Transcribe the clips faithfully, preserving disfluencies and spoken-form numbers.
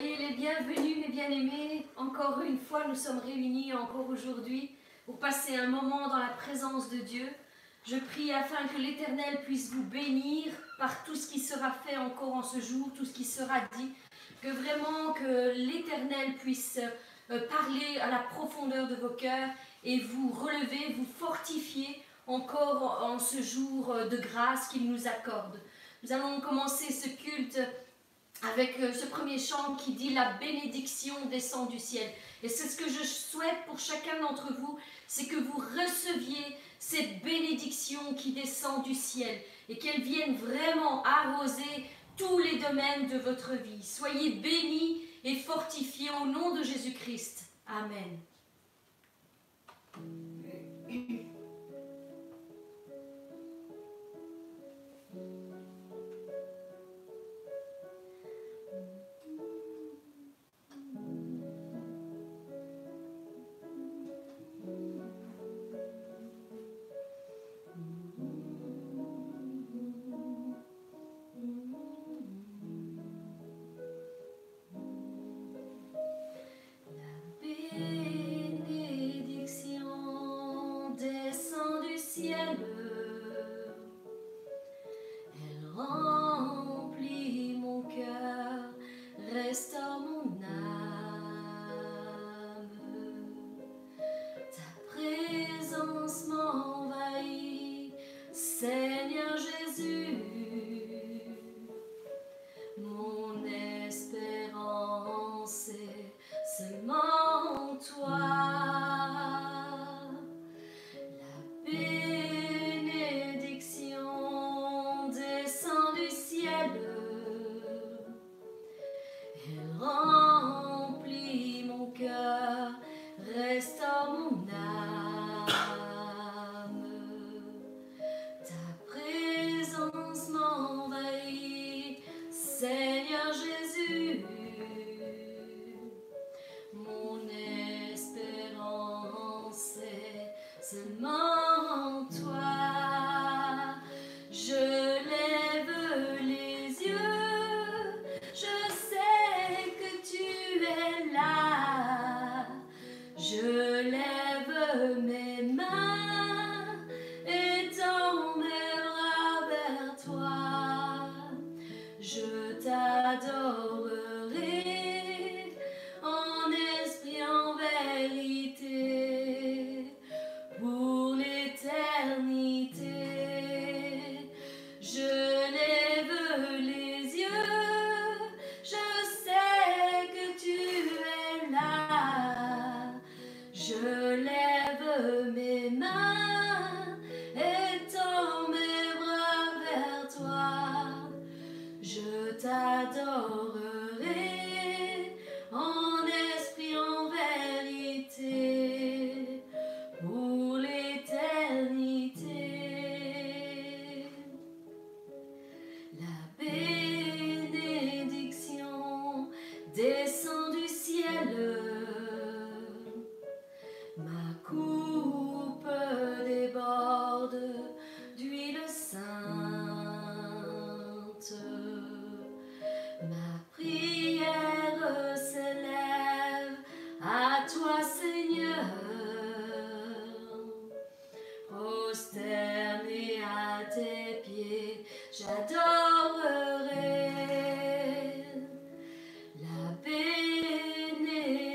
Et les bienvenus, mes bien-aimés. Encore une fois, nous sommes réunis encore aujourd'hui pour passer un moment dans la présence de Dieu. Je prie afin que l'Éternel puisse vous bénir par tout ce qui sera fait encore en ce jour, tout ce qui sera dit. Que vraiment que l'Éternel puisse parler à la profondeur de vos cœurs et vous relever, vous fortifier encore en ce jour de grâce qu'il nous accorde. Nous allons commencer ce culte avec ce premier chant qui dit « La bénédiction descend du ciel ». Et c'est ce que je souhaite pour chacun d'entre vous, c'est que vous receviez cette bénédiction qui descend du ciel et qu'elle vienne vraiment arroser tous les domaines de votre vie. Soyez bénis et fortifiés au nom de Jésus-Christ. Amen. J'adorerai la bénédiction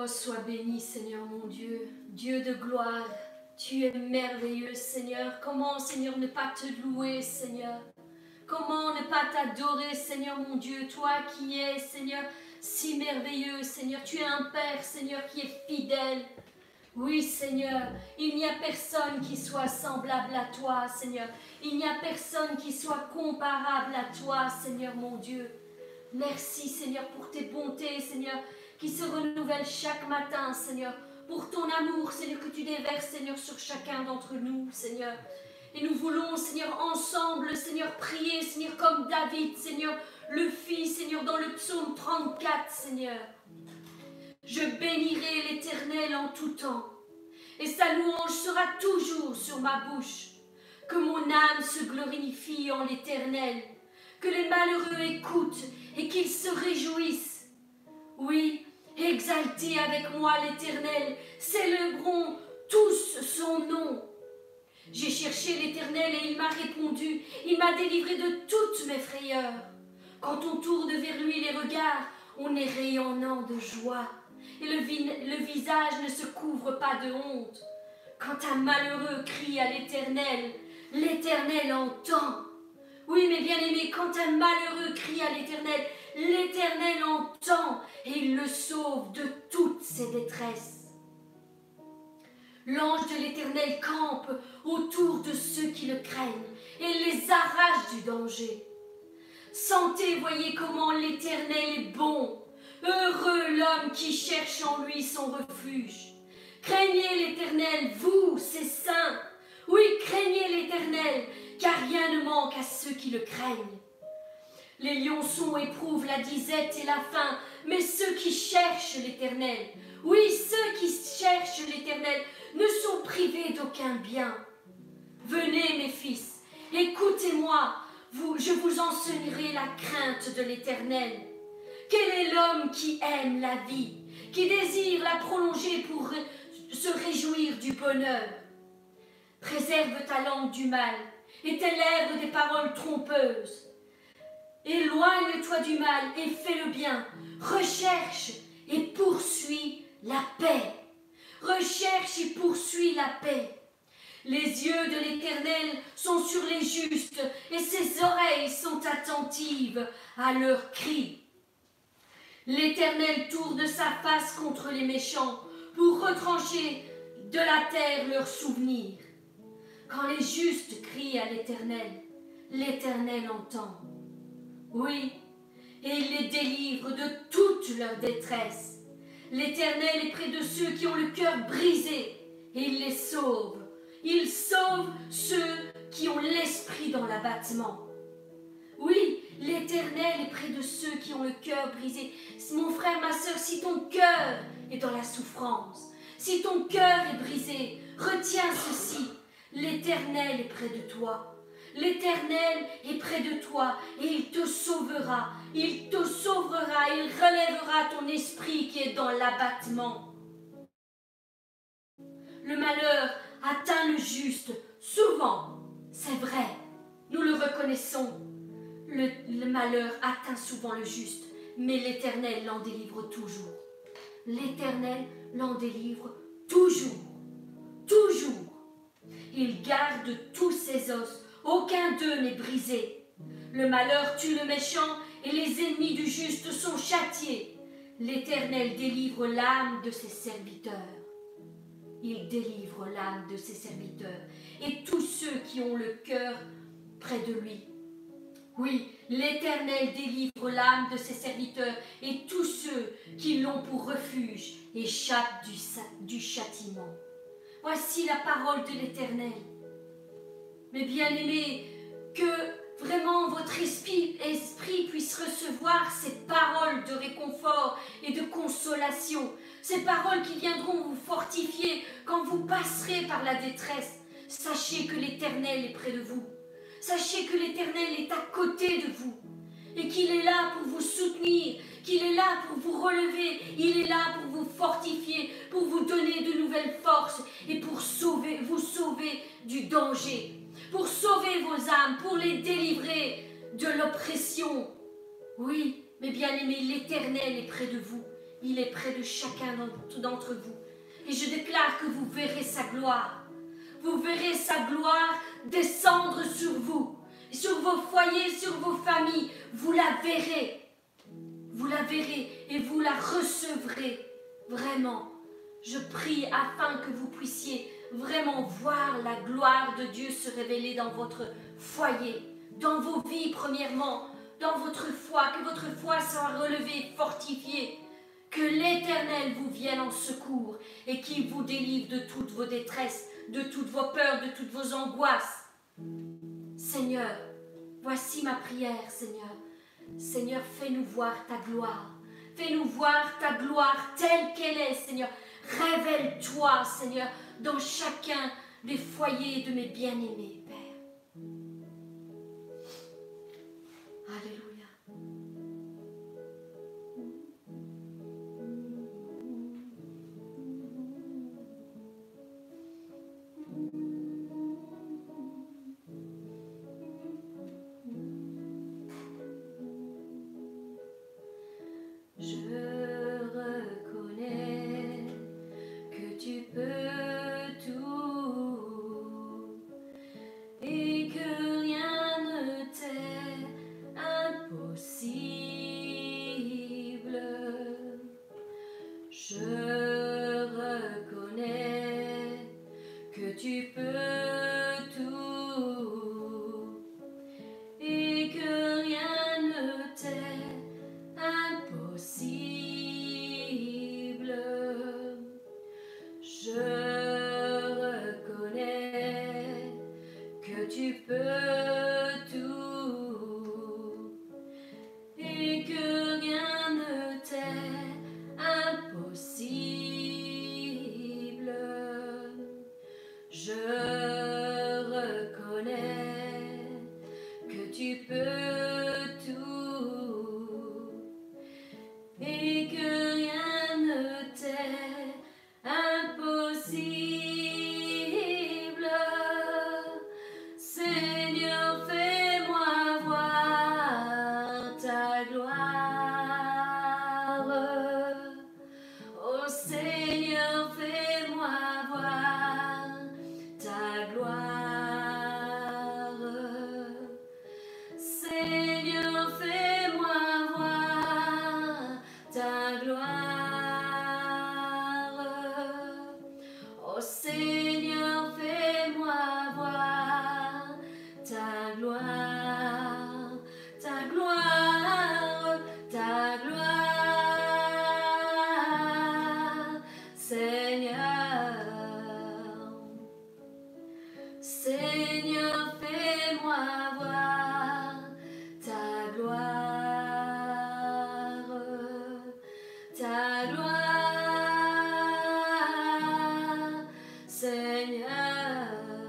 Oh, sois béni, Seigneur mon Dieu, Dieu de gloire. Tu es merveilleux, Seigneur. Comment, Seigneur, ne pas te louer, Seigneur? Comment ne pas t'adorer, Seigneur mon Dieu, toi qui es, Seigneur, si merveilleux, Seigneur. Tu es un Père, Seigneur, qui est fidèle. Oui, Seigneur, il n'y a personne qui soit semblable à toi, Seigneur. Il n'y a personne qui soit comparable à toi, Seigneur mon Dieu. Merci, Seigneur, pour tes bontés, Seigneur, qui se renouvellent chaque matin, Seigneur. Pour ton amour, Seigneur, que tu déverses, Seigneur, sur chacun d'entre nous, Seigneur. Et nous voulons, Seigneur, ensemble, Seigneur, prier, Seigneur, comme David, Seigneur, le fit, Seigneur, dans le psaume trente-quatre, Seigneur. Je bénirai l'Éternel en tout temps, et sa louange sera toujours sur ma bouche. Que mon âme se glorifie en l'Éternel, que les malheureux écoutent et qu'ils se réjouissent. Oui, exaltez avec moi l'Éternel, célébrons tous son nom. J'ai cherché l'Éternel et il m'a répondu, il m'a délivré de toutes mes frayeurs. Quand on tourne vers lui les regards, on est rayonnant de joie, et le, vi le visage ne se couvre pas de honte. Quand un malheureux crie à l'Éternel, l'Éternel entend. Oui, mes bien-aimés, quand un malheureux crie à l'Éternel, l'Éternel entend et il le sauve de toutes ses détresses. L'ange de l'Éternel campe autour de ceux qui le craignent et les arrache du danger. Sentez, voyez comment l'Éternel est bon. Heureux l'homme qui cherche en lui son refuge. Craignez l'Éternel, vous, ses saints. Oui, craignez l'Éternel, car rien ne manque à ceux qui le craignent. Les lionçons éprouvent la disette et la faim, mais ceux qui cherchent l'Éternel, oui, ceux qui cherchent l'Éternel, ne sont privés d'aucun bien. Venez, mes fils, écoutez-moi, vous, je vous enseignerai la crainte de l'Éternel. Quel est l'homme qui aime la vie, qui désire la prolonger pour se réjouir du bonheur? Préserve ta langue du mal et tes lèvres des paroles trompeuses. Éloigne-toi du mal et fais le bien. Recherche et poursuis la paix. Recherche et poursuis la paix. Les yeux de l'Éternel sont sur les justes et ses oreilles sont attentives à leurs cris. L'Éternel tourne sa face contre les méchants pour retrancher de la terre leurs souvenirs. Quand les justes crient à l'Éternel, l'Éternel entend. Oui, et il les délivre de toute leur détresse. L'Éternel est près de ceux qui ont le cœur brisé et il les sauve. Il sauve ceux qui ont l'esprit dans l'abattement. Oui, l'Éternel est près de ceux qui ont le cœur brisé. Mon frère, ma sœur, si ton cœur est dans la souffrance, si ton cœur est brisé, retiens ceci. L'Éternel est près de toi. L'Éternel est près de toi et il te sauvera. Il te sauvera, il relèvera ton esprit qui est dans l'abattement. Le malheur atteint le juste, souvent, c'est vrai, nous le reconnaissons. Le, le malheur atteint souvent le juste, mais l'Éternel l'en délivre toujours. L'Éternel l'en délivre toujours, toujours. Il garde tous ses os, aucun d'eux n'est brisé. Le malheur tue le méchant et les ennemis du juste sont châtiés. L'Éternel délivre l'âme de ses serviteurs. Il délivre l'âme de ses serviteurs et tous ceux qui ont le cœur près de lui. Oui, l'Éternel délivre l'âme de ses serviteurs et tous ceux qui l'ont pour refuge échappent du, du châtiment. Voici la parole de l'Éternel. Mes bien-aimés, que vraiment votre esprit, esprit puisse recevoir ces paroles de réconfort et de consolation, ces paroles qui viendront vous fortifier quand vous passerez par la détresse. Sachez que l'Éternel est près de vous. Sachez que l'Éternel est à côté de vous et qu'il est là pour vous soutenir, qu'il est là pour vous relever, il est là pour vous fortifier, pour vous donner de nouvelles forces et pour sauver, vous sauver du danger, pour sauver vos âmes, pour les délivrer de l'oppression. Oui, mes bien-aimés, l'Éternel est près de vous. il est près de chacun d'entre vous. Et je déclare que vous verrez sa gloire. Vous verrez sa gloire descendre sur vous, sur vos foyers, sur vos familles. Vous la verrez. Vous la verrez et vous la recevrez. Vraiment, je prie afin que vous puissiez vraiment voir la gloire de Dieu se révéler dans votre foyer, dans vos vies premièrement, dans votre foi, que votre foi soit relevée, fortifiée, que l'Éternel vous vienne en secours et qu'il vous délivre de toutes vos détresses, de toutes vos peurs, de toutes vos angoisses. Seigneur, voici ma prière, Seigneur. Seigneur, fais-nous voir ta gloire. Fais-nous voir ta gloire telle qu'elle est, Seigneur. Révèle-toi, Seigneur, dans chacun des foyers de mes bien-aimés, Père. Alléluia. Je reconnais que tu peux tout et que rien ne t'est impossible. Je reconnais que tu peux tout et que rien ne t'est impossible. Je reconnais que tu peux tout et que rien ne t'est impossible. Je reconnais que tu peux tout et que rien ne t'est impossible. Seigneur, fais-moi voir ta gloire. Oh Seigneur, fais-moi voir ta gloire. Seigneur, fais-moi voir ta gloire. Oh Seigneur, fais-moi voir ta gloire, ta gloire, ta gloire, Seigneur. Seigneur, fais-moi voir ta gloire, ta gloire, Seigneur.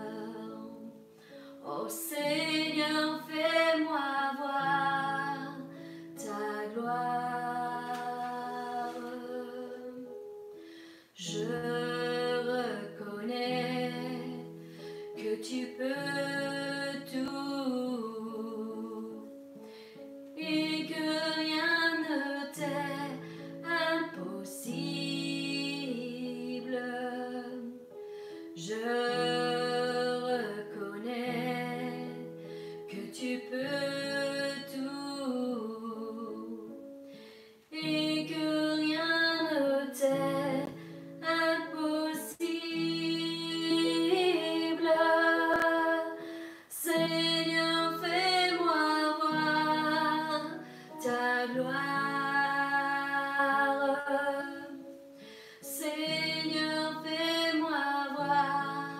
Oh Seigneur, fais-moi voir ta gloire. Je reconnais que tu peux tout et que rien ne t'est impossible. Je reconnais que tu peux tout et que rien ne t'est impossible. Seigneur, fais-moi voir ta gloire. Seigneur, fais-moi voir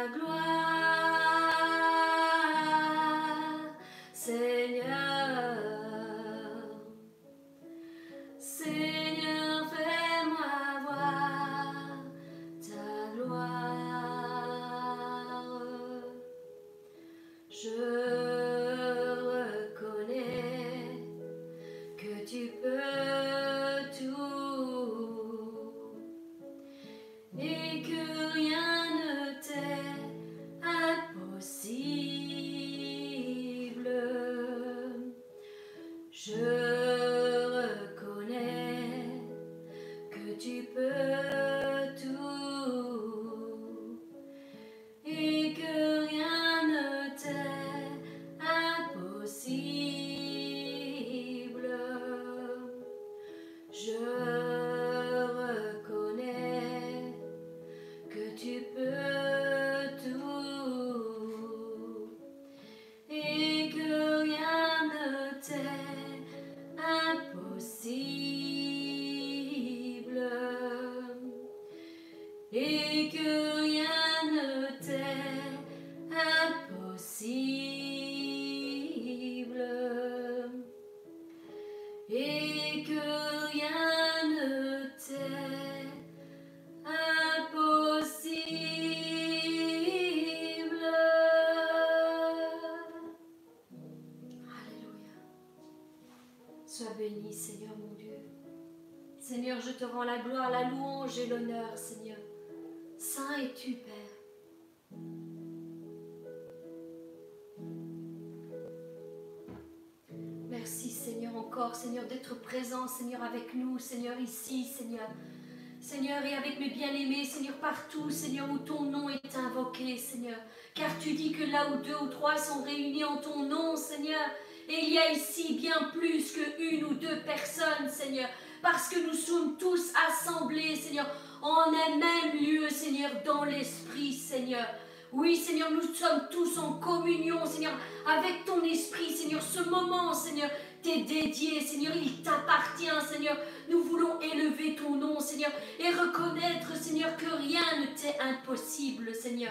ta gloire, Seigneur. Seigneur, fais-moi voir ta gloire. Je reconnais que tu peux tout et que rien ne t'est impossible. Je reconnais que tu peux tout et que rien ne t'est impossible. Je reconnais que tu peux tout et que rien ne t'est impossible et que rien ne t'est impossible et que rien ne t'est impossible. Alléluia. Sois béni, Seigneur mon Dieu. Seigneur, je te rends la gloire, la louange et l'honneur, Seigneur. Saint es-tu, Père. Merci, Seigneur, encore, Seigneur, d'être présent, Seigneur, avec nous, Seigneur, ici, Seigneur. Seigneur, et avec mes bien-aimés, Seigneur, partout, Seigneur, où ton nom est invoqué, Seigneur. Car tu dis que là où deux ou trois sont réunis en ton nom, Seigneur, et il y a ici bien plus qu'une ou deux personnes, Seigneur, parce que nous sommes tous assemblés, Seigneur, en un même lieu, Seigneur, dans l'Esprit, Seigneur. Oui, Seigneur, nous sommes tous en communion, Seigneur, avec ton Esprit, Seigneur. Ce moment, Seigneur, t'est dédié, Seigneur, il t'appartient, Seigneur. Nous voulons élever ton nom, Seigneur, et reconnaître, Seigneur, que rien ne t'est impossible, Seigneur.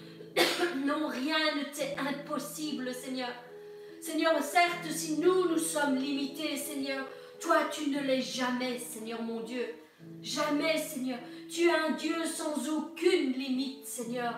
Non, rien ne t'est impossible, Seigneur. Seigneur, certes, si nous, nous sommes limités, Seigneur, toi, tu ne l'es jamais, Seigneur mon Dieu. Jamais, Seigneur. Tu es un Dieu sans aucune limite, Seigneur.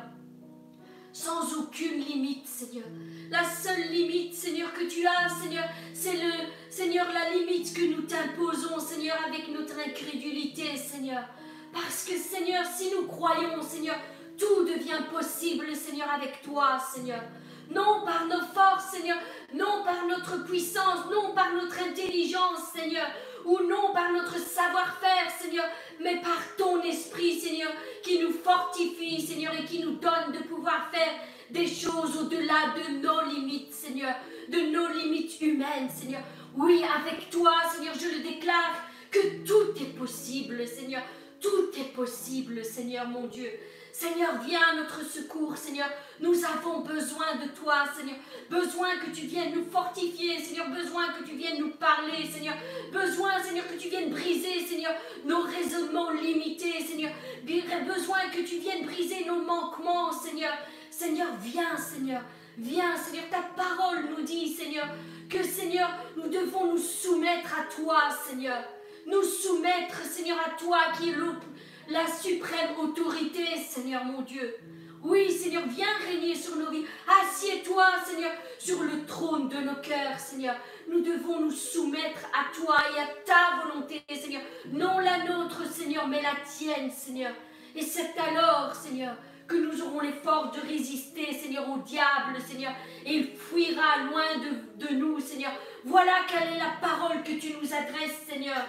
Sans aucune limite, Seigneur. La seule limite, Seigneur, que tu as, Seigneur, c'est le, Seigneur, la limite que nous t'imposons, Seigneur, avec notre incrédulité, Seigneur. Parce que, Seigneur, si nous croyons, Seigneur, tout devient possible, Seigneur, avec toi, Seigneur. Non par nos forces, Seigneur, non par notre puissance, non par notre intelligence, Seigneur, ou non par notre savoir-faire, Seigneur, mais par ton esprit, Seigneur, qui nous fortifie, Seigneur, et qui nous donne de pouvoir faire des choses au-delà de nos limites, Seigneur, de nos limites humaines, Seigneur. Oui, avec toi, Seigneur, je le déclare, que tout est possible, Seigneur, tout est possible, Seigneur, mon Dieu. Seigneur, viens à notre secours, Seigneur. Nous avons besoin de toi, Seigneur. Besoin que tu viennes nous fortifier, Seigneur. Besoin que tu viennes nous parler, Seigneur. Besoin, Seigneur, que tu viennes briser, Seigneur, nos raisonnements limités, Seigneur. Besoin que tu viennes briser nos manquements, Seigneur. Seigneur, viens, Seigneur. Viens, Seigneur. Ta parole nous dit, Seigneur, que, Seigneur, nous devons nous soumettre à toi, Seigneur. Nous soumettre, Seigneur, à toi qui est l'autre. La suprême autorité, Seigneur mon Dieu. Oui, Seigneur, viens régner sur nos vies. Assieds-toi, Seigneur, sur le trône de nos cœurs, Seigneur. Nous devons nous soumettre à toi et à ta volonté, Seigneur. Non la nôtre, Seigneur, mais la tienne, Seigneur. Et c'est alors, Seigneur, que nous aurons les forces de résister, Seigneur, au diable, Seigneur. Et il fuira loin de, de nous, Seigneur. Voilà quelle est la parole que tu nous adresses, Seigneur.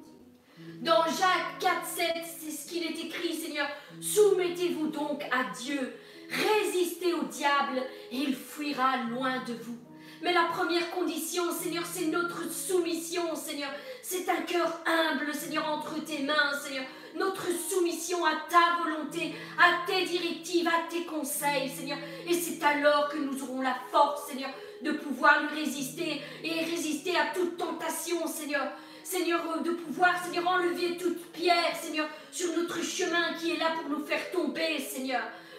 Dans Jacques quatre, sept, c'est ce qu'il est écrit, Seigneur. Soumettez-vous donc à Dieu. Résistez au diable et il fuira loin de vous. Mais la première condition, Seigneur, c'est notre soumission, Seigneur. C'est un cœur humble, Seigneur, entre tes mains, Seigneur. Notre soumission à ta volonté, à tes directives, à tes conseils, Seigneur. Et c'est alors que nous aurons la force, Seigneur, de pouvoir lui résister et résister à toute tentation, Seigneur. Seigneur, de pouvoir, Seigneur, enlever toute pierre, Seigneur, sur notre chemin qui est là pour nous faire tomber, Seigneur.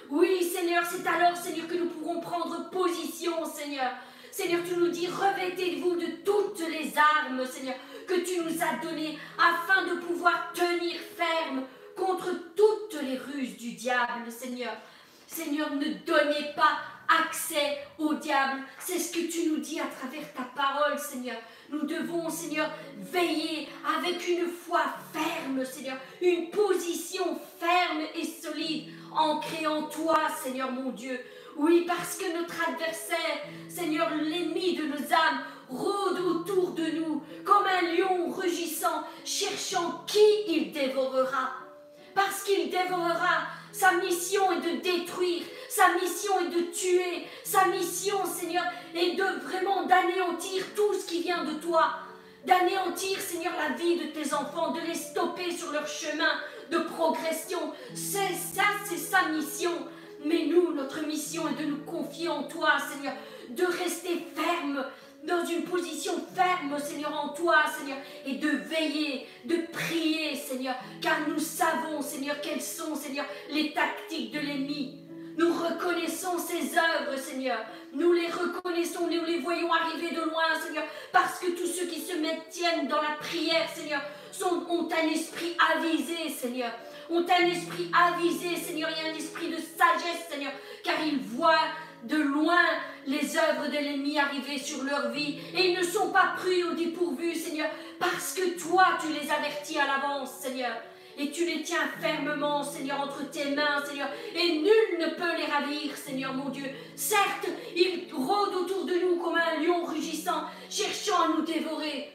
Oui, Seigneur, c'est alors, Seigneur, que nous pourrons prendre position, Seigneur. Seigneur, tu nous dis, revêtez-vous de toutes les armes, Seigneur, que tu nous as données, afin de pouvoir tenir ferme contre toutes les ruses du diable, Seigneur. Seigneur, ne donnez pas accès au diable. C'est ce que tu nous dis à travers ta parole, Seigneur. Nous devons, Seigneur, veiller avec une foi ferme, Seigneur, une position ferme et solide, ancrée en toi, Seigneur mon Dieu. Oui, parce que notre adversaire, Seigneur, l'ennemi de nos âmes, rôde autour de nous comme un lion rugissant, cherchant qui il dévorera. Parce qu'il dévorera, sa mission est de détruire, sa mission est de tuer, sa mission, Seigneur, est de vraiment d'anéantir tout ce qui vient de toi, d'anéantir, Seigneur, la vie de tes enfants, de les stopper sur leur chemin de progression. C'est ça, c'est sa mission. Mais nous, notre mission est de nous confier en toi, Seigneur, de rester ferme, dans une position ferme, Seigneur, en toi, Seigneur, et de veiller, de prier, Seigneur, car nous savons, Seigneur, quelles sont, Seigneur, les tactiques de l'ennemi. Nous reconnaissons ses œuvres, Seigneur. Nous les reconnaissons, nous les voyons arriver de loin, Seigneur, parce que tous ceux qui se maintiennent dans la prière, Seigneur, sont, ont un esprit avisé, Seigneur. Ont un esprit avisé, Seigneur, et un esprit de sagesse, Seigneur, car ils voient de loin les œuvres de l'ennemi arriver sur leur vie, et ils ne sont pas pris au dépourvu, Seigneur, parce que toi, tu les avertis à l'avance, Seigneur, et tu les tiens fermement, Seigneur, entre tes mains, Seigneur, et nul ne peut les ravir, Seigneur mon Dieu. Certes, ils rôdent autour de nous comme un lion rugissant, cherchant à nous dévorer,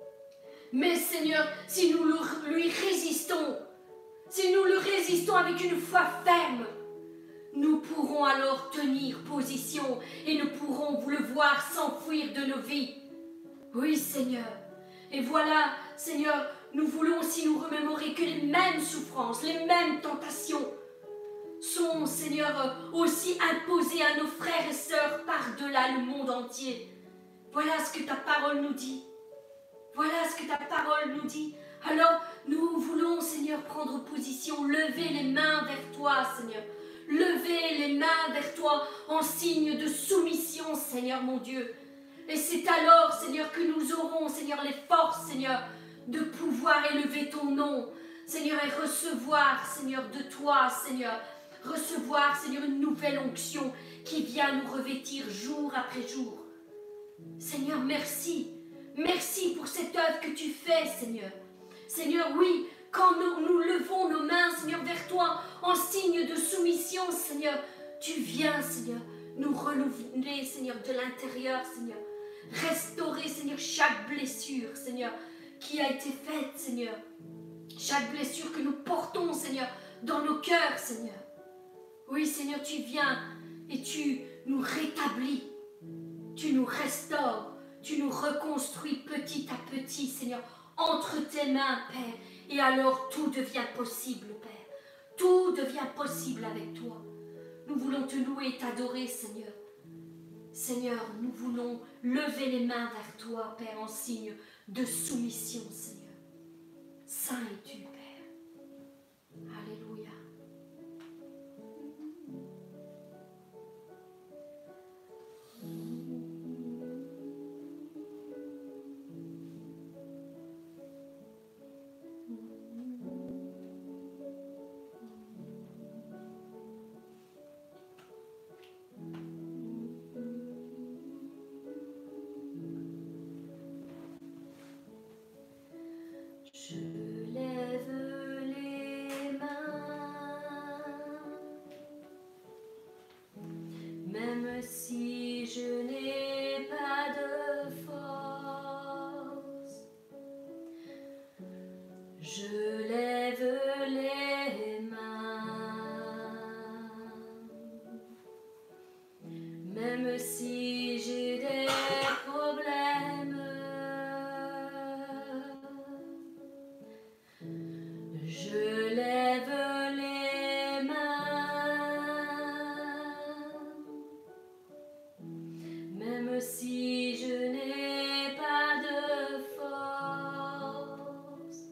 mais, Seigneur, si nous lui résistons, si nous le résistons avec une foi ferme, nous pourrons alors tenir position et nous pourrons le voir s'enfuir de nos vies. Oui, Seigneur. Et voilà, Seigneur, nous voulons aussi nous remémorer que les mêmes souffrances, les mêmes tentations sont, Seigneur, aussi imposées à nos frères et sœurs par-delà le monde entier. Voilà ce que ta parole nous dit. Voilà ce que ta parole nous dit. Alors, nous voulons, Seigneur, prendre position, lever les mains vers toi, Seigneur. Lever les mains vers toi en signe de soumission, Seigneur mon Dieu. Et c'est alors, Seigneur, que nous aurons, Seigneur, les forces, Seigneur, de pouvoir élever ton nom, Seigneur, et recevoir, Seigneur, de toi, Seigneur, recevoir, Seigneur, une nouvelle onction qui vient nous revêtir jour après jour. Seigneur, merci. Merci pour cette œuvre que tu fais, Seigneur. Seigneur, oui, quand nous, nous levons nos mains, Seigneur, vers toi, en signe de soumission, Seigneur, tu viens, Seigneur, nous renouveler, Seigneur, de l'intérieur, Seigneur. Restaurer, Seigneur, chaque blessure, Seigneur, qui a été faite, Seigneur. Chaque blessure que nous portons, Seigneur, dans nos cœurs, Seigneur. Oui, Seigneur, tu viens et tu nous rétablis. Tu nous restaures. Tu nous reconstruis petit à petit, Seigneur, entre tes mains, Père. Et alors tout devient possible, Père. Tout devient possible avec toi. Nous voulons te louer et t'adorer, Seigneur. Seigneur, nous voulons lever les mains vers toi, Père, en signe de soumission, Seigneur. Saint es-tu, Père. Alléluia.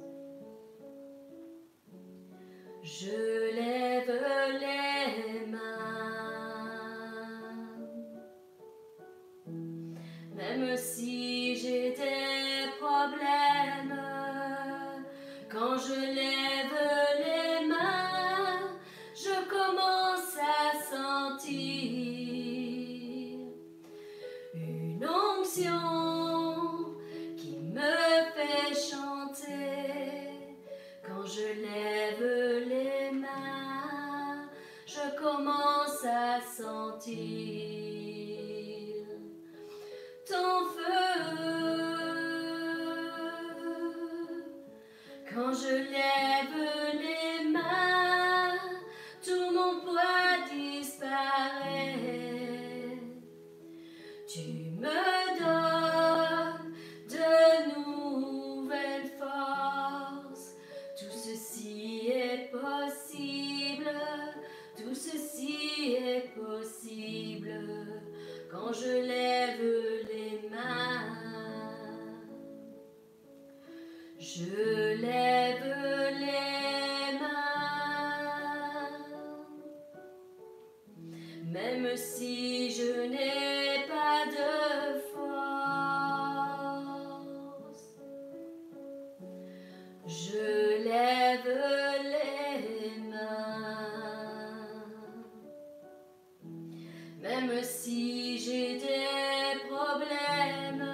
Je lève les mains. commence à sentir ton feu. Quand je lève les mains, tout mon poids disparaît. Tu me donnes de nouvelles forces. Tout ceci est possible, tout ceci est possible quand je lève les mains. Je lève les mains, même si je n'ai pas de force. Je lève les mains, même si j'ai des problèmes.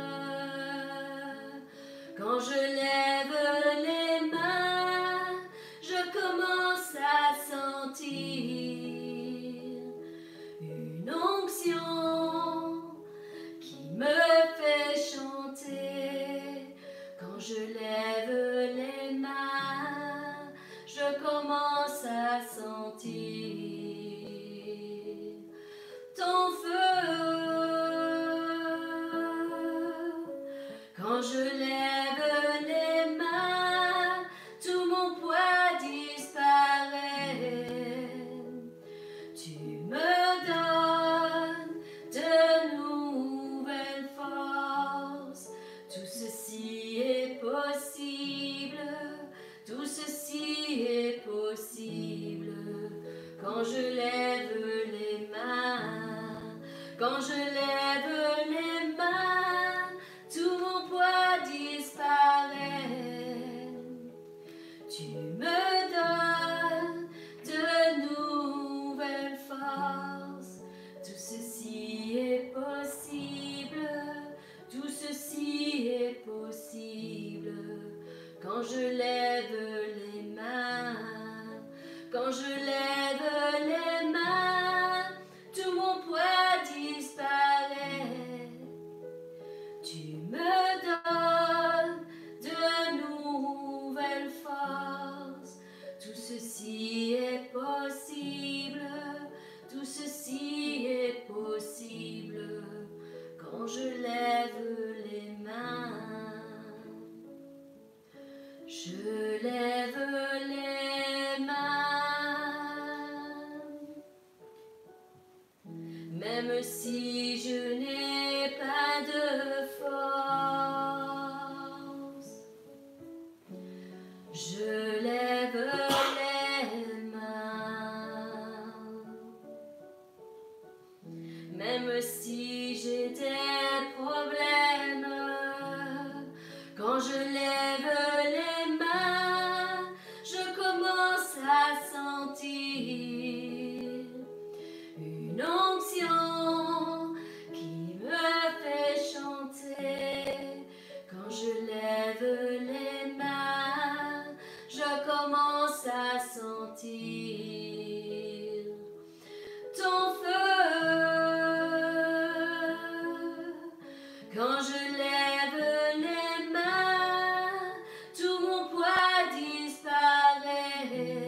Quand je lève les mains, je commence à sentir une onction qui me fait chanter. Quand je lève les mains, je commence à sentir ton feu. Quand je lève les mains, tout mon poids disparaît. Tu me donnes de nouvelles forces. Tout ceci est possible, tout ceci est possible quand je lève les mains. Quand je lève les mains, tout mon poids disparaît. Tu me donnes de nouvelles forces. Tout ceci est possible, tout ceci est possible quand je lève les mains. Quand je lève les mains, tout mon poids disparaît. Tu me donnes de nouvelles forces. Tout ceci est possible, tout ceci est possible quand je lève les mains. Je lève les mains, même si je n'ai pas de force. Je lève les mains, même si j'ai des problèmes. Quand je lève les mains, je commence à sentir une onction qui me fait chanter. Quand je lève les mains, je commence à sentir ton feu. Quand je lève les mains, tout mon poids disparaît.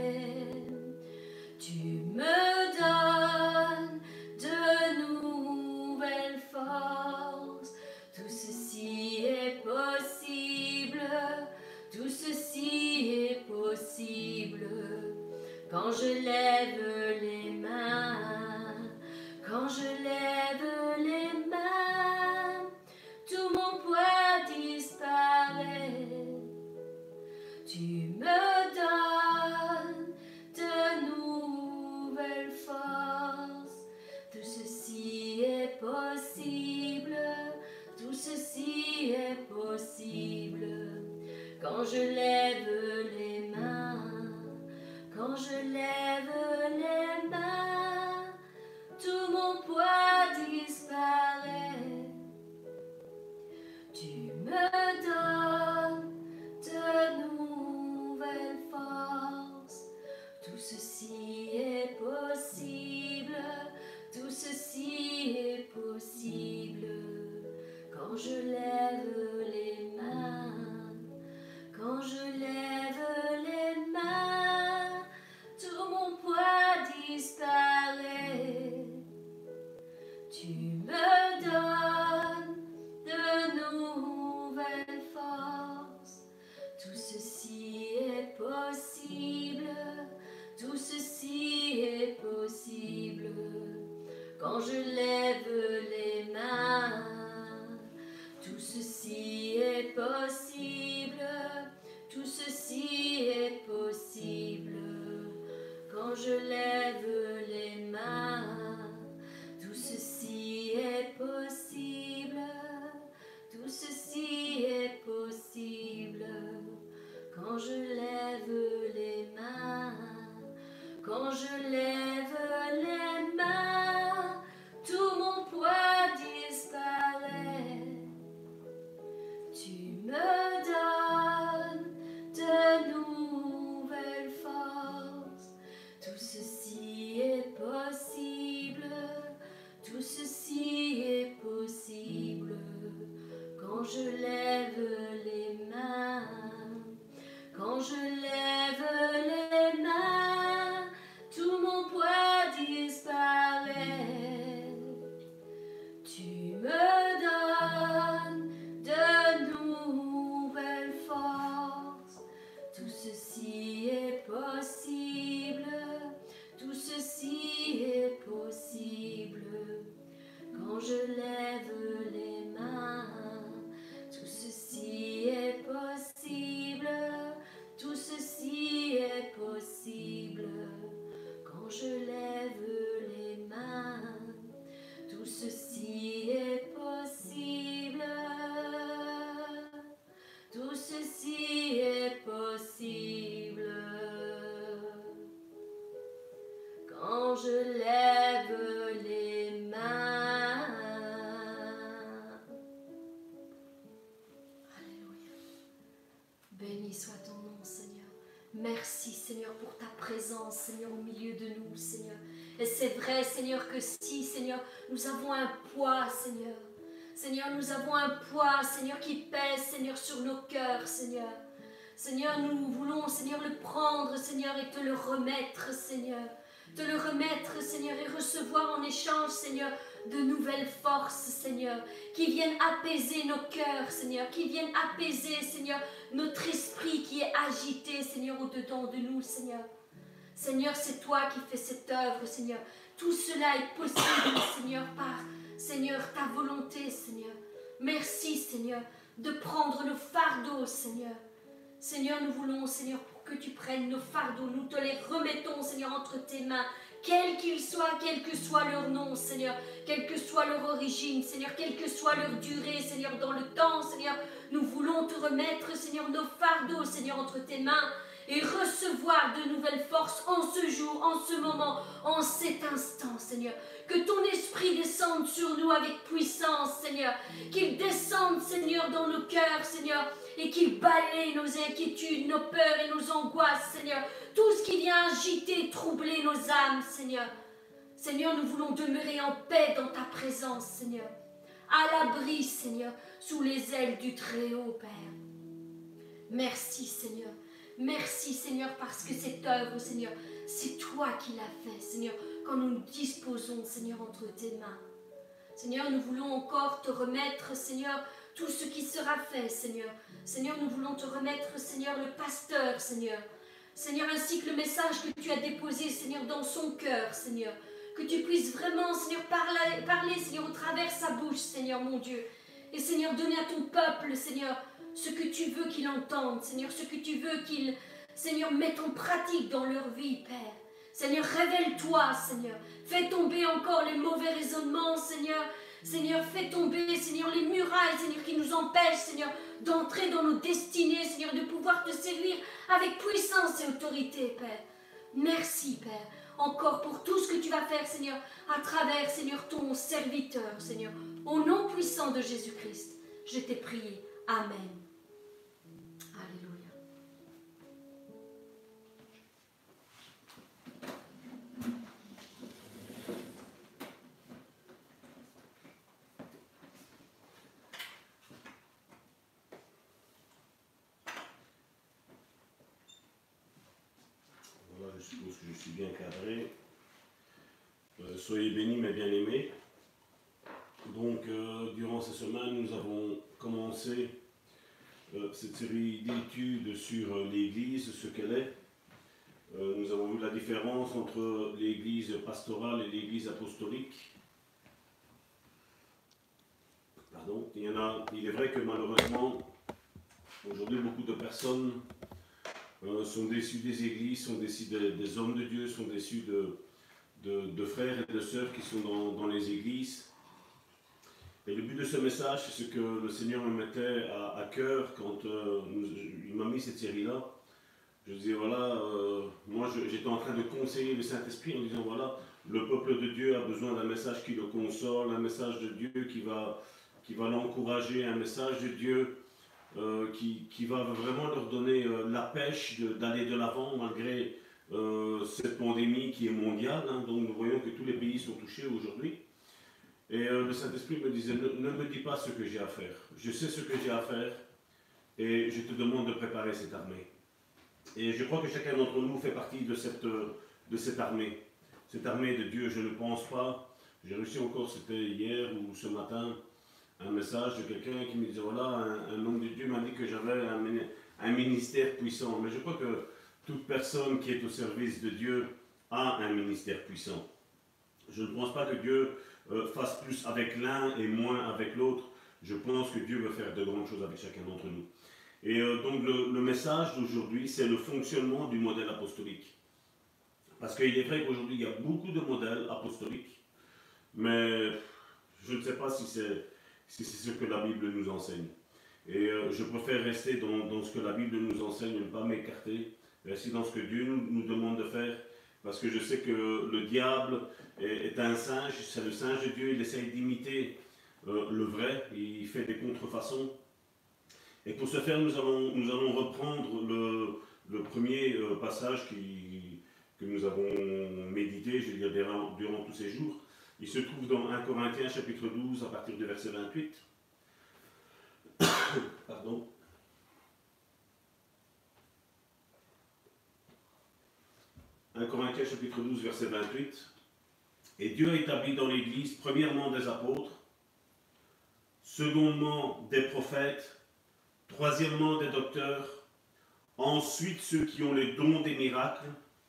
Tu me donnes de nouvelles forces. Tout ceci est possible, tout ceci est possible quand je lève les mains. Quand je lève les mains, tout mon poids disparaît. Tu me donnes de nouvelles forces. Tout ceci est possible, tout ceci est possible quand je lève les mains. Quand je lève les mains, tout mon poids disparaît. Tu me donnes de nouvelles forces. Tout ceci est possible. Tu me donnes de nouvelles forces. Tout ceci est possible. Tout ceci est possible. Quand je lève les mains, tout ceci est possible. Tout ceci est possible. Quand je lève les mains, tout ceci est possible. Tout ceci est possible. Quand je lève les mains, quand je lève les mains, tout mon poids disparaît. Tu me donnes de nouvelles forces. Tout ceci est possible. Tout ceci est possible. Quand je lève les mains, quand je lève les mains, tout mon poids disparaît. Tu me donnes de nouvelles forces. Tout ceci est possible. Tout ceci est possible. Quand je lève les mains, tout ceci est possible. Tout ceci est possible. Quand je lève les mains, tout ceci est possible. Tout ceci est possible. Quand je lève les mains. Alléluia. Béni soit ton nom, Seigneur. Merci, Seigneur, pour ta présence, Seigneur, au milieu de nous, Seigneur. Et c'est vrai, Seigneur, que si, Seigneur, nous avons un poids, Seigneur. Seigneur, nous avons un poids, Seigneur, qui pèse, Seigneur, sur nos cœurs, Seigneur. Seigneur, nous voulons, Seigneur, le prendre, Seigneur, et te le remettre, Seigneur. Te le remettre, Seigneur, et recevoir en échange, Seigneur, de nouvelles forces, Seigneur, qui viennent apaiser nos cœurs, Seigneur, qui viennent apaiser, Seigneur, notre esprit qui est agité, Seigneur, au-dedans de nous, Seigneur. Seigneur, c'est toi qui fais cette œuvre, Seigneur. Tout cela est possible, Seigneur, par, Seigneur, ta volonté, Seigneur. Merci, Seigneur, de prendre nos fardeaux, Seigneur. Seigneur, nous voulons, Seigneur, pour que tu prennes nos fardeaux, nous te les remettons, Seigneur, entre tes mains, quels qu'ils soient, quel que soit leur nom, Seigneur, quelle que soit leur origine, Seigneur, quelle que soit leur durée, Seigneur, dans le temps, Seigneur, nous voulons te remettre, Seigneur, nos fardeaux, Seigneur, entre tes mains, et recevoir de nouvelles forces en ce jour, en ce moment, en cet instant, Seigneur. Que ton esprit descende sur nous avec puissance, Seigneur. Qu'il descende, Seigneur, dans nos cœurs, Seigneur, et qu'il balaye nos inquiétudes, nos peurs et nos angoisses, Seigneur. Tout ce qui vient agiter, troubler nos âmes, Seigneur. Seigneur, nous voulons demeurer en paix dans ta présence, Seigneur. À l'abri, Seigneur, sous les ailes du Très-Haut, Père. Merci, Seigneur. Merci, Seigneur, parce que cette œuvre, Seigneur, c'est toi qui l'as fait, Seigneur, quand nous nous disposons, Seigneur, entre tes mains. Seigneur, nous voulons encore te remettre, Seigneur, tout ce qui sera fait, Seigneur. Seigneur, nous voulons te remettre, Seigneur, le pasteur, Seigneur. Seigneur, ainsi que le message que tu as déposé, Seigneur, dans son cœur, Seigneur. Que tu puisses vraiment, Seigneur, parler, parler, Seigneur, au travers sa bouche, Seigneur, mon Dieu. Et, Seigneur, donner à ton peuple, Seigneur, ce que tu veux qu'il entende, Seigneur, ce que tu veux qu'il, Seigneur, mette en pratique dans leur vie, Père. Seigneur, révèle-toi, Seigneur. Fais tomber encore les mauvais raisonnements, Seigneur. Seigneur, fais tomber, Seigneur, les murailles, Seigneur, qui nous empêchent, Seigneur, d'entrer dans nos destinées, Seigneur, de pouvoir te servir avec puissance et autorité, Père. Merci, Père, encore pour tout ce que tu vas faire, Seigneur, à travers, Seigneur, ton serviteur, Seigneur. Au nom puissant de Jésus-Christ, je t'ai prié. Amen. Alléluia. Voilà, je suppose que je suis bien cadré. Euh, soyez bénis, mes bien-aimés. Donc, euh, durant ces semaines, nous avons commencé euh, cette série d'études sur euh, l'Église, ce qu'elle est. Euh, nous avons vu la différence entre l'Église pastorale et l'Église apostolique. Pardon. Il y en a, il est vrai que malheureusement, aujourd'hui, beaucoup de personnes euh, sont déçues des églises, sont déçues des, des hommes de Dieu, sont déçues de, de, de frères et de sœurs qui sont dans, dans les églises. Et le but de ce message, c'est ce que le Seigneur me mettait à, à cœur quand euh, nous, il m'a mis cette série-là. Je disais, voilà, euh, moi j'étais en train de conseiller le Saint-Esprit en disant, voilà, le peuple de Dieu a besoin d'un message qui le console, un message de Dieu qui va, qui va l'encourager, un message de Dieu euh, qui, qui va vraiment leur donner euh, la pêche d'aller de, de l'avant malgré euh, cette pandémie qui est mondiale. Hein, donc nous voyons que tous les pays sont touchés aujourd'hui. Et euh, le Saint-Esprit me disait, ne, ne me dis pas ce que j'ai à faire. Je sais ce que j'ai à faire et je te demande de préparer cette armée. Et je crois que chacun d'entre nous fait partie de cette, de cette armée. Cette armée de Dieu, je ne pense pas. J'ai reçu encore, c'était hier ou ce matin, un message de quelqu'un qui me disait, voilà, un, un homme de Dieu m'a dit que j'avais un, un ministère puissant. Mais je crois que toute personne qui est au service de Dieu a un ministère puissant. Je ne pense pas que Dieu euh, fasse plus avec l'un et moins avec l'autre. Je pense que Dieu veut faire de grandes choses avec chacun d'entre nous. Et euh, donc le, le message d'aujourd'hui, c'est le fonctionnement du modèle apostolique. Parce qu'il est vrai qu'aujourd'hui, il y a beaucoup de modèles apostoliques, mais je ne sais pas si c'est si c'est ce que la Bible nous enseigne. Et euh, je préfère rester dans, dans ce que la Bible nous enseigne, ne pas m'écarter, rester dans ce que Dieu nous, nous demande de faire, parce que je sais que le diable est, est un singe, c'est le singe de Dieu, il essaye d'imiter euh, le vrai, il fait des contrefaçons. Et pour ce faire, nous allons, nous allons reprendre le, le premier euh, passage qui, que nous avons médité, je veux dire, durant, durant tous ces jours. Il se trouve dans un Corinthiens chapitre douze à partir du verset vingt-huit. Pardon. un Corinthiens chapitre douze verset vingt-huit. Et Dieu a établi dans l'Église premièrement des apôtres, secondement des prophètes, troisièmement des docteurs, ensuite ceux qui ont les dons des miracles,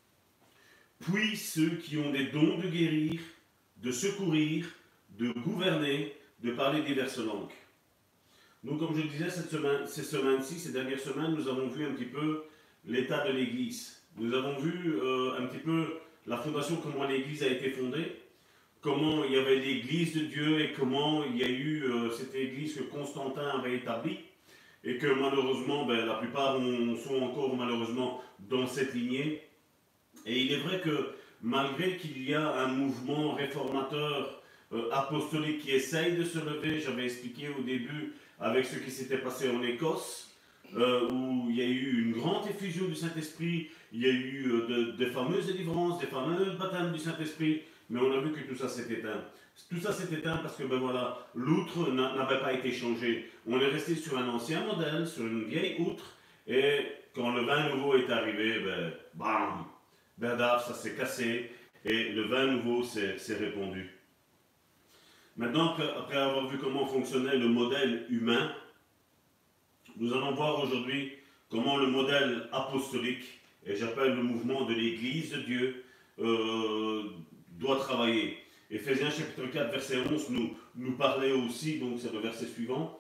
puis ceux qui ont des dons de guérir, de secourir, de gouverner, de parler diverses langues. Nous, comme je disais, cette semaine, ces semaines-ci, ces dernières semaines, nous avons vu un petit peu l'état de l'Église. Nous avons vu euh, un petit peu la fondation, comment l'Église a été fondée, comment il y avait l'Église de Dieu et comment il y a eu euh, cette Église que Constantin avait établie. Et que malheureusement, ben, la plupart on, sont encore malheureusement dans cette lignée. Et il est vrai que malgré qu'il y a un mouvement réformateur euh, apostolique qui essaye de se lever, j'avais expliqué au début avec ce qui s'était passé en Écosse, euh, où il y a eu une grande effusion du Saint-Esprit, il y a eu euh, de, de fameuses délivrances, des fameux baptêmes du Saint-Esprit, mais on a vu que tout ça s'est éteint. Tout ça s'est éteint parce que ben voilà, l'outre n'avait pas été changé. On est resté sur un ancien modèle, sur une vieille outre, et quand le vin nouveau est arrivé, ben bam, berdaf, ça s'est cassé, et le vin nouveau s'est répandu. Maintenant, après, après avoir vu comment fonctionnait le modèle humain, nous allons voir aujourd'hui comment le modèle apostolique, et j'appelle le mouvement de l'Église de Dieu, euh, doit travailler. Éphésiens chapitre quatre, verset onze nous, nous parlait aussi, donc c'est le verset suivant.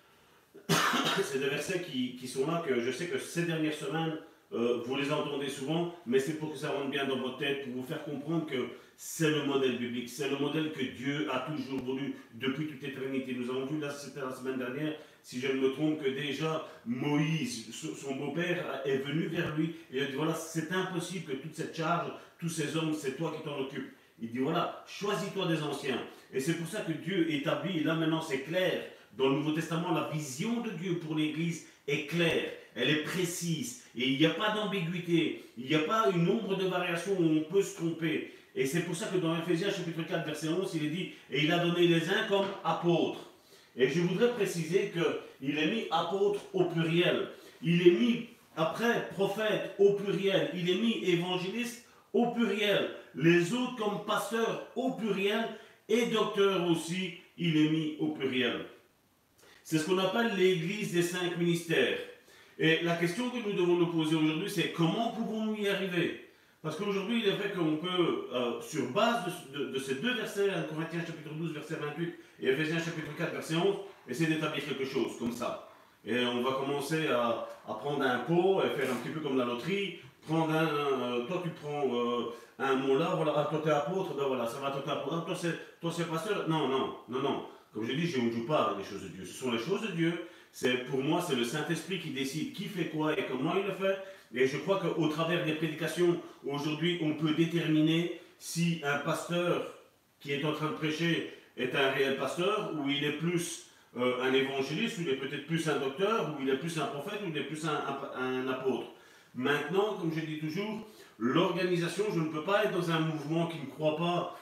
C'est des versets qui, qui sont là, que je sais que ces dernières semaines, euh, vous les entendez souvent, mais c'est pour que ça rentre bien dans votre tête, pour vous faire comprendre que c'est le modèle biblique, c'est le modèle que Dieu a toujours voulu depuis toute éternité. Nous avons vu, là, c'était la semaine dernière, si je ne me trompe, que déjà Moïse, son beau-père, est venu vers lui et il a dit, voilà, c'est impossible que toute cette charge, tous ces hommes, c'est toi qui t'en occupes. Il dit, voilà, choisis-toi des anciens. Et c'est pour ça que Dieu établit, et là maintenant c'est clair, dans le Nouveau Testament, la vision de Dieu pour l'Église est claire, elle est précise, et il n'y a pas d'ambiguïté, il n'y a pas une nombre de variations où on peut se tromper. Et c'est pour ça que dans Éphésiens chapitre quatre, verset onze, il est dit, et il a donné les uns comme apôtres. Et je voudrais préciser qu'il est mis apôtre au pluriel, il est mis après prophète au pluriel, il est mis évangéliste au pluriel, les autres comme pasteurs au pluriel, et docteur aussi, il est mis au pluriel. C'est ce qu'on appelle l'église des cinq ministères. Et la question que nous devons nous poser aujourd'hui, c'est comment pouvons-nous y arriver? Parce qu'aujourd'hui, il est vrai qu'on peut, euh, sur base de, de, de ces deux versets, un Corinthiens chapitre douze, verset vingt-huit, et Éphésiens chapitre quatre, verset onze, essayer d'établir quelque chose comme ça. Et on va commencer à, à prendre un pot et faire un petit peu comme la loterie. Prendre un, euh, toi tu prends euh, un mot là, voilà, ah, toi t'es apôtre, ben voilà, ça va, toi t'es apôtre, ah, toi c'est, toi c'est pasteur. Non, non, non, non. Comme je dis, je ne joue pas avec les choses de Dieu. Ce sont les choses de Dieu. C'est, pour moi, c'est le Saint-Esprit qui décide qui fait quoi et comment il le fait. Et je crois qu'au travers des prédications, aujourd'hui, on peut déterminer si un pasteur qui est en train de prêcher est un réel pasteur, ou il est plus euh, un évangéliste, ou il est peut-être plus un docteur, ou il est plus un prophète, ou il est plus un, un, un apôtre. Maintenant, comme je dis toujours, l'organisation, je ne peux pas être dans un mouvement qui ne croit pas,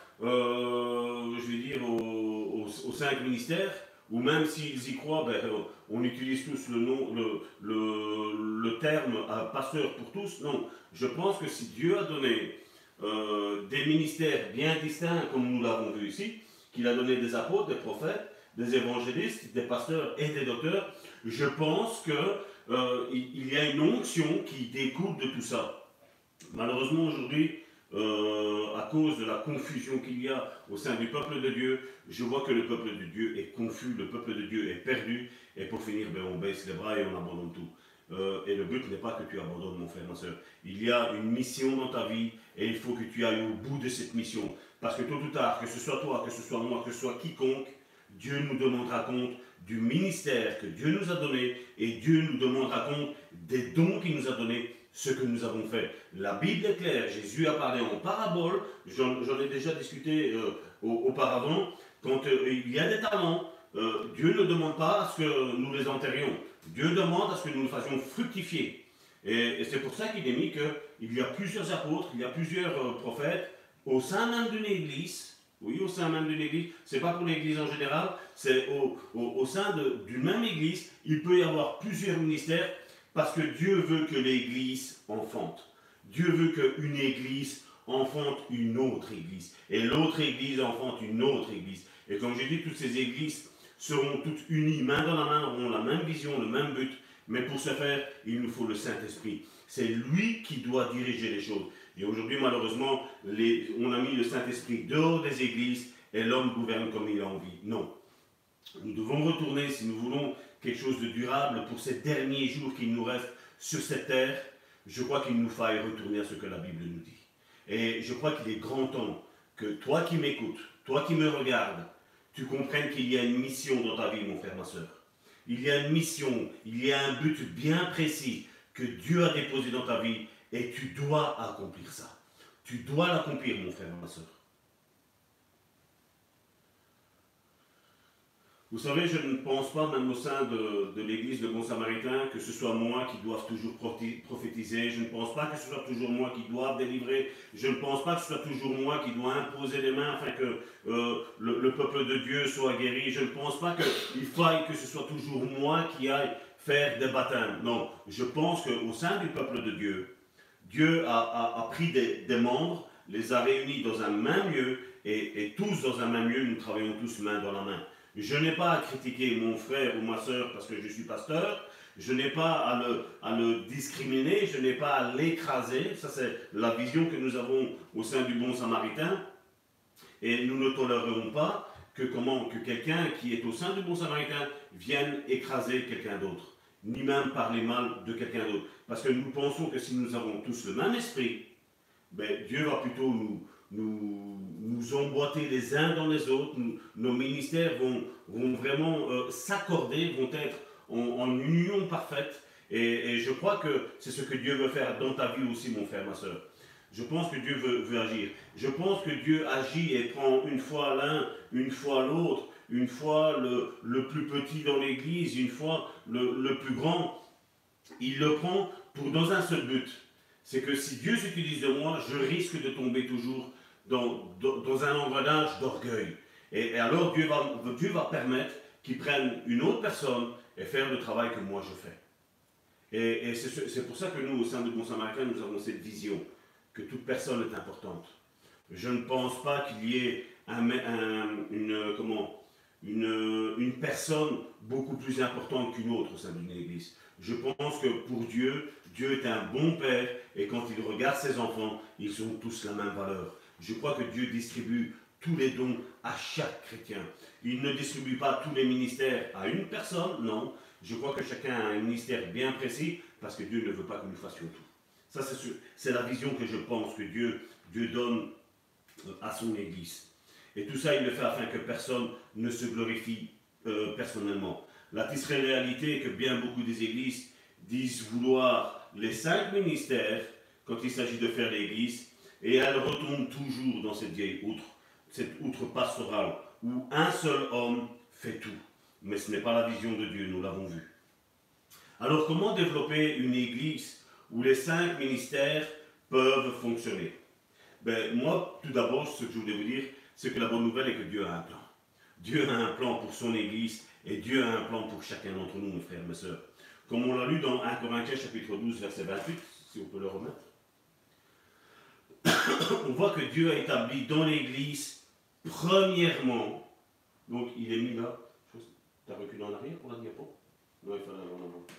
euh, je vais dire, aux, aux, aux cinq ministères, ou même s'ils y croient, ben, on utilise tous le, nom, le, le, le terme euh, pasteur pour tous. Non, je pense que si Dieu a donné euh, des ministères bien distincts, comme nous l'avons vu ici, qu'il a donné des apôtres, des prophètes, des évangélistes, des pasteurs et des docteurs, je pense que euh, il, il y a une onction qui découle de tout ça. Malheureusement aujourd'hui, euh, à cause de la confusion qu'il y a au sein du peuple de Dieu, je vois que le peuple de Dieu est confus, le peuple de Dieu est perdu, et pour finir, ben, on baisse les bras et on abandonne tout. Euh, et le but n'est pas que tu abandonnes, mon frère, ma soeur. Il y a une mission dans ta vie, et il faut que tu ailles au bout de cette mission. Parce que tôt ou tard, que ce soit toi, que ce soit moi, que ce soit quiconque, Dieu nous demandera compte du ministère que Dieu nous a donné, et Dieu nous demandera compte des dons qu'il nous a donnés, ce que nous avons fait. La Bible est claire, Jésus a parlé en parabole, j'en, j'en ai déjà discuté euh, auparavant, quand euh, il y a des talents, euh, Dieu ne demande pas à ce que nous les enterrions, Dieu demande à ce que nous nous fassions fructifier. Et, et c'est pour ça qu'il est mis qu'il y a plusieurs apôtres, il y a plusieurs euh, prophètes, au sein même d'une église. Oui, au sein même d'une église, c'est pas pour l'église en général, c'est au, au, au sein de, d'une même église, il peut y avoir plusieurs ministères, parce que Dieu veut que l'église enfante. Dieu veut qu'une église enfante une autre église, et l'autre église enfante une autre église. Et comme j'ai dit, toutes ces églises seront toutes unies, main dans la main, auront la même vision, le même but, mais pour ce faire, il nous faut le Saint-Esprit. C'est lui qui doit diriger les choses. Et aujourd'hui, malheureusement, les, on a mis le Saint-Esprit dehors des églises et l'homme gouverne comme il a envie. Non. Nous devons retourner, si nous voulons quelque chose de durable pour ces derniers jours qu'il nous reste sur cette terre, je crois qu'il nous faille retourner à ce que la Bible nous dit. Et je crois qu'il est grand temps que toi qui m'écoutes, toi qui me regardes, tu comprennes qu'il y a une mission dans ta vie, mon frère, ma soeur. Il y a une mission, il y a un but bien précis que Dieu a déposé dans ta vie, et tu dois accomplir ça. Tu dois l'accomplir, mon frère, ma soeur. Vous savez, je ne pense pas, même au sein de, de l'église de Bon Samaritain, que ce soit moi qui doive toujours prophétiser. Je ne pense pas que ce soit toujours moi qui doive délivrer. Je ne pense pas que ce soit toujours moi qui dois imposer les mains afin que euh, le, le peuple de Dieu soit guéri. Je ne pense pas qu'il faille que ce soit toujours moi qui aille faire des baptêmes. Non, je pense qu'au sein du peuple de Dieu, Dieu a, a, a pris des, des membres, les a réunis dans un même lieu, et, et tous dans un même lieu, nous travaillons tous main dans la main. Je n'ai pas à critiquer mon frère ou ma soeur parce que je suis pasteur, je n'ai pas à le, à le discriminer, je n'ai pas à l'écraser. Ça, c'est la vision que nous avons au sein du Bon Samaritain. Et nous ne tolérerons pas que, comment, que quelqu'un qui est au sein du Bon Samaritain vienne écraser quelqu'un d'autre, ni même parler mal de quelqu'un d'autre. Parce que nous pensons que si nous avons tous le même esprit, ben, Dieu va plutôt nous... Nous, nous emboîter les uns dans les autres, nous, nos ministères vont, vont vraiment euh, s'accorder, vont être en, en union parfaite. Et, et je crois que c'est ce que Dieu veut faire dans ta vie aussi, mon frère, ma soeur. Je pense que Dieu veut, veut agir. Je pense que Dieu agit et prend une fois l'un, une fois l'autre, une fois le, le plus petit dans l'église, une fois le, le plus grand. Il le prend pour dans un seul but. C'est que si Dieu s'utilise de moi, je risque de tomber toujours Dans, dans un engrenage d'orgueil. Et, et alors Dieu va, Dieu va permettre qu'il prenne une autre personne et faire le travail que moi je fais. Et, et c'est, c'est pour ça que nous, au sein du Bon Samaritain, nous avons cette vision que toute personne est importante. Je ne pense pas qu'il y ait un, un, une, comment, une, une personne beaucoup plus importante qu'une autre au sein d'une église. Je pense que pour Dieu, Dieu est un bon père et quand il regarde ses enfants, ils ont tous la même valeur. Je crois que Dieu distribue tous les dons à chaque chrétien. Il ne distribue pas tous les ministères à une personne, non. Je crois que chacun a un ministère bien précis parce que Dieu ne veut pas que nous fassions tout. Ça, c'est la vision que je pense que Dieu, Dieu donne à son Église. Et tout ça, il le fait afin que personne ne se glorifie euh, personnellement. La triste réalité est que bien beaucoup des églises disent vouloir les cinq ministères quand il s'agit de faire l'Église, et elles retombent toujours dans cette vieille outre, cette outre pastorale, où un seul homme fait tout. Mais ce n'est pas la vision de Dieu, nous l'avons vu. Alors comment développer une église où les cinq ministères peuvent fonctionner? Ben, moi, tout d'abord, ce que je voulais vous dire, c'est que la bonne nouvelle est que Dieu a un plan. Dieu a un plan pour son église et Dieu a un plan pour chacun d'entre nous, mes frères et mes sœurs. Comme on l'a lu dans un Corinthiens chapitre douze, verset vingt-huit, si on peut le remettre. On voit que Dieu a établi dans l'église, premièrement, donc il est mis là, tu as reculé en arrière pour la diapo? Non, il fallait aller en avant.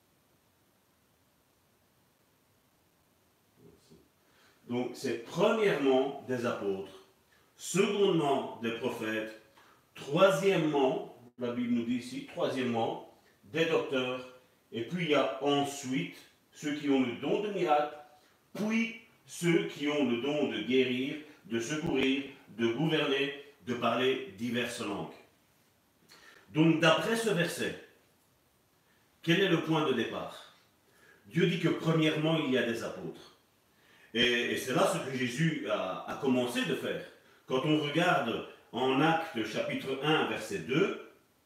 Donc c'est premièrement des apôtres, secondement des prophètes, troisièmement, la Bible nous dit ici, troisièmement, des docteurs, et puis il y a ensuite ceux qui ont le don de miracle, puis ceux qui ont le don de guérir, de secourir, de gouverner, de parler diverses langues. Donc d'après ce verset, quel est le point de départ? Dieu dit que premièrement il y a des apôtres. Et, et c'est là ce que Jésus a, a commencé de faire. Quand on regarde en Actes chapitre un, verset deux,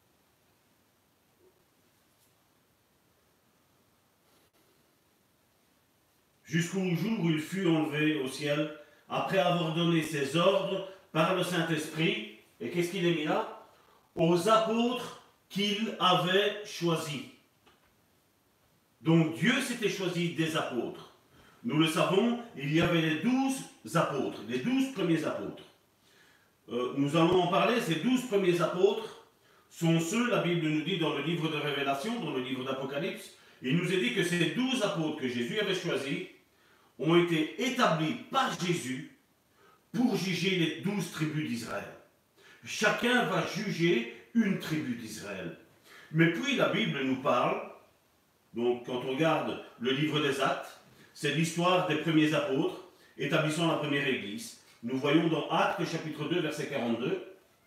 jusqu'au jour où il fut enlevé au ciel, après avoir donné ses ordres par le Saint-Esprit, et qu'est-ce qu'il est mis là? Aux apôtres qu'il avait choisis. Donc Dieu s'était choisi des apôtres. Nous le savons, il y avait les douze apôtres, les douze premiers apôtres. Euh, nous allons en parler, ces douze premiers apôtres sont ceux, la Bible nous dit dans le livre de Révélation, dans le livre d'Apocalypse, il nous est dit que ces douze apôtres que Jésus avait choisis ont été établis par Jésus pour juger les douze tribus d'Israël. Chacun va juger une tribu d'Israël. Mais puis la Bible nous parle, donc quand on regarde le livre des Actes, c'est l'histoire des premiers apôtres établissant la première église. Nous voyons dans Actes chapitre deux, verset quarante-deux.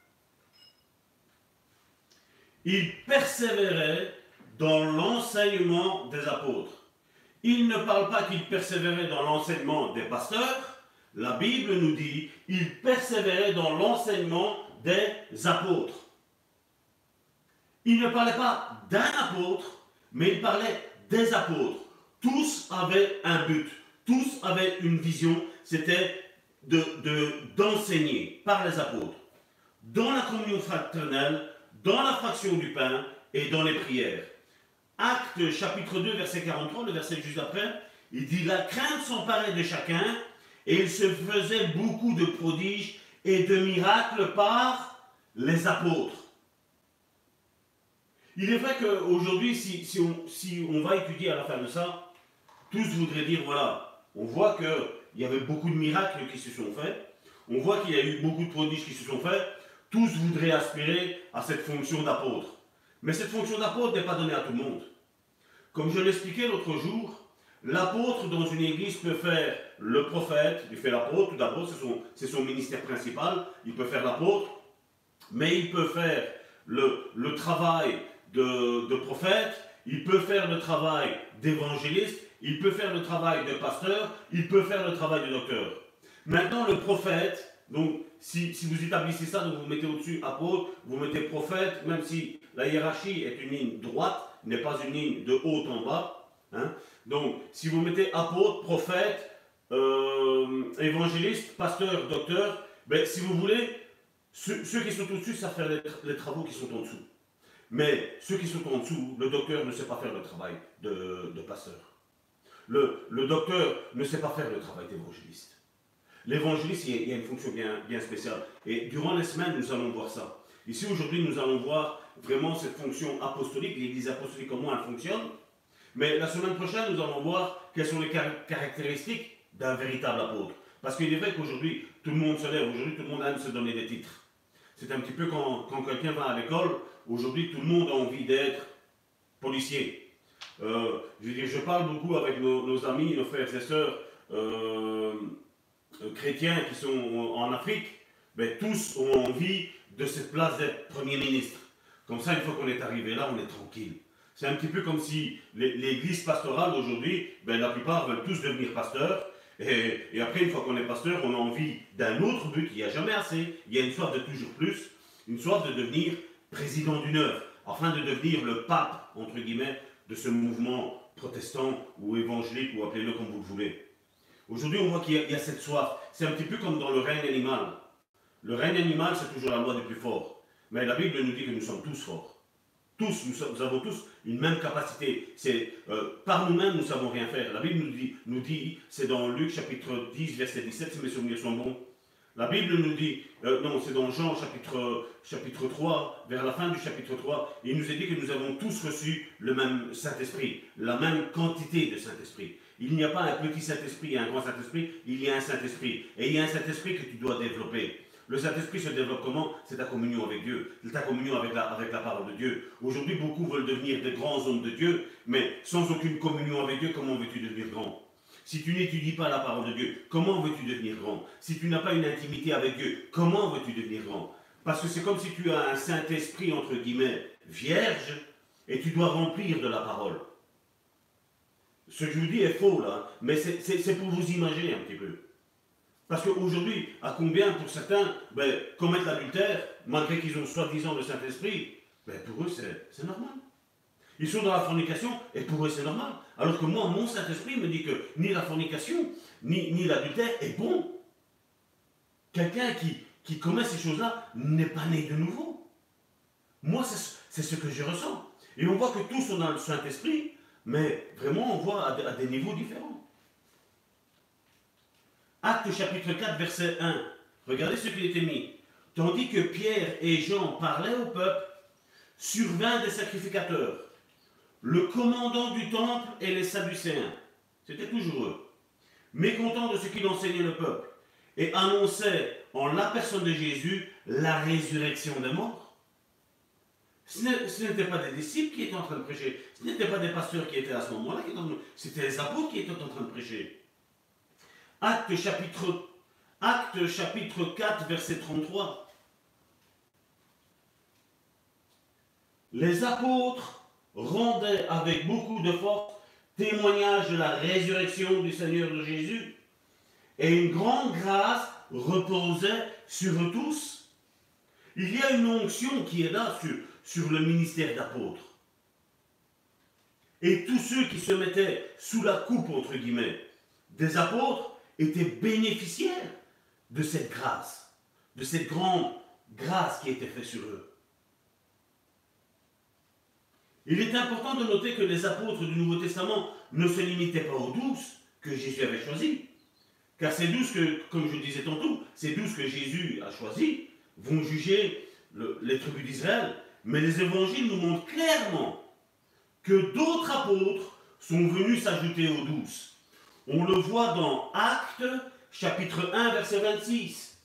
Ils persévéraient dans l'enseignement des apôtres. Il ne parle pas qu'ils persévéraient dans l'enseignement des pasteurs. La Bible nous dit ils persévéraient dans l'enseignement des apôtres. Il ne parlait pas d'un apôtre, mais il parlait des apôtres. Tous avaient un but, tous avaient une vision, c'était de, de, d'enseigner par les apôtres, dans la communion fraternelle, dans la fraction du pain et dans les prières. Actes chapitre deux, verset quarante-trois, le verset juste après, il dit « La crainte s'emparait de chacun, et il se faisait beaucoup de prodiges et de miracles par les apôtres. » Il est vrai qu'aujourd'hui, si, si, on, si on va étudier à la fin de ça, tous voudraient dire, voilà, on voit qu'il y avait beaucoup de miracles qui se sont faits, on voit qu'il y a eu beaucoup de prodiges qui se sont faits, tous voudraient aspirer à cette fonction d'apôtre. Mais cette fonction d'apôtre n'est pas donnée à tout le monde. Comme je l'expliquais l'autre jour, l'apôtre dans une église peut faire le prophète, il fait l'apôtre, tout d'abord, c'est son, c'est son ministère principal, il peut faire l'apôtre, mais il peut faire le, le travail de, de prophète, il peut faire le travail d'évangéliste, il peut faire le travail de pasteur, il peut faire le travail de docteur. Maintenant, le prophète, donc si, si vous établissez ça, donc vous mettez au-dessus apôtre, vous mettez prophète, même si la hiérarchie est une ligne droite, n'est pas une ligne de haut en bas. Hein. Donc, si vous mettez apôtre, prophète, euh, évangéliste, pasteur, docteur, ben, si vous voulez, ceux, ceux qui sont au-dessus savent faire les, les travaux qui sont en dessous. Mais ceux qui sont en dessous, le docteur ne sait pas faire le travail de, de pasteur. Le, le docteur ne sait pas faire le travail d'évangéliste. L'évangéliste, il y a une fonction bien, bien spéciale. Et durant les semaines, nous allons voir ça. Ici, aujourd'hui, nous allons voir vraiment cette fonction apostolique, l'Église apostolique, comment elle fonctionne. Mais la semaine prochaine, nous allons voir quelles sont les car- caractéristiques d'un véritable apôtre. Parce qu'il est vrai qu'aujourd'hui, tout le monde se lève, aujourd'hui, tout le monde aime se donner des titres. C'est un petit peu quand, quand quelqu'un va à l'école, aujourd'hui, tout le monde a envie d'être policier. Euh, je veux dire, je parle beaucoup avec nos, nos amis, nos frères et sœurs euh, chrétiens qui sont en Afrique, mais tous ont envie de cette place d'être Premier ministre. Comme ça, une fois qu'on est arrivé là, on est tranquille. C'est un petit peu comme si l'église pastorale aujourd'hui, ben, la plupart veulent tous devenir pasteurs. Et, et après, une fois qu'on est pasteur, on a envie d'un autre but. Il n'y a jamais assez. Il y a une soif de toujours plus. Une soif de devenir président d'une œuvre. Afin de devenir le pape, entre guillemets, de ce mouvement protestant ou évangélique, ou appelez-le comme vous le voulez. Aujourd'hui, on voit qu'il y, y a cette soif. C'est un petit peu comme dans le règne animal. Le règne animal, c'est toujours la loi du plus fort. Mais la Bible nous dit que nous sommes tous forts. Tous, nous, sommes, nous avons tous une même capacité. C'est, euh, par nous-mêmes, nous ne savons rien faire. La Bible nous dit, nous dit c'est dans Luc chapitre dix, verset dix-sept, si mes souvenirs sont bons. La Bible nous dit, euh, non, c'est dans Jean chapitre, chapitre trois, vers la fin du chapitre trois, il nous est dit que nous avons tous reçu le même Saint-Esprit, la même quantité de Saint-Esprit. Il n'y a pas un petit Saint-Esprit et un grand Saint-Esprit, il y a un Saint-Esprit. Et il y a un Saint-Esprit que tu dois développer. Le Saint-Esprit se développe comment? C'est ta communion avec Dieu, c'est ta communion avec la, avec la parole de Dieu. Aujourd'hui, beaucoup veulent devenir des grands hommes de Dieu, mais sans aucune communion avec Dieu, comment veux-tu devenir grand? Si tu n'étudies pas la parole de Dieu, comment veux-tu devenir grand? Si tu n'as pas une intimité avec Dieu, comment veux-tu devenir grand? Parce que c'est comme si tu as un Saint-Esprit, entre guillemets, vierge, et tu dois remplir de la parole. Ce que je vous dis est faux, là, mais c'est pour vous imaginer un petit peu. Parce qu'aujourd'hui, à combien pour certains ben, commettent l'adultère, malgré qu'ils ont soi-disant le Saint-Esprit, ben, pour eux c'est normal. Ils sont dans la fornication et pour eux c'est normal. Alors que moi, mon Saint-Esprit me dit que ni la fornication, ni, ni l'adultère est bon. Quelqu'un qui, qui commet ces choses-là n'est pas né de nouveau. Moi, c'est ce que je ressens. Et on voit que tous on a le Saint-Esprit, mais vraiment on voit à, à des niveaux différents. Actes chapitre quatre, verset un. Regardez ce qui était mis. Tandis que Pierre et Jean parlaient au peuple, survinrent des sacrificateurs, le commandant du temple et les Sadducéens. C'était toujours eux. Mécontents de ce qu'il enseignait le peuple, et annonçaient en la personne de Jésus la résurrection des morts. Ce n'étaient pas des disciples qui étaient en train de prêcher. Ce n'étaient pas des pasteurs qui étaient à ce moment-là. C'était les apôtres qui étaient en train de prêcher. Acte chapitre, Acte chapitre quatre, verset trente-trois. Les apôtres rendaient avec beaucoup de force témoignage de la résurrection du Seigneur de Jésus, et une grande grâce reposait sur eux tous. Il y a une onction qui est là sur, sur le ministère d'apôtre. Et tous ceux qui se mettaient sous la coupe, entre guillemets, des apôtres, étaient bénéficiaires de cette grâce, de cette grande grâce qui était faite sur eux. Il est important de noter que les apôtres du Nouveau Testament ne se limitaient pas aux douze que Jésus avait choisis, car ces douze que, comme je le disais tantôt, ces douze que Jésus a choisis vont juger le, les tribus d'Israël, mais les évangiles nous montrent clairement que d'autres apôtres sont venus s'ajouter aux douze. On le voit dans Actes, chapitre un, verset vingt-six.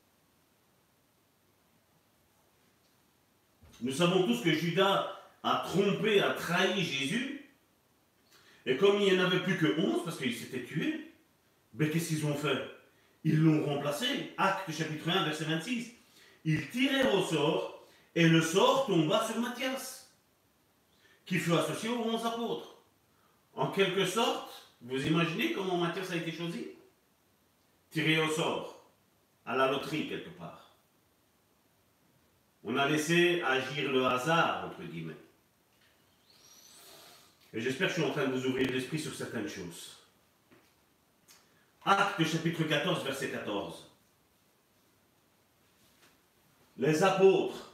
Nous savons tous que Judas a trompé, a trahi Jésus. Et comme il n'y en avait plus que onze, parce qu'ils s'étaient tués, ben qu'est-ce qu'ils ont fait? Ils l'ont remplacé. Actes, chapitre un, verset vingt-six. Ils tirèrent au sort, et le sort tomba sur Matthias, qui fut associé aux onze apôtres. En quelque sorte, vous imaginez comment Matthias a été choisi? Tiré au sort, à la loterie quelque part. On a laissé agir le hasard, entre guillemets. Et j'espère que je suis en train de vous ouvrir l'esprit sur certaines choses. Actes chapitre quatorze, verset quatorze. Les apôtres,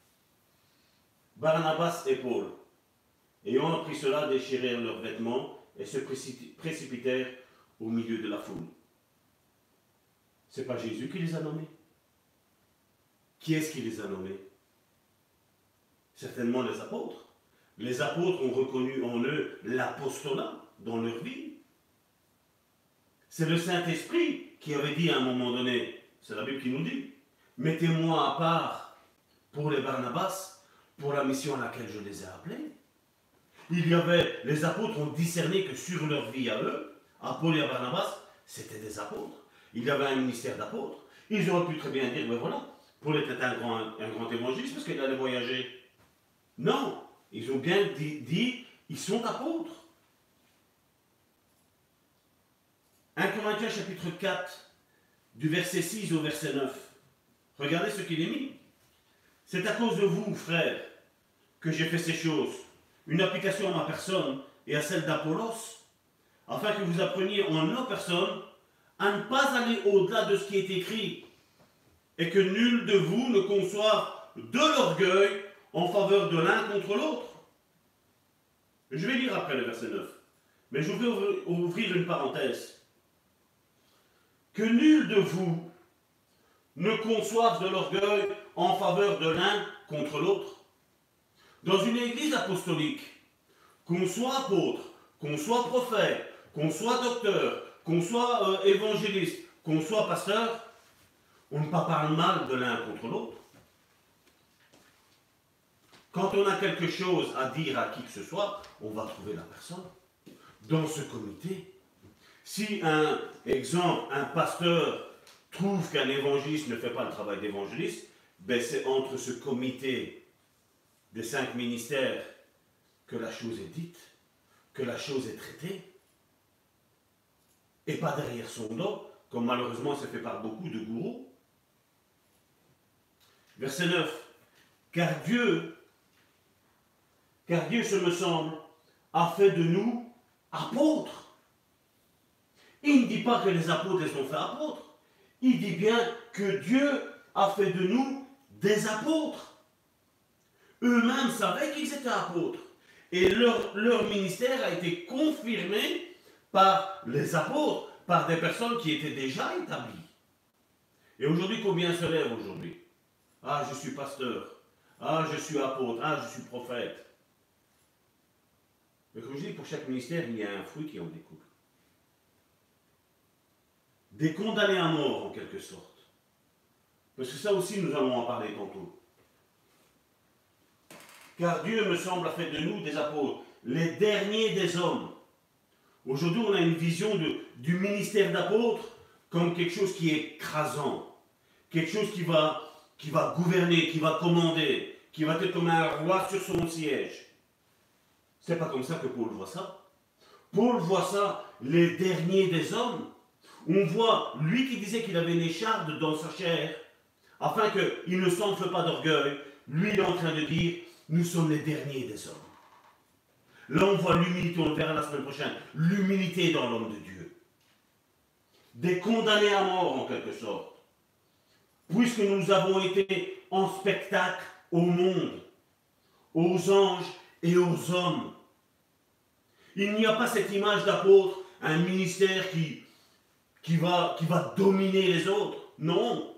Barnabas et Paul, ayant appris cela, déchirèrent leurs vêtements et se précipitèrent au milieu de la foule. Ce n'est pas Jésus qui les a nommés. Qui est-ce qui les a nommés? Certainement les apôtres. Les apôtres ont reconnu en eux l'apostolat dans leur vie. C'est le Saint-Esprit qui avait dit à un moment donné, c'est la Bible qui nous dit, mettez-moi à part pour les Barnabas, pour la mission à laquelle je les ai appelés. Il y avait, les apôtres ont discerné que sur leur vie à eux, à Paul et à Barnabas, c'était des apôtres. Il y avait un ministère d'apôtres. Ils auraient pu très bien dire, ben voilà, Paul était un grand, un grand évangéliste parce qu'il allait voyager. Non, ils ont bien dit, dit ils sont apôtres. un Corinthiens chapitre quatre, du verset six au verset neuf. Regardez ce qu'il est mis. C'est à cause de vous, frères, que j'ai fait ces choses. Une application à ma personne et à celle d'Apollos, afin que vous appreniez en nos personnes à ne pas aller au-delà de ce qui est écrit, et que nul de vous ne conçoive de l'orgueil en faveur de l'un contre l'autre. Je vais lire après le verset neuf, mais je vais ouvrir une parenthèse. Que nul de vous ne conçoive de l'orgueil en faveur de l'un contre l'autre. Dans une église apostolique, qu'on soit apôtre, qu'on soit prophète, qu'on soit docteur, qu'on soit euh, évangéliste, qu'on soit pasteur, on ne parle mal de l'un contre l'autre. Quand on a quelque chose à dire à qui que ce soit, on va trouver la personne. Dans ce comité, si un exemple, un pasteur trouve qu'un évangéliste ne fait pas le travail d'évangéliste, ben c'est entre ce comité des cinq ministères que la chose est dite, que la chose est traitée, et pas derrière son dos, comme malheureusement c'est fait par beaucoup de gourous. Verset neuf. Car Dieu, car Dieu, ce me semble, a fait de nous apôtres. Il ne dit pas que les apôtres les ont fait apôtres. Il dit bien que Dieu a fait de nous des apôtres. Eux-mêmes savaient qu'ils étaient apôtres. Et leur, leur ministère a été confirmé par les apôtres, par des personnes qui étaient déjà établies. Et aujourd'hui, combien se lèvent aujourd'hui? Ah, je suis pasteur. Ah, je suis apôtre. Ah, je suis prophète. Mais comme je dis, pour chaque ministère, il y a un fruit qui en découle. Des condamnés à mort, en quelque sorte. Parce que ça aussi, nous allons en parler tantôt. Car Dieu, me semble, a fait de nous des apôtres, les derniers des hommes. Aujourd'hui, on a une vision de, du ministère d'apôtre comme quelque chose qui est écrasant, quelque chose qui va, qui va gouverner, qui va commander, qui va être comme un roi sur son siège. C'est pas comme ça que Paul voit ça. Paul voit ça, les derniers des hommes. On voit, lui qui disait qu'il avait une écharde dans sa chair, afin qu'il ne s'enfle pas d'orgueil, lui il est en train de dire, nous sommes les derniers des hommes. Là on voit l'humilité, on le verra la semaine prochaine, l'humilité dans l'homme de Dieu. Des condamnés à mort en quelque sorte. Puisque nous avons été en spectacle au monde, aux anges et aux hommes. Il n'y a pas cette image d'apôtre, un ministère qui, qui, va, qui va dominer les autres. Non.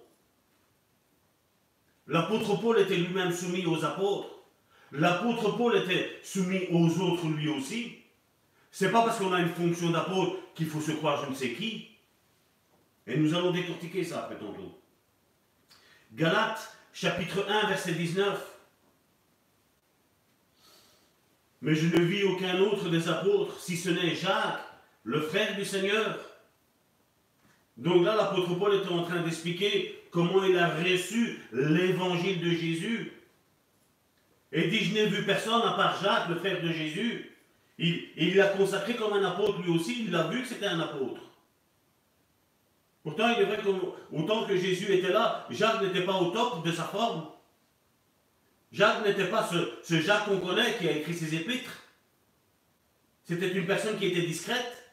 L'apôtre Paul était lui-même soumis aux apôtres. L'apôtre Paul était soumis aux autres lui aussi. C'est pas parce qu'on a une fonction d'apôtre qu'il faut se croire je ne sais qui. Et nous allons décortiquer ça après tantôt. Galates, chapitre un, verset dix-neuf. Mais je ne vis aucun autre des apôtres, si ce n'est Jacques, le frère du Seigneur. Donc là, l'apôtre Paul était en train d'expliquer comment il a reçu l'évangile de Jésus. Et il dit, je n'ai vu personne à part Jacques, le frère de Jésus. Il, il l'a consacré comme un apôtre lui aussi, il a vu que c'était un apôtre. Pourtant, il est vrai qu'autant que Jésus était là, Jacques n'était pas au top de sa forme. Jacques n'était pas ce, ce Jacques qu'on connaît qui a écrit ses épîtres. C'était une personne qui était discrète.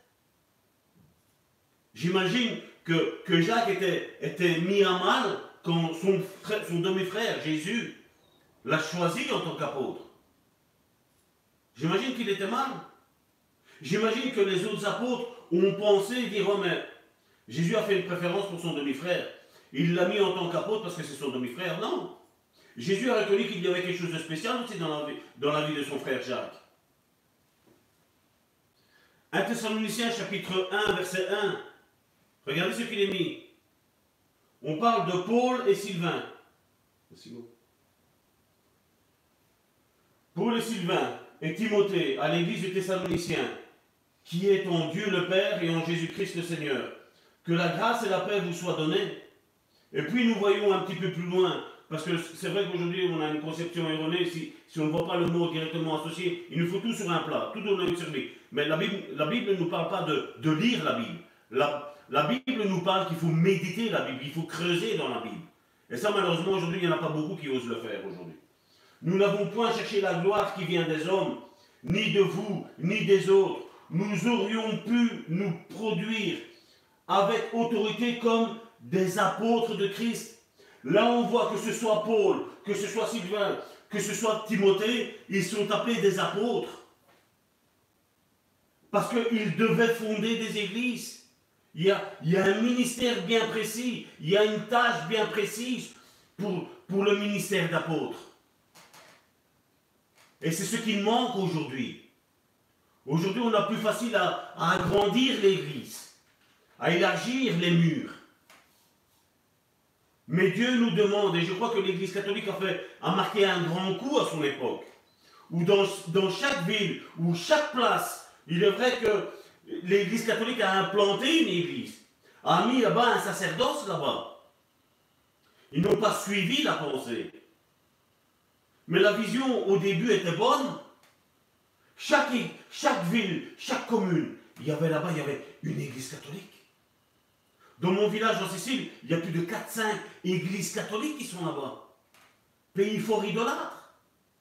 J'imagine que, que Jacques était, était mis à mal quand son, frère, son demi-frère, Jésus, l'a choisi en tant qu'apôtre. J'imagine qu'il était mal. J'imagine que les autres apôtres ont pensé et dit, oh mais Jésus a fait une préférence pour son demi-frère. Il l'a mis en tant qu'apôtre parce que c'est son demi-frère. Non. Jésus a reconnu qu'il y avait quelque chose de spécial aussi dans la vie, dans la vie de son frère Jacques. un Thessaloniciens chapitre un, verset un. Regardez ce qu'il est mis. On parle de Paul et Sylvain. Paul et Sylvain et Timothée à l'église des Thessaloniciens, qui est en Dieu le Père et en Jésus-Christ le Seigneur. Que la grâce et la paix vous soient données. Et puis nous voyons un petit peu plus loin, parce que c'est vrai qu'aujourd'hui on a une conception erronée, si, si on ne voit pas le mot directement associé, il nous faut tout sur un plat, tout donner sur lui. Mais la Bible, la Bible ne nous parle pas de, de lire la Bible. La, la Bible nous parle qu'il faut méditer la Bible, il faut creuser dans la Bible. Et ça malheureusement aujourd'hui il n'y en a pas beaucoup qui osent le faire aujourd'hui. Nous n'avons point cherché la gloire qui vient des hommes, ni de vous, ni des autres. Nous aurions pu nous produire avec autorité comme des apôtres de Christ. Là on voit que ce soit Paul, que ce soit Sylvain, que ce soit Timothée, ils sont appelés des apôtres. Parce qu'ils devaient fonder des églises. Il y, a, il y a un ministère bien précis, il y a une tâche bien précise pour, pour le ministère d'apôtre. Et c'est ce qui manque aujourd'hui. Aujourd'hui, on a plus facile à, à agrandir l'église, à élargir les murs. Mais Dieu nous demande, et je crois que l'église catholique a, fait, a marqué un grand coup à son époque, où dans, dans chaque ville, ou chaque place, il est vrai que l'église catholique a implanté une église, a mis là-bas un sacerdoce là-bas. Ils n'ont pas suivi la pensée. Mais la vision au début était bonne. Chaque, chaque ville, chaque commune, il y avait là-bas, il y avait une église catholique. Dans mon village en Sicile, il y a plus de quatre cinq églises catholiques qui sont là-bas. Pays fort idolâtre.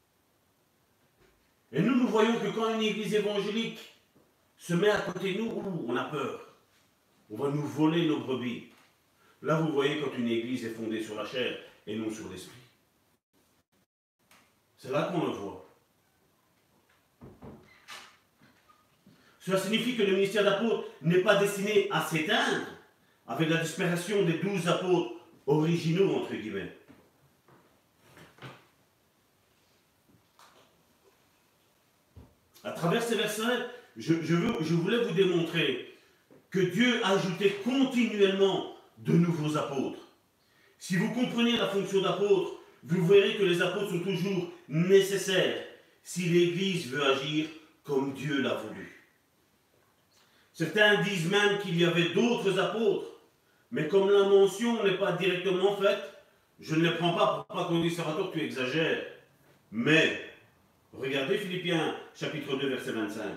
Et nous, nous voyons que quand une église évangélique se met à côté de nous, ouh, on a peur. On va nous voler nos brebis. Là, vous voyez quand une église est fondée sur la chair et non sur l'esprit. C'est là qu'on le voit. Cela signifie que le ministère d'apôtre n'est pas destiné à s'éteindre avec la disparition des douze apôtres originaux, entre guillemets. À travers ces versets, je, je, veux, je voulais vous démontrer que Dieu ajoutait continuellement de nouveaux apôtres. Si vous comprenez la fonction d'apôtre, vous verrez que les apôtres sont toujours nécessaires si l'Église veut agir comme Dieu l'a voulu. Certains disent même qu'il y avait d'autres apôtres, mais comme la mention n'est pas directement faite, je ne les prends pas pour pas qu'on dise Salvatore, tu exagères. Mais, regardez Philippiens chapitre deux, verset vingt-cinq.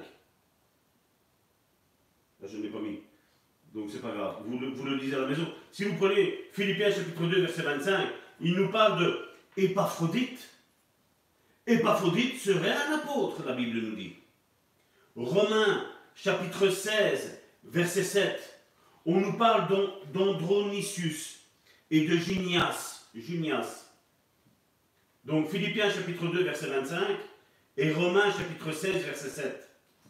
Là, je ne l'ai pas mis. Donc c'est pas grave, vous le, vous le lisez à la maison. Si vous prenez Philippiens chapitre deux, verset vingt-cinq, il nous parle de Épaphrodite. Épaphrodite serait un apôtre, la Bible nous dit. Romains chapitre seize, verset sept, on nous parle d'Andronicius et de Junias. Junias. Donc Philippiens chapitre deux, verset vingt-cinq et Romains chapitre seize, verset sept.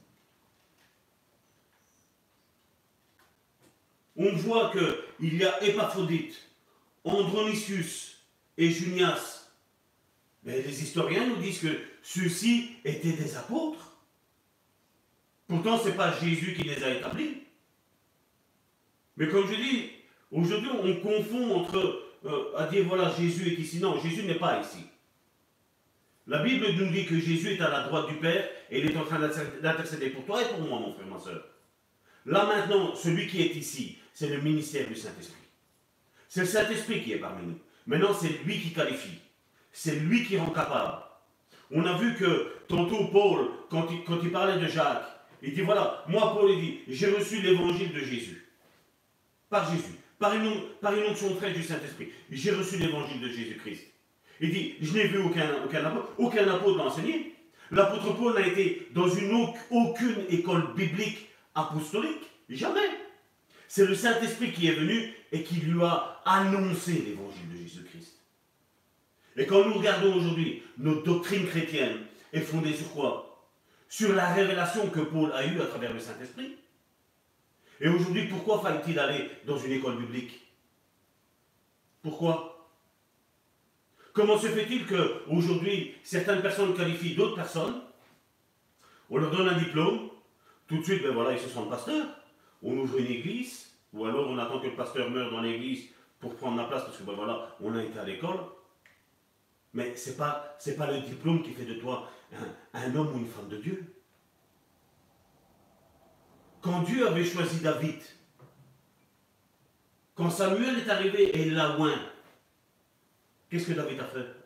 On voit qu'il y a Épaphrodite, Andronicius et Junias. Mais les historiens nous disent que ceux-ci étaient des apôtres. Pourtant, ce n'est pas Jésus qui les a établis. Mais comme je dis, aujourd'hui, on confond entre, euh, à dire, voilà, Jésus est ici. Non, Jésus n'est pas ici. La Bible nous dit que Jésus est à la droite du Père et il est en train d'intercéder pour toi et pour moi, mon frère, ma soeur. Là, maintenant, celui qui est ici, c'est le ministère du Saint-Esprit. C'est le Saint-Esprit qui est parmi nous. Maintenant, c'est lui qui qualifie. C'est lui qui rend capable. On a vu que tantôt Paul, quand il, quand il parlait de Jacques, il dit voilà, moi Paul, il dit, j'ai reçu l'évangile de Jésus. Par Jésus. Par une, par une onction fraîche du Saint-Esprit. J'ai reçu l'évangile de Jésus-Christ. Il dit, je n'ai vu aucun, aucun apôtre. Aucun apôtre l'a enseigné. L'apôtre Paul n'a été dans une, aucune école biblique apostolique. Jamais. C'est le Saint-Esprit qui est venu et qui lui a annoncé l'évangile de Jésus-Christ. Et quand nous regardons aujourd'hui, notre doctrine chrétienne est fondée sur quoi? Sur la révélation que Paul a eue à travers le Saint-Esprit. Et aujourd'hui, pourquoi fallait-il aller dans une école biblique? Pourquoi? Comment se fait-il qu'aujourd'hui, certaines personnes qualifient d'autres personnes, on leur donne un diplôme, tout de suite, ben voilà, ils se sentent pasteurs, on ouvre une église, ou alors on attend que le pasteur meure dans l'église pour prendre la place, parce que ben voilà, on a été à l'école. Mais ce n'est pas, c'est pas le diplôme qui fait de toi un, un homme ou une femme de Dieu. Quand Dieu avait choisi David, quand Samuel est arrivé et l'a oint, qu'est-ce que David a fait?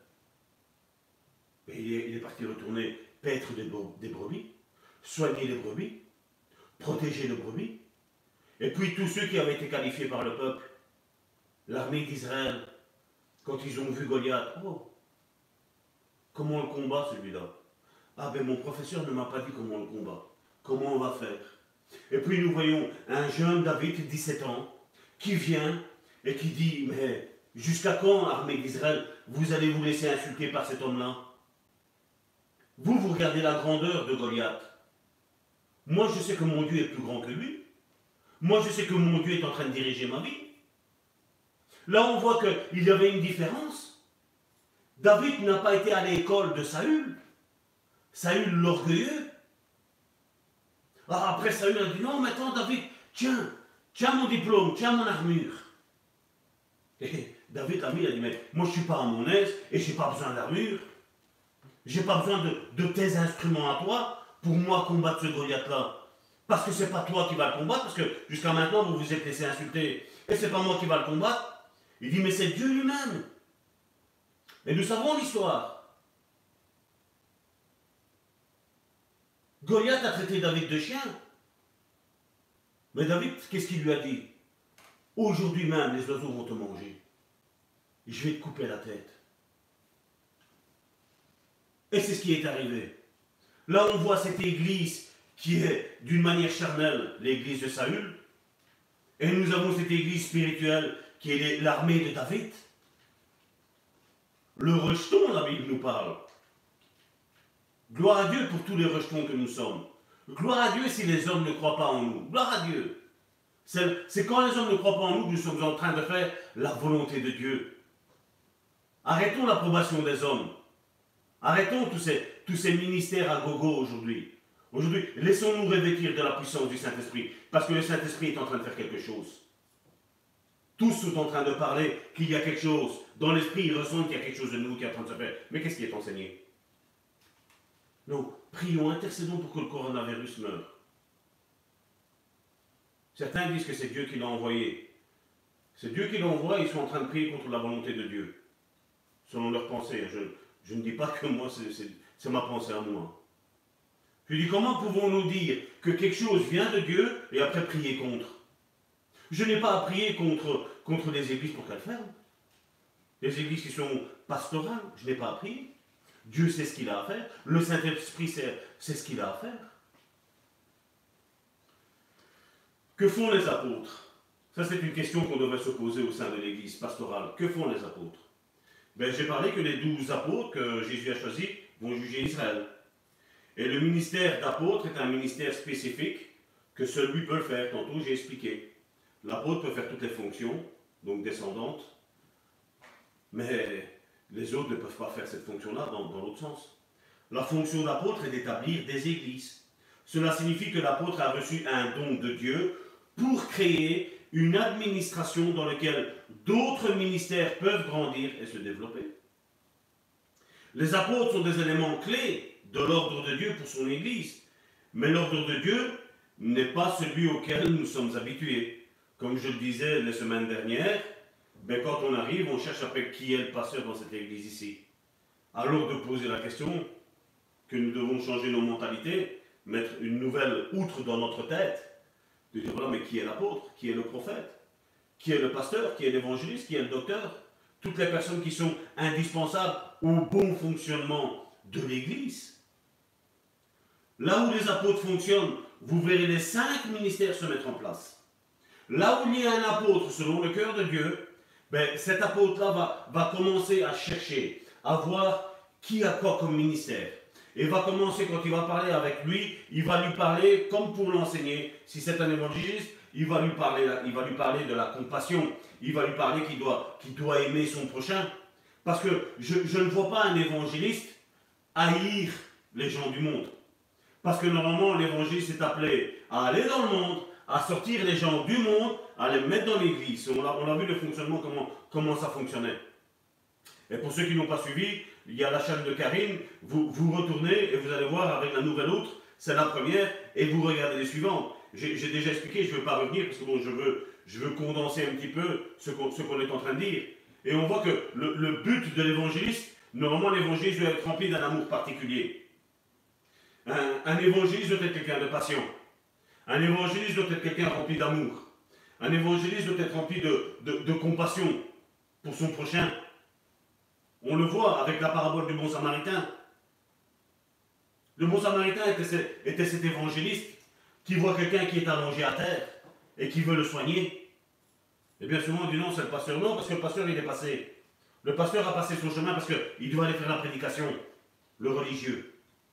il est, il est parti retourner paître des, des brebis, soigner les brebis, protéger les brebis. Et puis tous ceux qui avaient été qualifiés par le peuple, l'armée d'Israël, quand ils ont vu Goliath, oh, comment on le combat celui-là? Ah ben mon professeur ne m'a pas dit comment on le combat. Comment on va faire? Et puis nous voyons un jeune David, dix-sept ans, qui vient et qui dit, mais jusqu'à quand, armée d'Israël, vous allez vous laisser insulter par cet homme-là? Vous, vous regardez la grandeur de Goliath. Moi, je sais que mon Dieu est plus grand que lui. Moi, je sais que mon Dieu est en train de diriger ma vie. Là, on voit qu'il y avait une différence. David n'a pas été à l'école de Saül. Saül l'orgueilleux. Alors après, Saül a dit, non, maintenant, David, tiens, tiens mon diplôme, tiens mon armure. Et David, l'ami, il a dit, mais moi, je ne suis pas à mon aise et je n'ai pas besoin d'armure. Je n'ai pas besoin de, de tes instruments à toi pour moi combattre ce Goliath-là. Parce que ce n'est pas toi qui vas le combattre, parce que jusqu'à maintenant, vous vous êtes laissé insulter. Et ce n'est pas moi qui va le combattre. Il dit, mais c'est Dieu lui-même. Et nous savons l'histoire. Goliath a traité David de chien. Mais David, qu'est-ce qu'il lui a dit? Aujourd'hui même, les oiseaux vont te manger. Je vais te couper la tête. Et c'est ce qui est arrivé. Là, on voit cette église qui est d'une manière charnelle l'église de Saül. Et nous avons cette église spirituelle qui est l'armée de David. Le rejeton, la Bible nous parle. Gloire à Dieu pour tous les rejetons que nous sommes. Gloire à Dieu si les hommes ne croient pas en nous. Gloire à Dieu. C'est quand les hommes ne croient pas en nous que nous sommes en train de faire la volonté de Dieu. Arrêtons l'approbation des hommes. Arrêtons tous ces, tous ces ministères à gogo aujourd'hui. Aujourd'hui, laissons-nous revêtir de la puissance du Saint-Esprit, parce que le Saint-Esprit est en train de faire quelque chose. Tous sont en train de parler qu'il y a quelque chose. Dans l'esprit, ils ressentent qu'il y a quelque chose de nouveau qui est en train de se faire. Mais qu'est-ce qui est enseigné? Non, prions, intercédons pour que le coronavirus meure. Certains disent que c'est Dieu qui l'a envoyé. C'est Dieu qui l'envoie, ils sont en train de prier contre la volonté de Dieu. Selon leur pensée. Je, je ne dis pas que moi, c'est ma pensée à moi. Je dis, comment pouvons-nous dire que quelque chose vient de Dieu et après prier contre? Je n'ai pas à prier contre, contre les églises pour qu'elles ferment. Les églises qui sont pastorales, je n'ai pas à prier. Dieu sait ce qu'il a à faire. Le Saint-Esprit sait, sait ce qu'il a à faire. Que font les apôtres? Ça, c'est une question qu'on devrait se poser au sein de l'église pastorale. Que font les apôtres? Ben, j'ai parlé que les douze apôtres que Jésus a choisis vont juger Israël. Et le ministère d'apôtre est un ministère spécifique que seul lui peut le faire. Tantôt, j'ai expliqué. L'apôtre peut faire toutes les fonctions, donc descendantes, mais les autres ne peuvent pas faire cette fonction-là dans, dans l'autre sens. La fonction d'apôtre est d'établir des églises. Cela signifie que l'apôtre a reçu un don de Dieu pour créer une administration dans laquelle d'autres ministères peuvent grandir et se développer. Les apôtres sont des éléments clés de l'ordre de Dieu pour son Église, mais l'ordre de Dieu n'est pas celui auquel nous sommes habitués. Comme je le disais les semaines dernières, ben quand on arrive, on cherche après qui est le pasteur dans cette Église ici. Alors de poser la question que nous devons changer nos mentalités, mettre une nouvelle outre dans notre tête, de dire voilà, mais qui est l'apôtre, qui est le prophète, qui est le pasteur, qui est l'évangéliste, qui est le docteur, toutes les personnes qui sont indispensables au bon fonctionnement de l'Église. Là où les apôtres fonctionnent, vous verrez les cinq ministères se mettre en place. Là où il y a un apôtre selon le cœur de Dieu, ben, cet apôtre-là va, va commencer à chercher, à voir qui a quoi comme ministère. Et va commencer, quand il va parler avec lui, il va lui parler comme pour l'enseigner. Si c'est un évangéliste, il va lui parler, il va lui parler de la compassion, il va lui parler qu'il doit, qu'il doit aimer son prochain. Parce que je, je ne vois pas un évangéliste haïr les gens du monde. Parce que normalement, l'évangéliste est appelé à aller dans le monde, à sortir les gens du monde, à les mettre dans l'église. On a, on a vu le fonctionnement, comment, comment ça fonctionnait. Et pour ceux qui n'ont pas suivi, il y a la chaîne de Karine, vous, vous retournez et vous allez voir avec la nouvelle outre, c'est la première, et vous regardez les suivantes. J'ai déjà expliqué, je ne veux pas revenir, parce que bon, je veux, je veux condenser un petit peu ce qu'on qu'on est en train de dire. Et on voit que le, le but de l'évangéliste, normalement l'évangéliste doit être rempli d'un amour particulier. Un, un évangéliste doit être quelqu'un de patient. Un évangéliste doit être quelqu'un rempli d'amour. Un évangéliste doit être rempli de, de, de compassion pour son prochain. On le voit avec la parabole du bon samaritain. Le bon samaritain était, était cet évangéliste qui voit quelqu'un qui est allongé à terre et qui veut le soigner. Et bien souvent on dit non, c'est le pasteur. Non, parce que le pasteur il est passé. Le pasteur a passé son chemin parce qu'il doit aller faire la prédication, le religieux.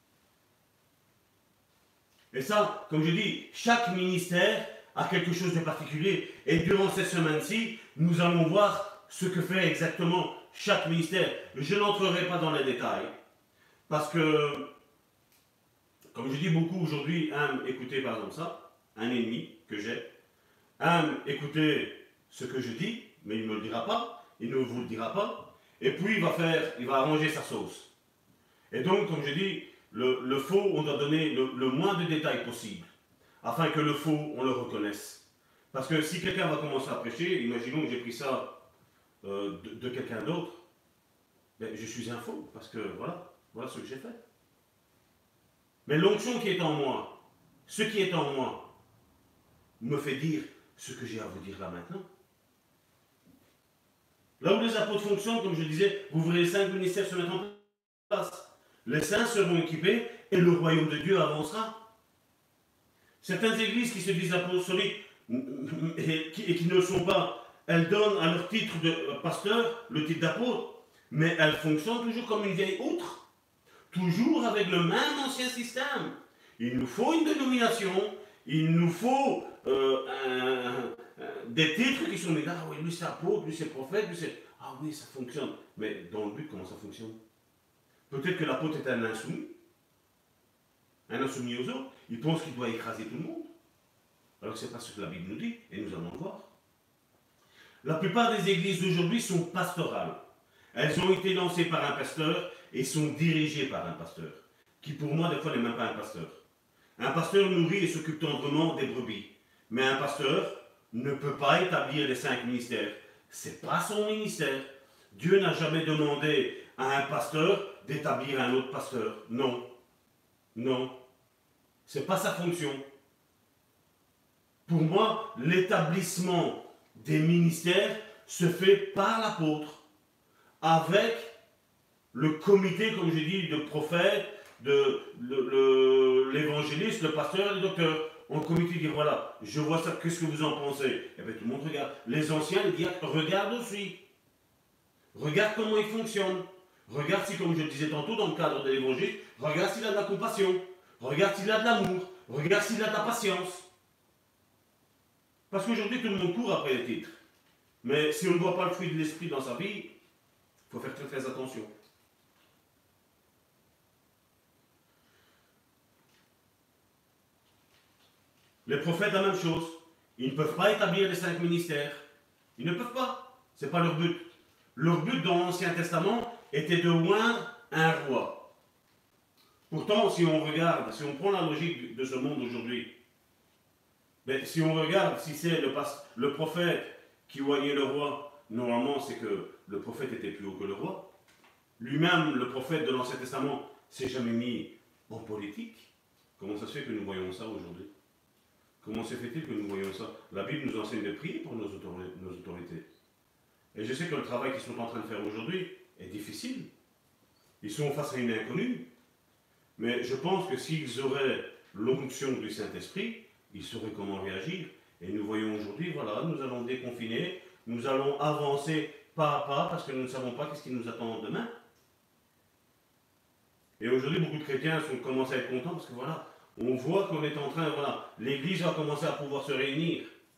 Et ça, comme je dis, chaque ministère a quelque chose de particulier. Et durant cette semaine-ci, nous allons voir ce que fait exactement chaque ministère. Je n'entrerai pas dans les détails. Parce que, comme je dis beaucoup aujourd'hui, aime écouter par exemple ça, un ennemi que j'ai, aime écouter ce que je dis, mais il ne me le dira pas, il ne vous le dira pas, et puis il va faire, il va arranger sa sauce. Et donc, comme je dis, le, le faux, on doit donner le, le moins de détails possible, afin que le faux, on le reconnaisse. Parce que si quelqu'un va commencer à prêcher, imaginons que j'ai pris ça euh, de, de quelqu'un d'autre, ben, je suis un faux, parce que voilà, voilà ce que j'ai fait. Mais l'onction qui est en moi, ce qui est en moi, me fait dire ce que j'ai à vous dire là maintenant. Là où les apôtres fonctionnent, comme je disais, vous verrez les cinq ministères se mettre en place. Les saints seront équipés et le royaume de Dieu avancera. Certaines églises qui se disent apostoliques et qui, et qui ne le sont pas, elles donnent à leur titre de pasteur le titre d'apôtre, mais elles fonctionnent toujours comme une vieille outre, toujours avec le même ancien système. Il nous faut une dénomination, il nous faut euh, un, un, des titres qui sont mis là, ah oui, lui c'est apôtre, lui c'est prophète, lui c'est... Ah oui, ça fonctionne. Mais dans le but, comment ça fonctionne? Peut-être que l'apôtre est un insoumis, un insoumis aux autres. Il pense qu'il doit écraser tout le monde. Alors que ce n'est pas ce que la Bible nous dit, et nous allons le voir. La plupart des églises d'aujourd'hui sont pastorales. Elles ont été lancées par un pasteur et sont dirigées par un pasteur, qui pour moi, des fois, n'est même pas un pasteur. Un pasteur nourrit et s'occupe tendrement des brebis. Mais un pasteur ne peut pas établir les cinq ministères. Ce n'est pas son ministère. Dieu n'a jamais demandé à un pasteur d'établir un autre pasteur. Non. Non. Ce n'est pas sa fonction. Pour moi, l'établissement des ministères se fait par l'apôtre, avec le comité, comme je dis, de prophètes, de l'évangéliste, le, le, le pasteur et le docteur. En comité, dire voilà, je vois ça, qu'est-ce que vous en pensez? Et bien tout le monde regarde. Les anciens, les diacres, regardent aussi. Regarde comment il fonctionne. Regarde si, comme je le disais tantôt dans le cadre de l'évangile, regarde s'il a de la compassion. Regarde s'il a de l'amour. Regarde s'il a de la patience. Parce qu'aujourd'hui, tout le monde court après les titres. Mais si on ne voit pas le fruit de l'esprit dans sa vie, il faut faire très très attention. Les prophètes, la même chose. Ils ne peuvent pas établir les cinq ministères. Ils ne peuvent pas. Ce n'est pas leur but. Leur but dans l'Ancien Testament était de oindre un roi. Pourtant, si on regarde, si on prend la logique de ce monde aujourd'hui, ben, si on regarde, si c'est le, le prophète qui oignait le roi, normalement c'est que le prophète était plus haut que le roi. Lui-même, le prophète de l'Ancien Testament, s'est jamais mis en politique. Comment ça se fait que nous voyons ça aujourd'hui? Comment se fait-il que nous voyons ça? La Bible nous enseigne de prier pour nos autorités. Et je sais que le travail qu'ils sont en train de faire aujourd'hui est difficile. Ils sont face à une inconnue. Mais je pense que s'ils auraient l'onction du Saint-Esprit, ils sauraient comment réagir. Et nous voyons aujourd'hui, voilà, nous allons déconfiner, nous allons avancer pas à pas, parce que nous ne savons pas ce qui nous attend demain. Et aujourd'hui, beaucoup de chrétiens sont commencés à être contents, parce que voilà, on voit qu'on est en train, voilà, l'Église va commencer à pouvoir se réunir.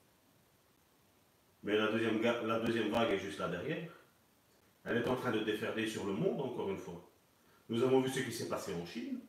Mais la deuxième, la deuxième vague est juste là derrière. Elle est en train de déferler sur le monde, encore une fois. Nous avons vu ce qui s'est passé en Chine.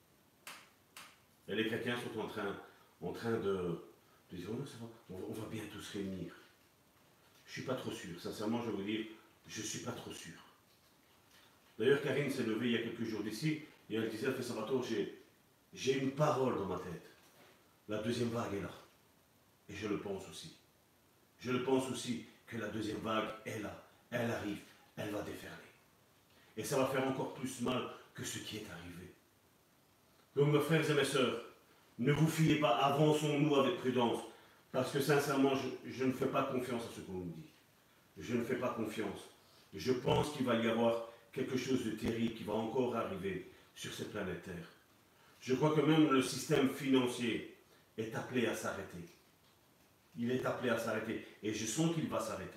Et les chrétiens sont en train, en train de, de dire, oh non, ça va, on, va, on va bientôt se réunir. Je ne suis pas trop sûr. Sincèrement, je vais vous dire, je ne suis pas trop sûr. D'ailleurs, Karine s'est levée il y a quelques jours d'ici, et elle disait, elle fait Salvatore, j'ai, j'ai une parole dans ma tête. La deuxième vague est là. Et je le pense aussi. Je le pense aussi que la deuxième vague est là. Elle arrive. Elle va déferler. Et ça va faire encore plus mal que ce qui est arrivé. Donc, mes frères et mes sœurs, ne vous fiez pas, avançons-nous avec prudence. Parce que sincèrement, je, je ne fais pas confiance à ce qu'on nous dit. Je ne fais pas confiance. Je pense qu'il va y avoir quelque chose de terrible qui va encore arriver sur cette planète Terre. Je crois que même le système financier est appelé à s'arrêter. Il est appelé à s'arrêter. Et je sens qu'il va s'arrêter.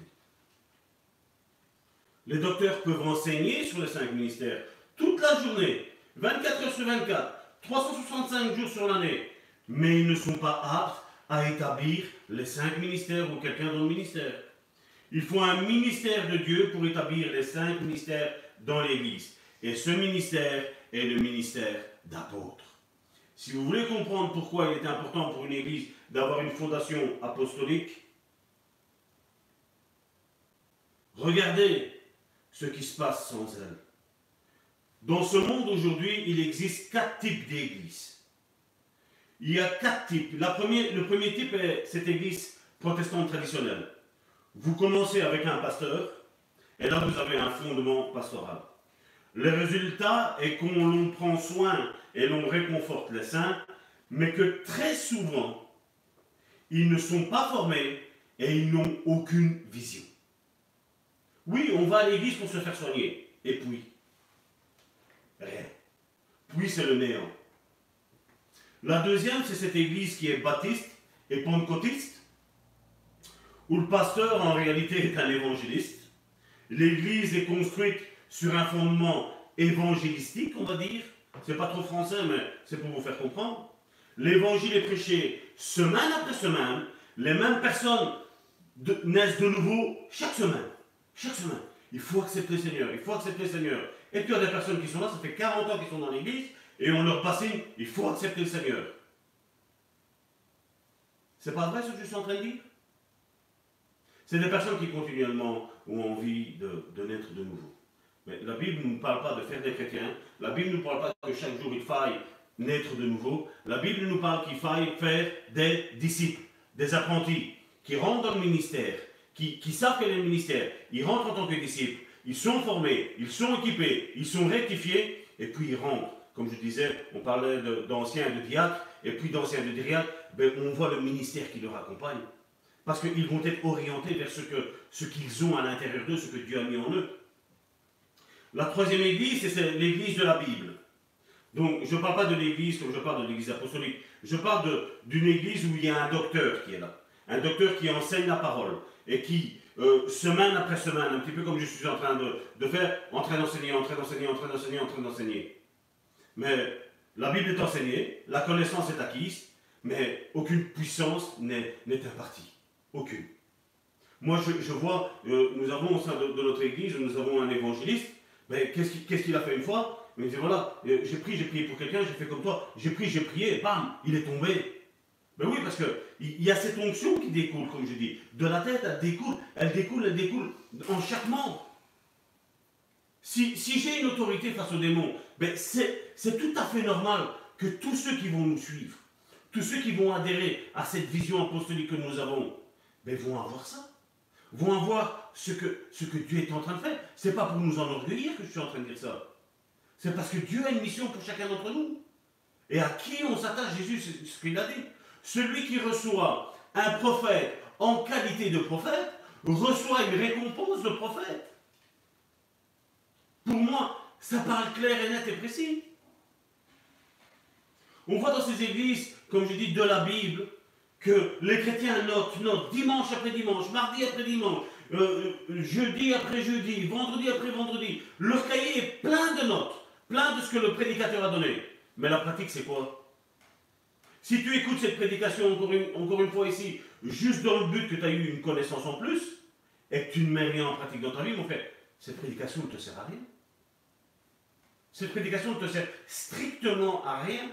Les docteurs peuvent enseigner sur les cinq ministères toute la journée, vingt-quatre heures sur vingt-quatre, trois cent soixante-cinq jours sur l'année. Mais ils ne sont pas aptes à établir les cinq ministères ou quelqu'un dans le ministère. Il faut un ministère de Dieu pour établir les cinq ministères dans l'Église. Et ce ministère est le ministère d'apôtre. Si vous voulez comprendre pourquoi il est important pour une Église d'avoir une fondation apostolique, regardez ce qui se passe sans elle. Dans ce monde aujourd'hui, il existe quatre types d'églises. Il y a quatre types. La première, le premier type est cette église protestante traditionnelle. Vous commencez avec un pasteur, et là vous avez un fondement pastoral. Le résultat est qu'on l'on prend soin et l'on réconforte les saints, mais que très souvent, ils ne sont pas formés et ils n'ont aucune vision. Oui, on va à l'église pour se faire soigner. Et puis, rien. Puis c'est le néant. La deuxième, c'est cette église qui est baptiste et pentecôtiste, où le pasteur en réalité est un évangéliste. L'église est construite sur un fondement évangélistique, on va dire. C'est pas trop français, mais c'est pour vous faire comprendre. L'évangile est prêché semaine après semaine. Les mêmes personnes de, naissent de nouveau chaque semaine. Chaque semaine. Il faut accepter le Seigneur. Il faut accepter le Seigneur. Et puis il y a des personnes qui sont là, ça fait quarante ans qu'ils sont dans l'église, et on leur bassine, il faut accepter le Seigneur. C'est pas vrai ce que je suis en train de dire? C'est des personnes qui continuellement ont envie de, de naître de nouveau. Mais la Bible ne nous parle pas de faire des chrétiens. La Bible ne nous parle pas que chaque jour il faille naître de nouveau. La Bible nous parle qu'il faille faire des disciples, des apprentis, qui rentrent dans le ministère, qui, qui savent quel est le ministère. Ils rentrent en tant que disciples, ils sont formés, ils sont équipés, ils sont rectifiés, et puis ils rentrent. Comme je disais, on parlait d'anciens et de diacres, et puis d'anciens et de diacres, ben, on voit le ministère qui leur accompagne. Parce qu'ils vont être orientés vers ce que, ce qu'ils ont à l'intérieur d'eux, ce que Dieu a mis en eux. La troisième église, c'est l'église de la Bible. Donc, je ne parle pas de l'église comme je parle de l'église apostolique. Je parle d'une église où il y a un docteur qui est là. Un docteur qui enseigne la parole. Et qui, euh, semaine après semaine, un petit peu comme je suis en train de, de faire, en train d'enseigner, en train d'enseigner, en train d'enseigner, en train d'enseigner. Mais la Bible est enseignée, la connaissance est acquise, mais aucune puissance n'est impartie. Aucune. Moi, je, je vois, euh, nous avons au sein de, de notre église, nous avons un évangéliste. Mais qu'est-ce qu'il qu'est-ce qu'il a fait une fois? Il me dit voilà, euh, j'ai prié, j'ai prié pour quelqu'un, j'ai fait comme toi, j'ai prié, j'ai prié, et bam, il est tombé. Ben oui, parce qu'il y, y a cette onction qui découle, comme je dis. De la tête, elle découle, elle découle, elle découle en chaque membre. Si, si j'ai une autorité face aux démons, ben c'est tout à fait normal que tous ceux qui vont nous suivre, tous ceux qui vont adhérer à cette vision apostolique que nous avons, ben vont avoir ça. Vont avoir ce que, ce que Dieu est en train de faire. Ce n'est pas pour nous enorgueillir que je suis en train de dire ça. C'est parce que Dieu a une mission pour chacun d'entre nous. Et à qui on s'attache? Jésus, c'est ce qu'il a dit. Celui qui reçoit un prophète en qualité de prophète, reçoit une récompense de prophète. Pour moi, ça parle clair et net et précis. On voit dans ces églises, comme je dis, de la Bible, que les chrétiens notent, notent, dimanche après dimanche, mardi après dimanche, euh, jeudi après jeudi, vendredi après vendredi. Leur cahier est plein de notes, plein de ce que le prédicateur a donné. Mais la pratique, c'est quoi? Si tu écoutes cette prédication encore une, encore une fois ici, juste dans le but que tu as eu une connaissance en plus, et que tu ne mets rien en pratique dans ta vie, mon frère, cette prédication ne te sert à rien. Cette prédication ne te sert strictement à rien.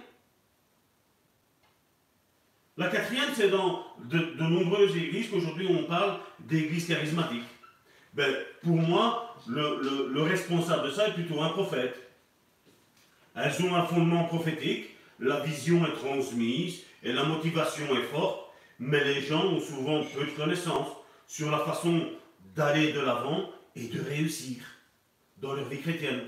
La quatrième, c'est dans de, de nombreuses églises qu'aujourd'hui on parle d'églises charismatiques. Ben, pour moi, le, le, le responsable de ça est plutôt un prophète. Elles ont un fondement prophétique, la vision est transmise et la motivation est forte, mais les gens ont souvent peu de connaissances sur la façon d'aller de l'avant et de réussir dans leur vie chrétienne.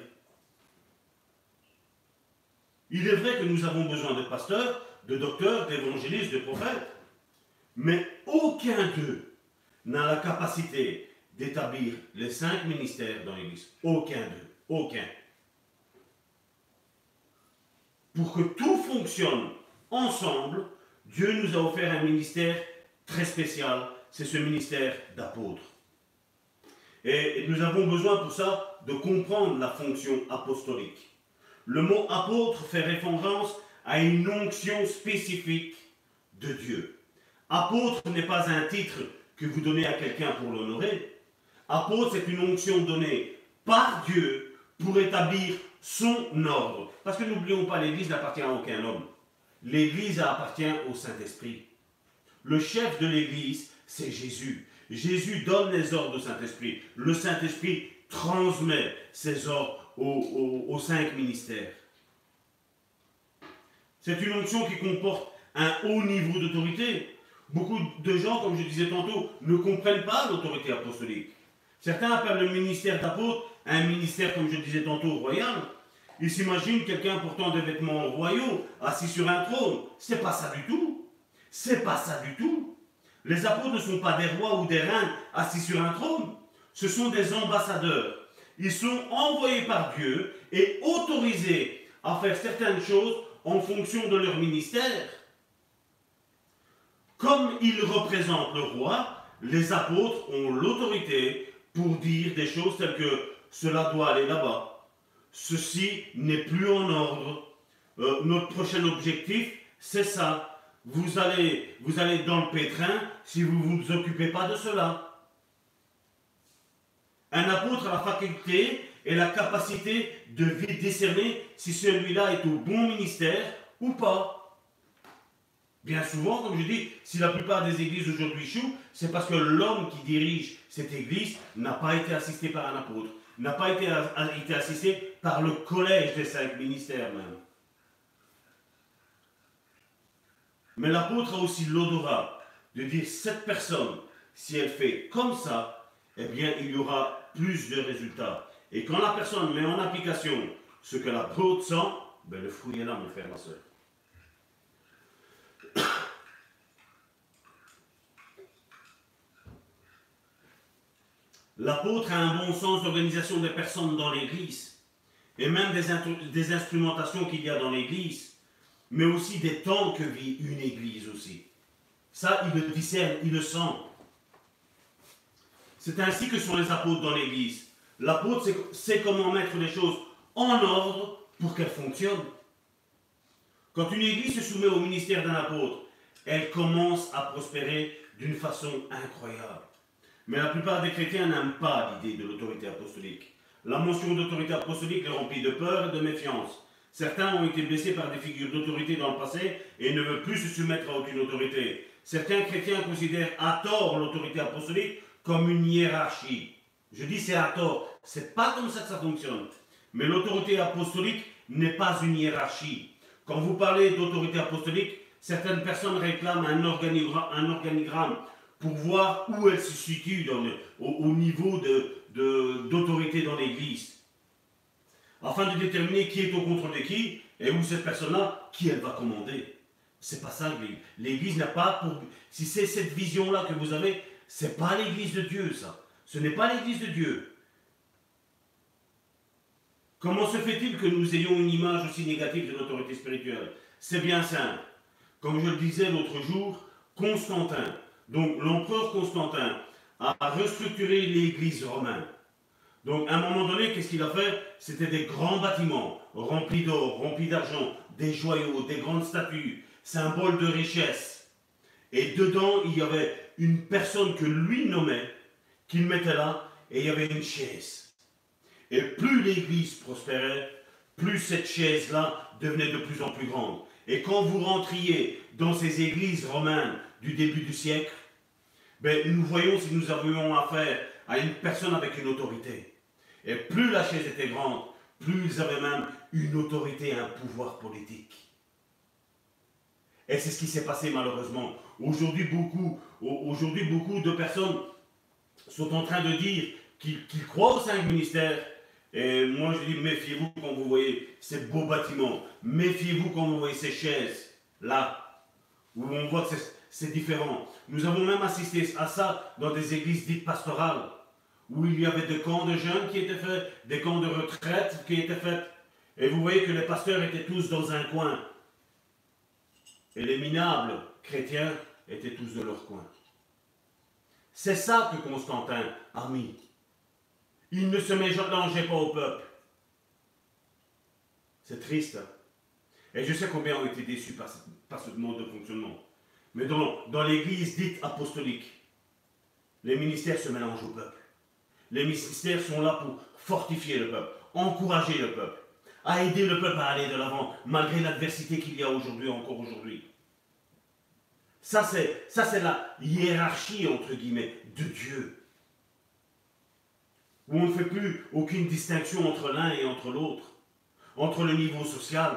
Il est vrai que nous avons besoin de pasteurs, de docteurs, d'évangélistes, de prophètes, mais aucun d'eux n'a la capacité d'établir les cinq ministères dans l'Église. Aucun d'eux. Aucun. Pour que tout fonctionne ensemble, Dieu nous a offert un ministère très spécial, c'est ce ministère d'apôtre. Et nous avons besoin pour ça de comprendre la fonction apostolique. Le mot apôtre fait référence à une onction spécifique de Dieu. Apôtre n'est pas un titre que vous donnez à quelqu'un pour l'honorer. Apôtre, c'est une onction donnée par Dieu pour établir son ordre. Parce que n'oublions pas, l'Église n'appartient à aucun homme. L'Église appartient au Saint-Esprit. Le chef de l'Église, c'est Jésus. Jésus donne les ordres au Saint-Esprit. Le Saint-Esprit transmet ses ordres aux, aux, aux cinq ministères. C'est une onction qui comporte un haut niveau d'autorité. Beaucoup de gens, comme je disais tantôt, ne comprennent pas l'autorité apostolique. Certains appellent le ministère d'apôtre un ministère, comme je disais tantôt, royal. Ils s'imaginent quelqu'un portant des vêtements royaux, assis sur un trône. C'est pas ça du tout. C'est pas ça du tout. Les apôtres ne sont pas des rois ou des reines assis sur un trône. Ce sont des ambassadeurs. Ils sont envoyés par Dieu et autorisés à faire certaines choses en fonction de leur ministère. Comme ils représentent le roi, les apôtres ont l'autorité pour dire des choses telles que cela doit aller là-bas. Ceci n'est plus en ordre. Euh, notre prochain objectif, c'est ça. Vous allez, vous allez dans le pétrin si vous ne vous occupez pas de cela. Un apôtre a la faculté et la capacité de vite discerner si celui-là est au bon ministère ou pas. Bien souvent, comme je dis, si la plupart des églises aujourd'hui chouent, c'est parce que l'homme qui dirige cette église n'a pas été assisté par un apôtre, n'a pas été, a, été assisté par le collège des cinq ministères même. Mais l'apôtre a aussi l'odorat de dire cette personne, si elle fait comme ça, eh bien il y aura plus de résultats. Et quand la personne met en application ce que l'apôtre sent, ben le fruit est là, mon frère, ma soeur. L'apôtre a un bon sens d'organisation des personnes dans l'église, et même des, des instrumentations qu'il y a dans l'église, mais aussi des temps que vit une église aussi. Ça, il le discerne, il le sent. C'est ainsi que sont les apôtres dans l'église. L'apôtre sait comment mettre les choses en ordre pour qu'elles fonctionnent. Quand une église se soumet au ministère d'un apôtre, elle commence à prospérer d'une façon incroyable. Mais la plupart des chrétiens n'aiment pas l'idée de l'autorité apostolique. La mention d'autorité apostolique les remplit de peur et de méfiance. Certains ont été blessés par des figures d'autorité dans le passé et ne veulent plus se soumettre à aucune autorité. Certains chrétiens considèrent à tort l'autorité apostolique comme une hiérarchie. Je dis c'est à tort. C'est pas comme ça que ça fonctionne. Mais l'autorité apostolique n'est pas une hiérarchie. Quand vous parlez d'autorité apostolique, certaines personnes réclament un organigramme, un organigramme pour voir où elle se situe dans le, au, au niveau de, de, d'autorité dans l'Église, afin de déterminer qui est au contrôle de qui, et où cette personne-là, qui elle va commander. C'est pas ça l'Église. L'Église n'a pas pour... Si c'est cette vision-là que vous avez, c'est pas l'Église de Dieu, ça. Ce n'est pas l'Église de Dieu. Comment se fait-il que nous ayons une image aussi négative de l'autorité spirituelle? C'est bien simple. Comme je le disais l'autre jour, Constantin, donc l'empereur Constantin, a restructuré l'Église romaine. Donc à un moment donné, qu'est-ce qu'il a fait? C'était des grands bâtiments, remplis d'or, remplis d'argent, des joyaux, des grandes statues. symbole de richesse. Et dedans, il y avait une personne que lui nommait, qu'il mettait là, et il y avait une chaise. Et plus l'église prospérait, plus cette chaise-là devenait de plus en plus grande. Et quand vous rentriez dans ces églises romaines du début du siècle, ben, nous voyons si nous avions affaire à une personne avec une autorité. Et plus la chaise était grande, plus ils avaient même une autorité et un pouvoir politique. Et c'est ce qui s'est passé malheureusement. Aujourd'hui, beaucoup, aujourd'hui, beaucoup de personnes sont en train de dire qu'ils qu'ils croient aux cinq ministères. Et moi je dis, méfiez-vous quand vous voyez ces beaux bâtiments. Méfiez-vous quand vous voyez ces chaises, là, où on voit que c'est différent. Nous avons même assisté à ça dans des églises dites pastorales, où il y avait des camps de jeunes qui étaient faits, des camps de retraite qui étaient faits. Et vous voyez que les pasteurs étaient tous dans un coin. Et les minables chrétiens étaient tous de leur coin. C'est ça que Constantin a mis. Il ne se mélangeait pas au peuple. C'est triste. Hein? Et je sais combien ont été déçus par ce, par ce mode de fonctionnement. Mais dans, dans l'église dite apostolique, les ministères se mélangent au peuple. Les ministères sont là pour fortifier le peuple, encourager le peuple, à aider le peuple à aller de l'avant, malgré l'adversité qu'il y a aujourd'hui, encore aujourd'hui. Ça, c'est, ça, c'est la hiérarchie, entre guillemets, de Dieu. Où on ne fait plus aucune distinction entre l'un et entre l'autre, entre le niveau social,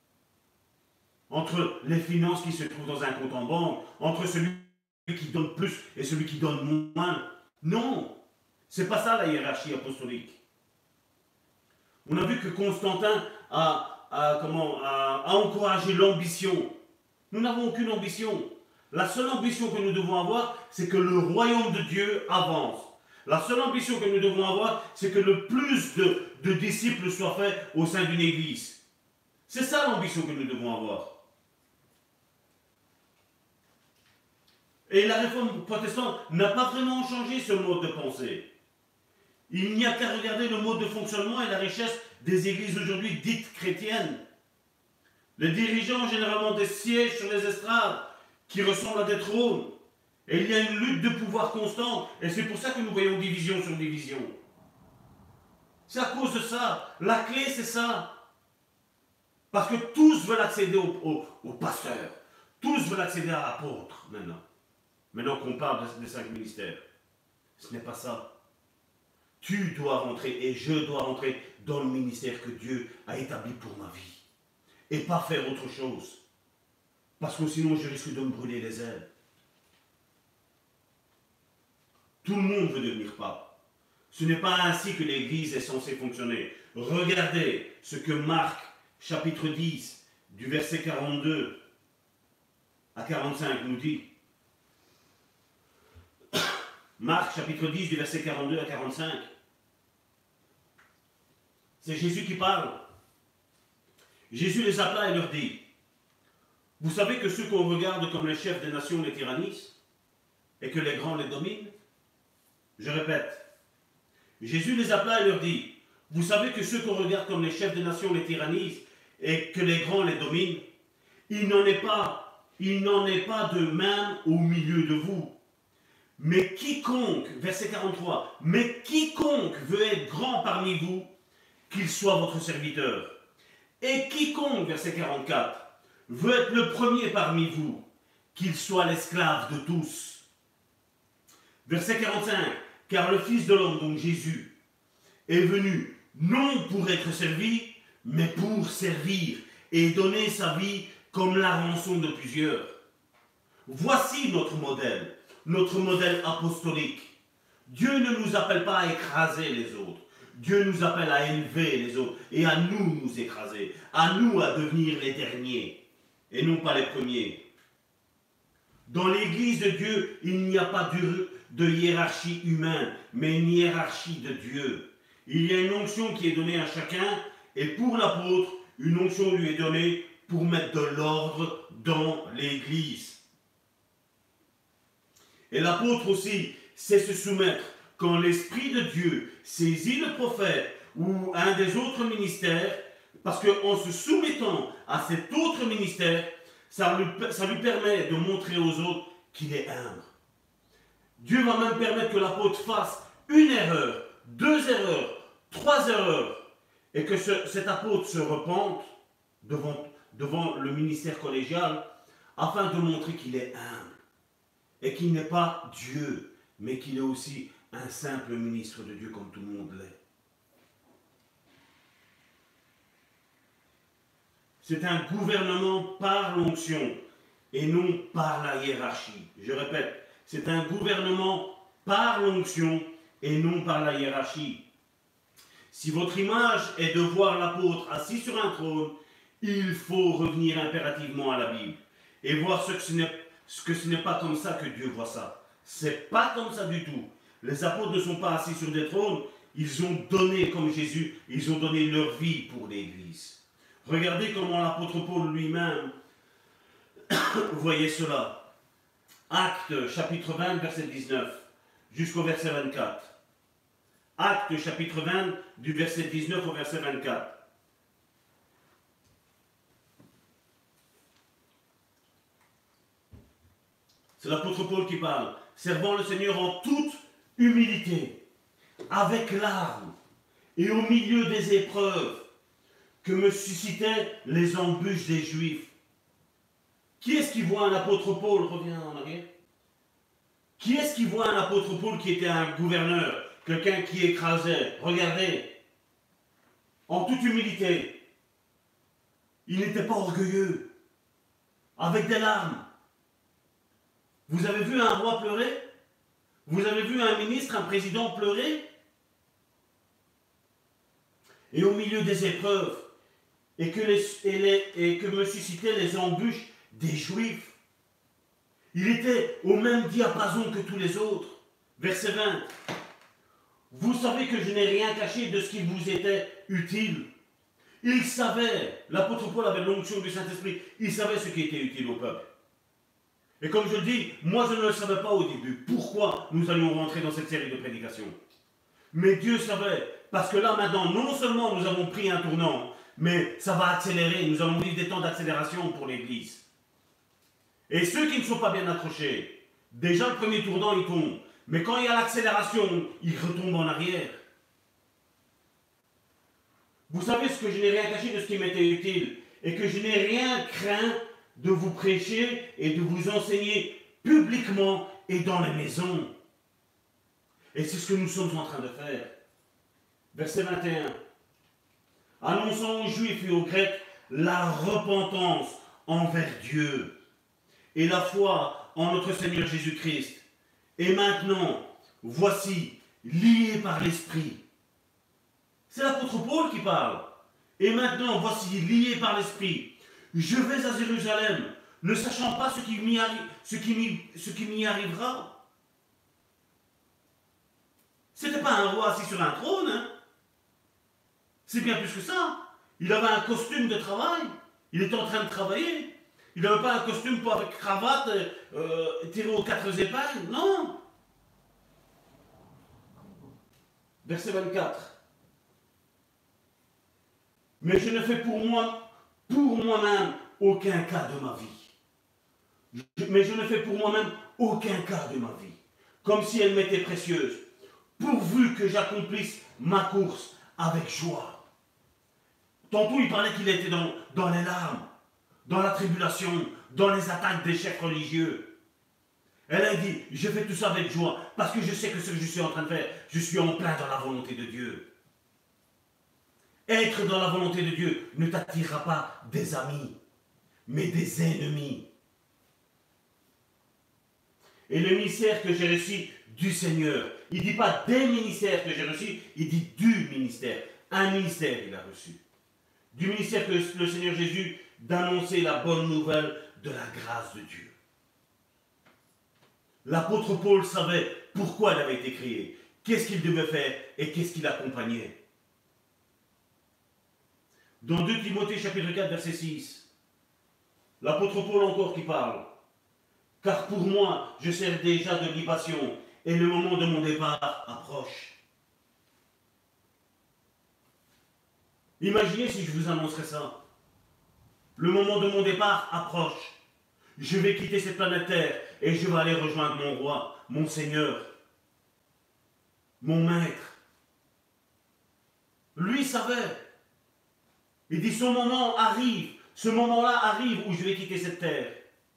entre les finances qui se trouvent dans un compte en banque, entre celui qui donne plus et celui qui donne moins. Non, c'est pas ça la hiérarchie apostolique. On a vu que Constantin a, a, comment, a, a encouragé l'ambition. Nous n'avons aucune ambition. La seule ambition que nous devons avoir, c'est que le royaume de Dieu avance. La seule ambition que nous devons avoir, c'est que le plus de, de disciples soient faits au sein d'une église. C'est ça l'ambition que nous devons avoir. Et la réforme protestante n'a pas vraiment changé ce mode de pensée. Il n'y a qu'à regarder le mode de fonctionnement et la richesse des églises aujourd'hui dites chrétiennes. Les dirigeants ont généralement des sièges sur les estrades qui ressemblent à des trônes. Et il y a une lutte de pouvoir constante. Et c'est pour ça que nous voyons division sur division. C'est à cause de ça. La clé, c'est ça. Parce que tous veulent accéder au, au, au pasteur. Tous veulent accéder à l'apôtre maintenant. Maintenant qu'on parle des cinq ministères. Ce n'est pas ça. Tu dois rentrer et je dois rentrer dans le ministère que Dieu a établi pour ma vie. Et pas faire autre chose. Parce que sinon je risque de me brûler les ailes. Tout le monde veut devenir pape. Ce n'est pas ainsi que l'Église est censée fonctionner. Regardez ce que Marc, chapitre dix, du verset quarante-deux à quarante-cinq nous dit. Marc, chapitre dix, du verset quarante-deux à quarante-cinq. C'est Jésus qui parle. Jésus les appela et leur dit, « Vous savez que ceux qu'on regarde comme les chefs des nations les tyrannisent et que les grands les dominent ?» Je répète. Jésus les appela et leur dit, « Vous savez que ceux qu'on regarde comme les chefs des nations les tyrannisent et que les grands les dominent, il n'en est pas, il n'en est pas de même au milieu de vous. Mais quiconque, verset quarante-trois, mais quiconque veut être grand parmi vous, qu'il soit votre serviteur. Et quiconque, verset quarante-quatre, veut être le premier parmi vous, qu'il soit l'esclave de tous. Verset quarante-cinq, car le Fils de l'homme, donc Jésus, est venu non pour être servi, mais pour servir et donner sa vie comme la rançon de plusieurs. Voici notre modèle, notre modèle apostolique. Dieu ne nous appelle pas à écraser les autres. Dieu nous appelle à élever les autres et à nous nous écraser, à nous à devenir les derniers et non pas les premiers. Dans l'Église de Dieu, il n'y a pas de hiérarchie humaine, mais une hiérarchie de Dieu. Il y a une onction qui est donnée à chacun et pour l'apôtre, une onction lui est donnée pour mettre de l'ordre dans l'Église. Et l'apôtre aussi sait se soumettre quand l'Esprit de Dieu saisit le prophète ou un des autres ministères, parce qu'en se soumettant à cet autre ministère, Ça lui, ça lui permet de montrer aux autres qu'il est humble. Dieu va même permettre que l'apôtre fasse une erreur, deux erreurs, trois erreurs, et que ce, cet apôtre se repente devant, devant le ministère collégial, afin de montrer qu'il est humble, et qu'il n'est pas Dieu, mais qu'il est aussi un simple ministre de Dieu comme tout le monde l'est. C'est un gouvernement par l'onction et non par la hiérarchie. Je répète, c'est un gouvernement par l'onction et non par la hiérarchie. Si votre image est de voir l'apôtre assis sur un trône, il faut revenir impérativement à la Bible et voir ce que ce n'est, ce que ce n'est pas comme ça que Dieu voit ça. C'est pas comme ça du tout. Les apôtres ne sont pas assis sur des trônes, ils ont donné comme Jésus, ils ont donné leur vie pour l'Église. Regardez comment l'apôtre Paul lui-même voyait cela. Actes chapitre vingt, verset dix-neuf, jusqu'au verset vingt-quatre. Actes chapitre vingt, du verset dix-neuf au verset vingt-quatre. C'est l'apôtre Paul qui parle. Servant le Seigneur en toute humilité, avec larmes, et au milieu des épreuves que me suscitaient les embûches des Juifs. Qui est-ce qui voit un apôtre Paul? Reviens en arrière. Qui est-ce qui voit un apôtre Paul qui était un gouverneur, quelqu'un qui écrasait? Regardez, en toute humilité, il n'était pas orgueilleux, avec des larmes. Vous avez vu un roi pleurer? Vous avez vu un ministre, un président pleurer? Et au milieu des épreuves, et que, les, et, les, et que me suscitaient les embûches des Juifs, il était au même diapason que tous les autres. Verset vingt. Vous savez que je n'ai rien caché de ce qui vous était utile. Il savait, l'apôtre Paul avait l'onction du Saint-Esprit, il savait ce qui était utile au peuple. Et comme je le dis, moi je ne le savais pas au début. Pourquoi nous allions rentrer dans cette série de prédications? Mais Dieu savait, parce que là maintenant, non seulement nous avons pris un tournant, mais ça va accélérer, nous allons vivre des temps d'accélération pour l'Église. Et ceux qui ne sont pas bien accrochés, déjà le premier tournant il tombe, mais quand il y a l'accélération, il retombe en arrière. Vous savez ce que je n'ai rien caché de ce qui m'était utile, et que je n'ai rien craint de vous prêcher et de vous enseigner publiquement et dans les maisons. Et c'est ce que nous sommes en train de faire. Verset vingt et un. Annonçant aux Juifs et aux Grecs la repentance envers Dieu et la foi en notre Seigneur Jésus-Christ. Et maintenant, voici, liés par l'Esprit. C'est l'apôtre Paul qui parle. Et maintenant, voici, liés par l'Esprit. Je vais à Jérusalem, ne sachant pas ce qui m'y arri- ce qui m'y- ce qui m'y arrivera. C'était pas un roi assis sur un trône, hein. C'est bien plus que ça. Il avait un costume de travail. Il était en train de travailler. Il n'avait pas un costume pour avec cravate euh, tiré aux quatre épingles. Non. Verset vingt-quatre. Mais je ne fais pour moi, pour moi-même, aucun cas de ma vie. Je, mais je ne fais pour moi-même aucun cas de ma vie. Comme si elle m'était précieuse. Pourvu que j'accomplisse ma course avec joie. Tantôt, il parlait qu'il était dans, dans les larmes, dans la tribulation, dans les attaques des chefs religieux. Elle a dit, je fais tout ça avec joie, parce que je sais que ce que je suis en train de faire, je suis en plein dans la volonté de Dieu. Être dans la volonté de Dieu ne t'attirera pas des amis, mais des ennemis. Et le ministère que j'ai reçu du Seigneur, il ne dit pas des ministères que j'ai reçus, il dit du ministère. Un ministère il a reçu. Du ministère que le Seigneur Jésus d'annoncer la bonne nouvelle de la grâce de Dieu. L'apôtre Paul savait pourquoi il avait été créé, qu'est-ce qu'il devait faire et qu'est-ce qu'il accompagnait. Dans deux Timothée chapitre quatre verset six, l'apôtre Paul encore qui parle. Car pour moi, je sers déjà de libation et le moment de mon départ approche. Imaginez si je vous annoncerais ça. Le moment de mon départ approche. Je vais quitter cette planète Terre et je vais aller rejoindre mon roi, mon Seigneur, mon maître. Lui savait. Il dit, son moment arrive, ce moment-là arrive où je vais quitter cette terre.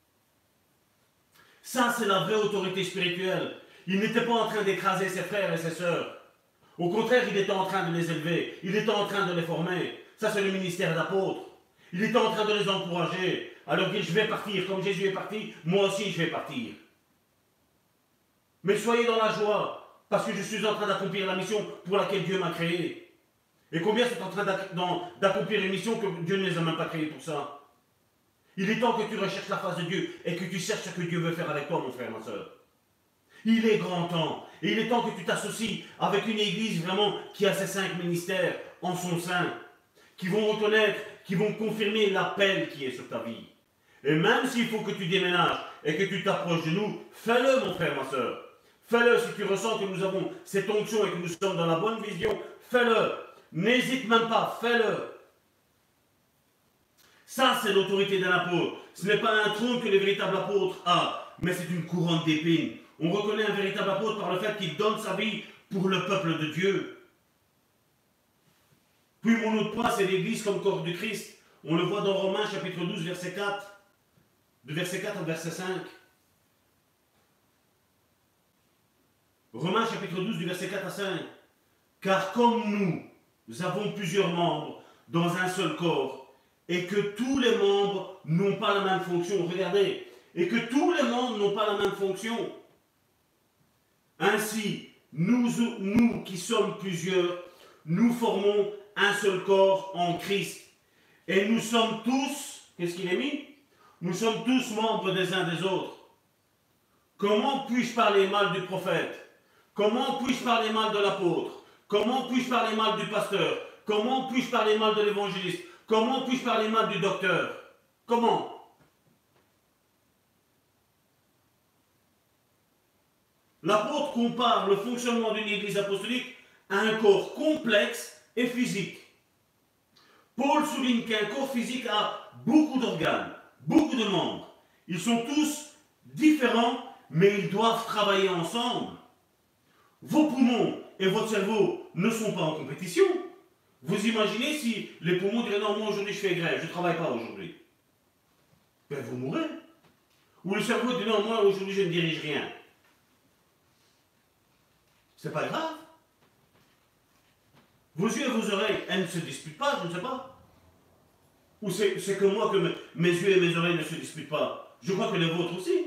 Ça, c'est la vraie autorité spirituelle. Il n'était pas en train d'écraser ses frères et ses sœurs. Au contraire, il était en train de les élever. Il était en train de les former. Ça, c'est le ministère d'apôtre. Il était en train de les encourager. À leur dire, je vais partir. Comme Jésus est parti, moi aussi, je vais partir. Mais soyez dans la joie, parce que je suis en train d'accomplir la mission pour laquelle Dieu m'a créé. Et combien sont en train d'accomplir une mission que Dieu ne les a même pas créés pour ça? Il est temps que tu recherches la face de Dieu et que tu cherches ce que Dieu veut faire avec toi, mon frère, ma soeur. Il est grand temps. Et il est temps que tu t'associes avec une église vraiment qui a ses cinq ministères en son sein, qui vont reconnaître, qui vont confirmer l'appel qui est sur ta vie. Et même s'il faut que tu déménages et que tu t'approches de nous, fais-le, mon frère, ma soeur. Fais-le si tu ressens que nous avons cette onction et que nous sommes dans la bonne vision. Fais-le. N'hésite même pas, fais-le. Ça, c'est l'autorité d'un apôtre. Ce n'est pas un trône que le véritable apôtre a, mais c'est une couronne d'épines. On reconnaît un véritable apôtre par le fait qu'il donne sa vie pour le peuple de Dieu. Puis mon autre point, c'est l'Église comme corps du Christ. On le voit dans Romains chapitre douze, verset quatre. De verset quatre au verset cinq. Romains chapitre douze, du verset quatre à cinq. Car comme nous, nous avons plusieurs membres dans un seul corps, et que tous les membres n'ont pas la même fonction. Regardez, et que tous les membres n'ont pas la même fonction. Ainsi, nous, nous qui sommes plusieurs, nous formons un seul corps en Christ. Et nous sommes tous, qu'est-ce qu'il est mis? Nous sommes tous membres des uns des autres. Comment puis-je parler mal du prophète? Comment puis-je parler mal de l'apôtre? Comment puis-je parler mal du pasteur? Comment puis-je parler mal de l'évangéliste? Comment puis-je parler mal du docteur? Comment? L'apôtre compare le fonctionnement d'une église apostolique à un corps complexe et physique. Paul souligne qu'un corps physique a beaucoup d'organes, beaucoup de membres. Ils sont tous différents, mais ils doivent travailler ensemble. Vos poumons et votre cerveau ne sont pas en compétition. Vous imaginez si les poumons diraient non, moi aujourd'hui je fais grève, je ne travaille pas aujourd'hui. Ben vous mourrez. Ou le cerveau dit non, moi aujourd'hui je ne dirige rien. C'est pas grave. Vos yeux et vos oreilles, elles ne se disputent pas, je ne sais pas. Ou c'est que moi que me, mes yeux et mes oreilles ne se disputent pas. Je crois que les vôtres aussi.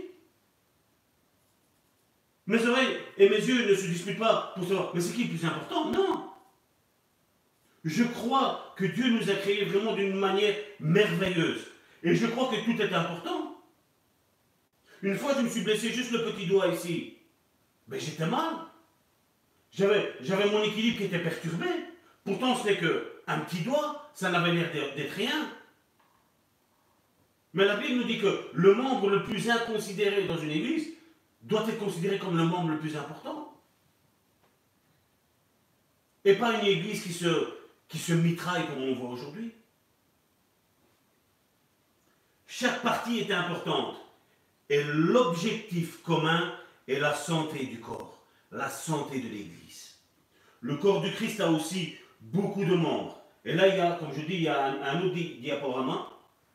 Mes oreilles et mes yeux ne se disputent pas pour savoir, mais c'est qui le plus important? Non. Je crois que Dieu nous a créés vraiment d'une manière merveilleuse. Et je crois que tout est important. Une fois, je me suis blessé juste le petit doigt ici. Mais j'étais mal. J'avais mon équilibre qui était perturbé. Pourtant, ce n'est qu'un petit doigt. Ça n'avait l'air d'être rien. Mais la Bible nous dit que le membre le plus inconsidéré dans une église doit être considéré comme le membre le plus important. Et pas une église qui se, qui se mitraille comme on voit aujourd'hui. Chaque partie est importante. Et l'objectif commun est la santé du corps, la santé de l'Église. Le corps du Christ a aussi beaucoup de membres. Et là, il y a, comme je dis, il y a un, un autre di diaporama.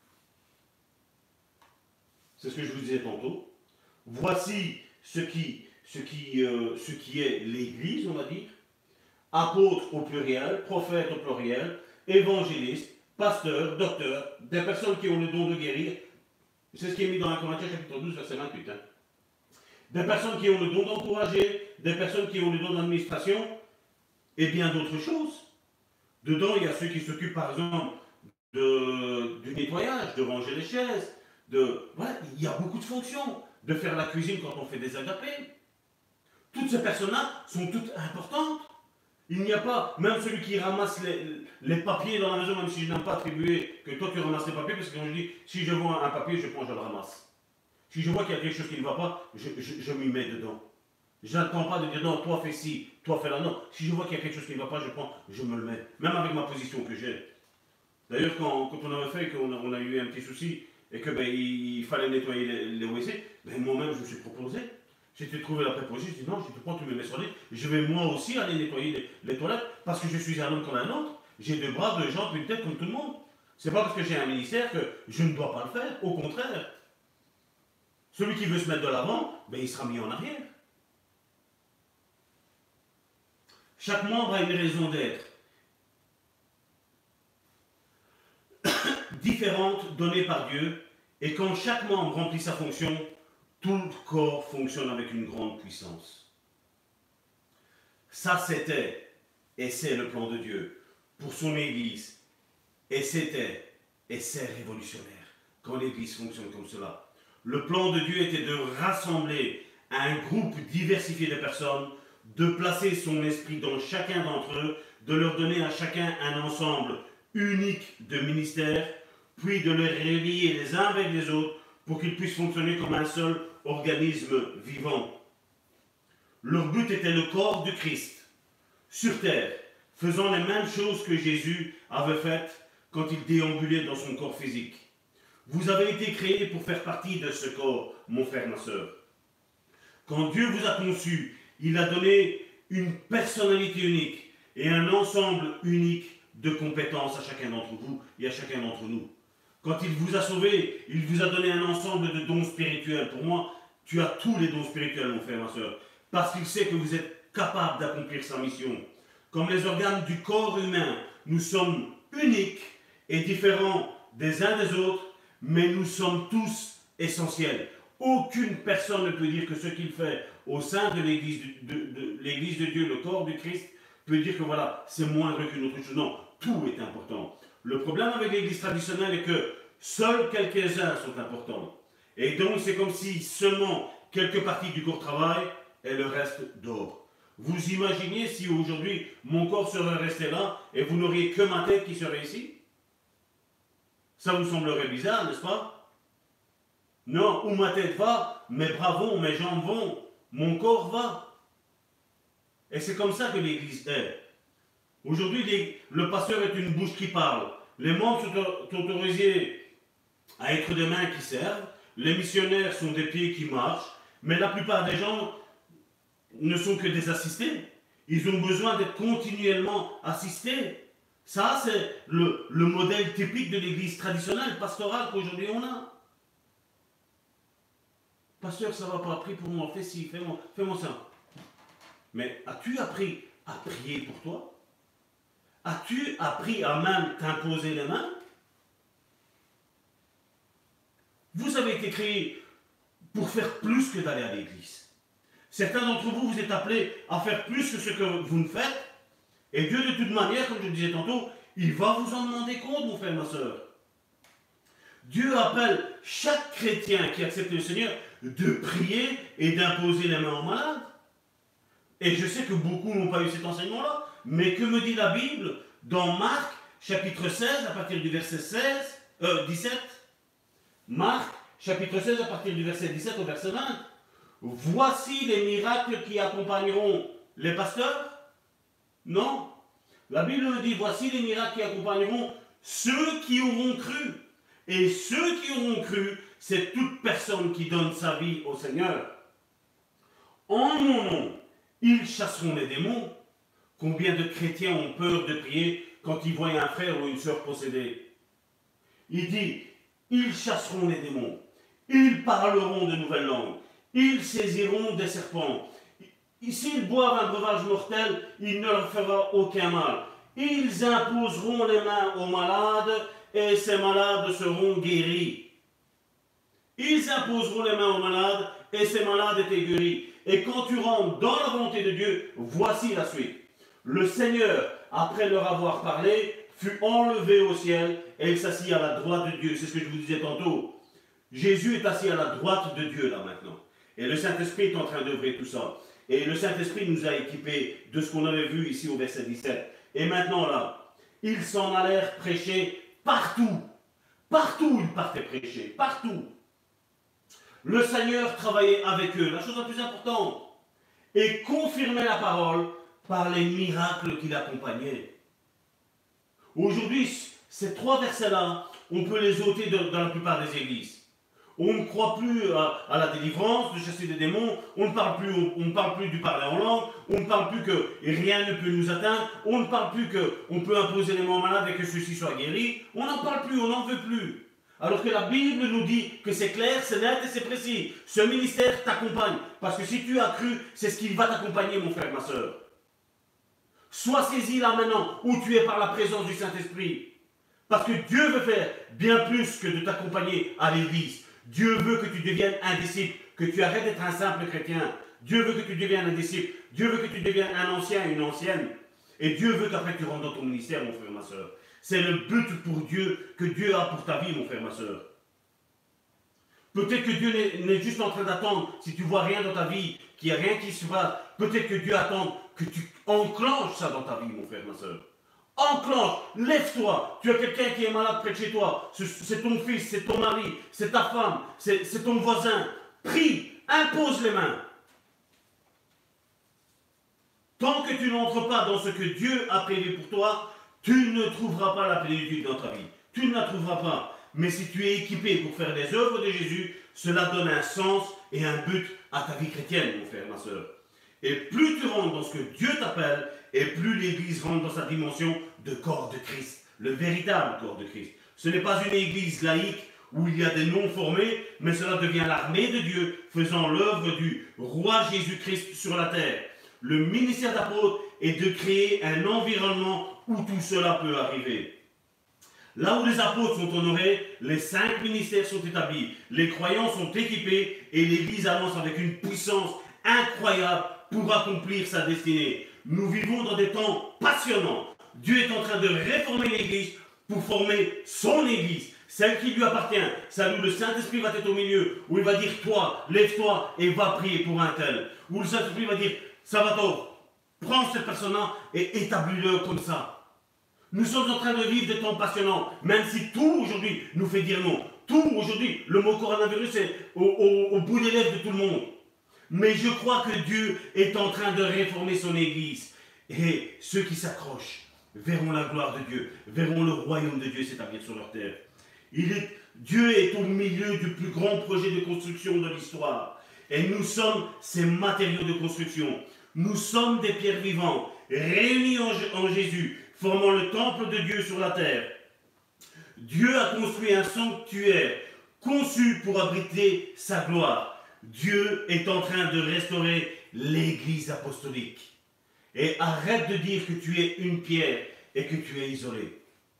C'est ce que je vous disais tantôt. Voici ce qui, ce qui, euh, ce qui est l'Église, on va dire. Apôtres au pluriel, prophètes au pluriel, évangélistes, pasteurs, docteurs, des personnes qui ont le don de guérir. C'est ce qui est mis dans un Corinthiens chapitre douze, verset vingt-huit. Hein. Des personnes qui ont le don d'encourager, des personnes qui ont le don d'administration, et bien d'autres choses. Dedans, il y a ceux qui s'occupent, par exemple, de, du nettoyage, de ranger les chaises, de, voilà, il y a beaucoup de fonctions. De faire la cuisine quand on fait des agapés. Toutes ces personnes-là sont toutes importantes. Il n'y a pas, même celui qui ramasse les, les papiers dans la maison, même si je n'aime pas attribuer que toi tu ramasses les papiers, parce que quand je dis, si je vois un papier, je prends, je le ramasse. Si je vois qu'il y a quelque chose qui ne va pas, je, je, je m'y mets dedans. Je n'attends pas de dire, non, toi fais ci, toi fais là, non. Si je vois qu'il y a quelque chose qui ne va pas, je prends, je me le mets. Même avec ma position que j'ai. D'ailleurs, quand, quand on avait fait, qu'on a, on a eu un petit souci, et que ben, il, il fallait nettoyer les, les W C, ben, moi-même je me suis proposé. J'étais trouvé la préposée, je dis non, je te prends, tu me mets sur les, je vais moi aussi aller nettoyer les, les toilettes parce que je suis un homme comme un autre. J'ai deux bras, deux jambes, une tête comme tout le monde. C'est pas parce que j'ai un ministère que je ne dois pas le faire, au contraire. Celui qui veut se mettre de l'avant, ben, il sera mis en arrière. Chaque membre a une raison d'être différente donnée par Dieu, et quand chaque membre remplit sa fonction, tout le corps fonctionne avec une grande puissance. Ça, c'était et c'est le plan de Dieu pour son Église. Et c'était et c'est révolutionnaire quand l'Église fonctionne comme cela. Le plan de Dieu était de rassembler un groupe diversifié de personnes, de placer son esprit dans chacun d'entre eux, de leur donner à chacun un ensemble unique de ministères, puis de les relier les uns avec les autres pour qu'ils puissent fonctionner comme un seul organisme vivant. Leur but était le corps de Christ, sur terre, faisant les mêmes choses que Jésus avait faites quand il déambulait dans son corps physique. Vous avez été créés pour faire partie de ce corps, mon frère, ma soeur. Quand Dieu vous a conçu, il a donné une personnalité unique et un ensemble unique de compétences à chacun d'entre vous et à chacun d'entre nous. Quand il vous a sauvé, il vous a donné un ensemble de dons spirituels. Pour moi, tu as tous les dons spirituels, mon frère, ma soeur, parce qu'il sait que vous êtes capable d'accomplir sa mission. Comme les organes du corps humain, nous sommes uniques et différents des uns des autres, mais nous sommes tous essentiels. Aucune personne ne peut dire que ce qu'il fait au sein de l'Église de, de, de, l'Église de Dieu, le corps du Christ, peut dire que voilà, c'est moindre qu'une autre chose. Non, tout est important. Le problème avec l'Église traditionnelle est que seuls quelques-uns sont importants. Et donc c'est comme si seulement quelques parties du corps travaillent et le reste dort. Vous imaginez si aujourd'hui mon corps serait resté là et vous n'auriez que ma tête qui serait ici? Ça vous semblerait bizarre, n'est-ce pas? Non, où ma tête va, mes bras vont, mes jambes vont, mon corps va. Et c'est comme ça que l'Église est. Aujourd'hui, le pasteur est une bouche qui parle. Les membres sont autorisés à être des mains qui servent. Les missionnaires sont des pieds qui marchent. Mais la plupart des gens ne sont que des assistés. Ils ont besoin d'être continuellement assistés. Ça, c'est le, le modèle typique de l'église traditionnelle, pastorale qu'aujourd'hui on a. Pasteur, ça ne va pas, prie pour moi, fais ci, fais-moi fais ça. Mais as-tu appris à prier pour toi? As-tu appris à même t'imposer les mains? Vous avez été créés pour faire plus que d'aller à l'église. Certains d'entre vous, vous êtes appelés à faire plus que ce que vous ne faites. Et Dieu, de toute manière, comme je le disais tantôt, il va vous en demander compte, mon frère, ma soeur. Dieu appelle chaque chrétien qui accepte le Seigneur de prier et d'imposer les mains aux malades. Et je sais que beaucoup n'ont pas eu cet enseignement-là, mais que me dit la Bible dans Marc, chapitre seize, à partir du verset seize, euh, dix-sept? Marc, chapitre seize, à partir du verset dix-sept au verset vingt. Voici les miracles qui accompagneront les pasteurs? Non. La Bible me dit, voici les miracles qui accompagneront ceux qui auront cru. Et ceux qui auront cru, c'est toute personne qui donne sa vie au Seigneur. En mon nom, ils chasseront les démons. Combien de chrétiens ont peur de prier quand ils voient un frère ou une sœur possédé? Il dit, ils chasseront les démons. Ils parleront de nouvelles langues. Ils saisiront des serpents. S'ils boivent un breuvage mortel, il ne leur fera aucun mal. Ils imposeront les mains aux malades et ces malades seront guéris. Ils imposeront les mains aux malades et ces malades étaient guéris. Et quand tu rentres dans la volonté de Dieu, voici la suite. Le Seigneur, après leur avoir parlé, fut enlevé au ciel et il s'assit à la droite de Dieu. C'est ce que je vous disais tantôt. Jésus est assis à la droite de Dieu là maintenant. Et le Saint-Esprit est en train d'œuvrer tout ça. Et le Saint-Esprit nous a équipés de ce qu'on avait vu ici au verset dix-sept. Et maintenant là, ils s'en allèrent prêcher partout. Partout ils partaient prêcher. Partout. Le Seigneur travaillait avec eux. La chose la plus importante. Et confirmait la parole par les miracles qui l'accompagnaient. Aujourd'hui, Ces trois versets-là, on peut les ôter dans, dans la plupart des églises. On ne croit plus à, à la délivrance, de chasser des démons, on ne parle plus, on, on ne parle plus du parler en langue, on ne parle plus que rien ne peut nous atteindre, on ne parle plus qu'on peut imposer les mains aux malades et que ceux-ci soient guéris, on n'en parle plus, on n'en veut plus. Alors que la Bible nous dit que c'est clair, c'est net et c'est précis. Ce ministère t'accompagne, parce que si tu as cru, c'est ce qui va t'accompagner, mon frère, ma soeur. Sois saisi là maintenant, où tu es par la présence du Saint-Esprit. Parce que Dieu veut faire bien plus que de t'accompagner à l'église. Dieu veut que tu deviennes un disciple, que tu arrêtes d'être un simple chrétien. Dieu veut que tu deviennes un disciple. Dieu veut que tu deviennes un ancien, une ancienne. Et Dieu veut qu'après tu rentres dans ton ministère, mon frère, ma soeur. C'est le but pour Dieu que Dieu a pour ta vie, mon frère, ma soeur. Peut-être que Dieu n'est juste en train d'attendre, si tu vois rien dans ta vie, qu'il n'y a rien qui se passe, peut-être que Dieu attend que tu enclenches ça dans ta vie, mon frère, ma soeur. Enclenche, lève-toi. Tu as quelqu'un qui est malade près de chez toi. C'est ton fils, c'est ton mari, c'est ta femme, c'est ton voisin. Prie, impose les mains. Tant que tu n'entres pas dans ce que Dieu a prévu pour toi, tu ne trouveras pas la plénitude dans ta vie. Tu ne la trouveras pas. Mais si tu es équipé pour faire les œuvres de Jésus, cela donne un sens et un but à ta vie chrétienne, mon frère, ma soeur. Et plus tu rentres dans ce que Dieu t'appelle, et plus l'Église rentre dans sa dimension de corps de Christ, le véritable corps de Christ. Ce n'est pas une Église laïque où il y a des noms formés, mais cela devient l'armée de Dieu faisant l'œuvre du roi Jésus-Christ sur la terre. Le ministère d'apôtre est de créer un environnement où tout cela peut arriver. Là où les apôtres sont honorés, les cinq ministères sont établis, les croyants sont équipés et l'Église avance avec une puissance incroyable pour accomplir sa destinée. Nous vivons dans des temps passionnants. Dieu est en train de réformer l'Église pour former son Église, celle qui lui appartient. Ça, où le Saint-Esprit va être au milieu, où il va dire, toi, lève-toi et va prier pour un tel. Où le Saint-Esprit va dire, Salvatore, prends cette personne-là et établis-le comme ça. Nous sommes en train de vivre des temps passionnants, même si tout aujourd'hui nous fait dire non. Tout aujourd'hui, le mot coronavirus est au, au, au bout des lèvres de tout le monde. Mais je crois que Dieu est en train de réformer son Église. Et ceux qui s'accrochent verront la gloire de Dieu, verront le royaume de Dieu s'établir sur leur terre. Il est, Dieu est au milieu du plus grand projet de construction de l'histoire. Et nous sommes ces matériaux de construction. Nous sommes des pierres vivantes, réunies en, en Jésus, formant le temple de Dieu sur la terre. Dieu a construit un sanctuaire conçu pour abriter sa gloire. Dieu est en train de restaurer l'Église apostolique. Et arrête de dire que tu es une pierre et que tu es isolé.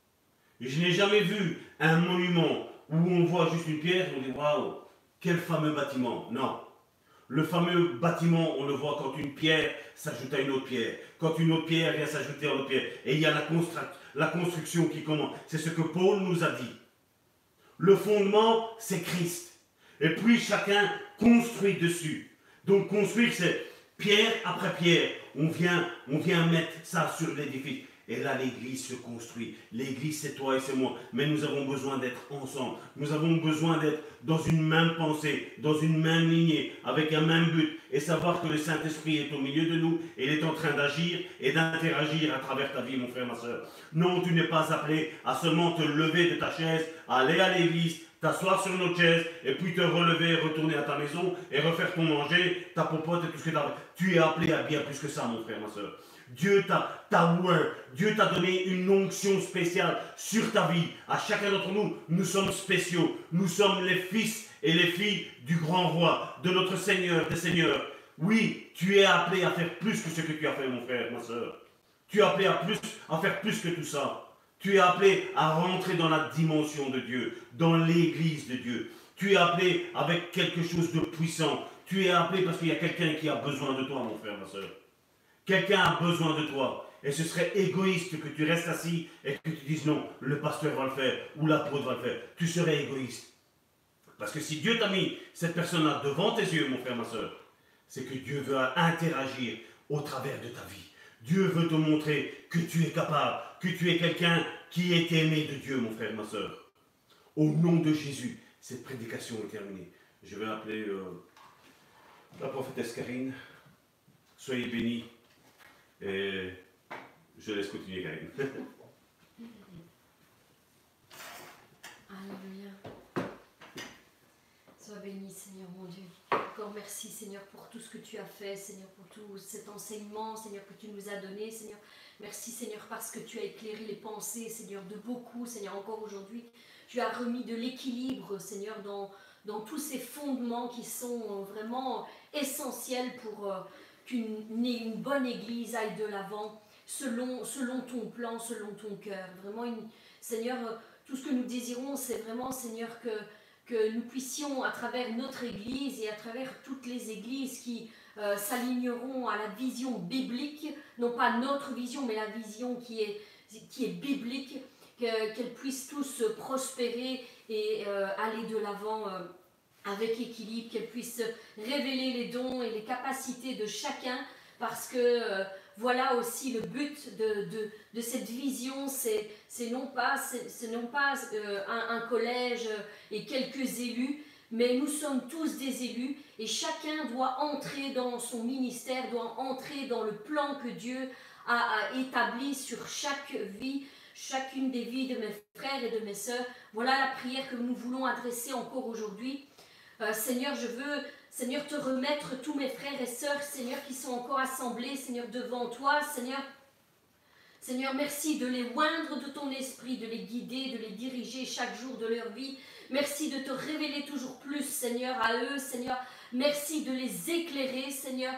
Je n'ai jamais vu un monument où on voit juste une pierre et on dit « Waouh, quel fameux bâtiment !» Non. Le fameux bâtiment, on le voit quand une pierre s'ajoute à une autre pierre. Quand une autre pierre vient s'ajouter à une autre pierre. Et il y a la, constru la construction qui commence. C'est ce que Paul nous a dit. Le fondement, c'est Christ. Et puis chacun construit dessus. Donc construire, c'est pierre après pierre. On vient, on vient mettre ça sur l'édifice. Et là, l'Église se construit. L'Église, c'est toi et c'est moi. Mais nous avons besoin d'être ensemble. Nous avons besoin d'être dans une même pensée, dans une même lignée, avec un même but. Et savoir que le Saint-Esprit est au milieu de nous. Et il est en train d'agir et d'interagir à travers ta vie, mon frère, ma soeur. Non, tu n'es pas appelé à seulement te lever de ta chaise, à aller à l'Église, t'asseoir sur notre chaise, et puis te relever, retourner à ta maison, et refaire ton manger, ta popote et tout ce que tu as. Tu es appelé à bien plus que ça, mon frère, ma soeur. Dieu t'a ouvert, Dieu t'a donné une onction spéciale sur ta vie. À chacun d'entre nous, nous sommes spéciaux. Nous sommes les fils et les filles du grand roi, de notre Seigneur, des Seigneurs. Oui, tu es appelé à faire plus que ce que tu as fait, mon frère, ma soeur. Tu es appelé à, plus, à faire plus que tout ça. Tu es appelé à rentrer dans la dimension de Dieu, dans l'église de Dieu. Tu es appelé avec quelque chose de puissant. Tu es appelé parce qu'il y a quelqu'un qui a besoin de toi, mon frère, ma soeur. Quelqu'un a besoin de toi. Et ce serait égoïste que tu restes assis et que tu dises non, le pasteur va le faire ou l'apôtre va le faire. Tu serais égoïste. Parce que si Dieu t'a mis cette personne-là devant tes yeux, mon frère, ma soeur, c'est que Dieu veut interagir au travers de ta vie. Dieu veut te montrer que tu es capable, que tu es quelqu'un qui est aimé de Dieu, mon frère, ma soeur. Au nom de Jésus, cette prédication est terminée. Je vais appeler euh, la prophétesse Karine. Soyez bénis. Et je laisse continuer, Karine. encore merci, Seigneur, pour tout ce que tu as fait, Seigneur, pour tout cet enseignement, Seigneur, que tu nous as donné, Seigneur. Merci, Seigneur, parce que tu as éclairé les pensées, Seigneur, de beaucoup, Seigneur, encore aujourd'hui. Tu as remis de l'équilibre, Seigneur, dans, dans tous ces fondements qui sont vraiment essentiels pour euh, qu'une une bonne Église aille de l'avant, selon, selon ton plan, selon ton cœur. Vraiment, une, Seigneur, tout ce que nous désirons, c'est vraiment, Seigneur, que... que nous puissions, à travers notre Église et à travers toutes les églises qui euh, s'aligneront à la vision biblique, non pas notre vision, mais la vision qui est, qui est biblique, que, qu'elles puissent tous prospérer et euh, aller de l'avant euh, avec équilibre, qu'elles puissent révéler les dons et les capacités de chacun, parce que euh, voilà aussi le but de, de, de cette vision, c'est, c'est non pas, c'est, c'est non pas euh, un, un collège et quelques élus, mais nous sommes tous des élus et chacun doit entrer dans son ministère, doit entrer dans le plan que Dieu a, a établi sur chaque vie, chacune des vies de mes frères et de mes sœurs. Voilà la prière que nous voulons adresser encore aujourd'hui. Euh, Seigneur, je veux, Seigneur, te remettre tous mes frères et sœurs, Seigneur, qui sont encore assemblés, Seigneur, devant toi, Seigneur. Seigneur, merci de les oindre de ton esprit, de les guider, de les diriger chaque jour de leur vie. Merci de te révéler toujours plus, Seigneur, à eux, Seigneur. Merci de les éclairer, Seigneur,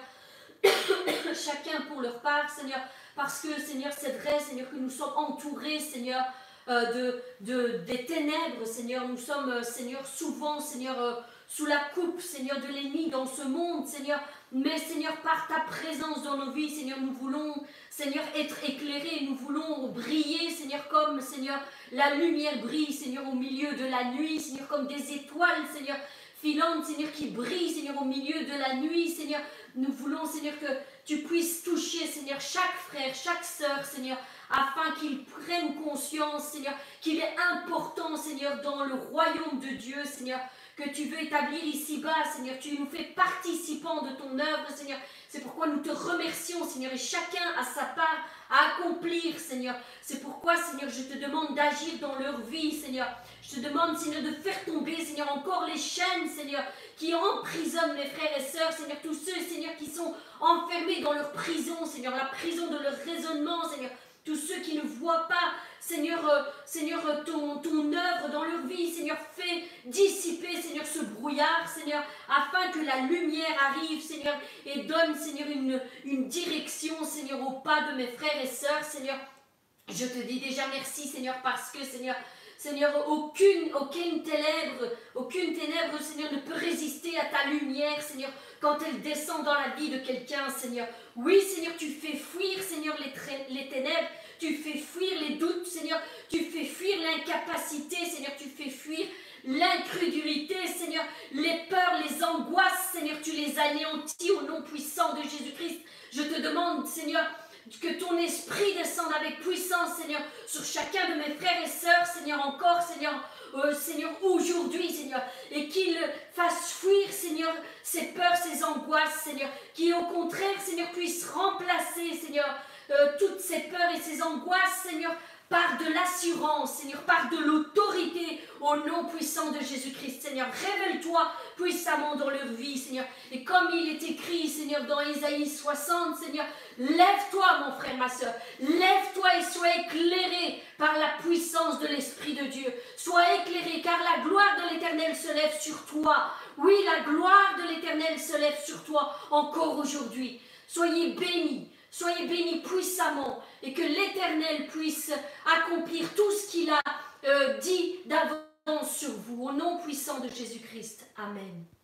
chacun pour leur part, Seigneur, parce que, Seigneur, c'est vrai, Seigneur, que nous sommes entourés, Seigneur, euh, de, de, des ténèbres, Seigneur. Nous sommes, euh, Seigneur, souvent, Seigneur, euh, sous la coupe, Seigneur, de l'ennemi dans ce monde, Seigneur. Mais, Seigneur, par ta présence dans nos vies, Seigneur, nous voulons, Seigneur, être éclairés. Nous voulons briller, Seigneur, comme, Seigneur, la lumière brille, Seigneur, au milieu de la nuit, Seigneur, comme des étoiles, Seigneur, filantes, Seigneur, qui brillent, Seigneur, au milieu de la nuit, Seigneur. Nous voulons, Seigneur, que tu puisses toucher, Seigneur, chaque frère, chaque sœur, Seigneur, afin qu'ils prennent conscience, Seigneur, qu'il est important, Seigneur, dans le royaume de Dieu, Seigneur, que tu veux établir ici-bas, Seigneur. Tu nous fais participants de ton œuvre, Seigneur. C'est pourquoi nous te remercions, Seigneur, et chacun a sa part à accomplir, Seigneur. C'est pourquoi, Seigneur, je te demande d'agir dans leur vie, Seigneur. Je te demande, Seigneur, de faire tomber, Seigneur, encore les chaînes, Seigneur, qui emprisonnent mes frères et sœurs, Seigneur. Tous ceux, Seigneur, qui sont enfermés dans leur prison, Seigneur, la prison de leur raisonnement, Seigneur. Tous ceux qui ne voient pas, Seigneur, euh, Seigneur euh, ton, ton œuvre dans leur vie, Seigneur, fais dissiper, Seigneur, ce brouillard, Seigneur, afin que la lumière arrive, Seigneur, et donne, Seigneur, une, une direction, Seigneur, au pas de mes frères et sœurs, Seigneur. Je te dis déjà merci, Seigneur, parce que, Seigneur, Seigneur, aucune, aucune ténèbre, aucune ténèbre, Seigneur, ne peut résister à ta lumière, Seigneur, quand elle descend dans la vie de quelqu'un, Seigneur. Oui, Seigneur, tu fais fuir, Seigneur, les, les ténèbres, tu fais fuir les doutes, Seigneur, tu fais fuir l'incapacité, Seigneur, tu fais fuir l'incrédulité, Seigneur, les peurs, les angoisses, Seigneur, tu les anéantis au nom puissant de Jésus-Christ. Je te demande, Seigneur, que ton esprit descende avec puissance, Seigneur, sur chacun de mes frères et sœurs, Seigneur, encore, Seigneur, euh, Seigneur, aujourd'hui, Seigneur, et qu'il fasse fuir, Seigneur, ces peurs, ces angoisses, Seigneur, qui au contraire, Seigneur, puisse remplacer, Seigneur, euh, toutes ces peurs et ces angoisses, Seigneur, par de l'assurance, Seigneur, par de l'autorité au nom puissant de Jésus-Christ, Seigneur. Révèle-toi puissamment dans leur vie, Seigneur. Et comme il est écrit, Seigneur, dans Ésaïe soixante, Seigneur, lève-toi, mon frère, ma soeur. Lève-toi et sois éclairé par la puissance de l'Esprit de Dieu. Sois éclairé, car la gloire de l'Éternel se lève sur toi. Oui, la gloire de l'Éternel se lève sur toi encore aujourd'hui. Soyez bénis. Soyez bénis puissamment et que l'Éternel puisse accomplir tout ce qu'il a euh, dit d'avance sur vous. Au nom puissant de Jésus-Christ. Amen.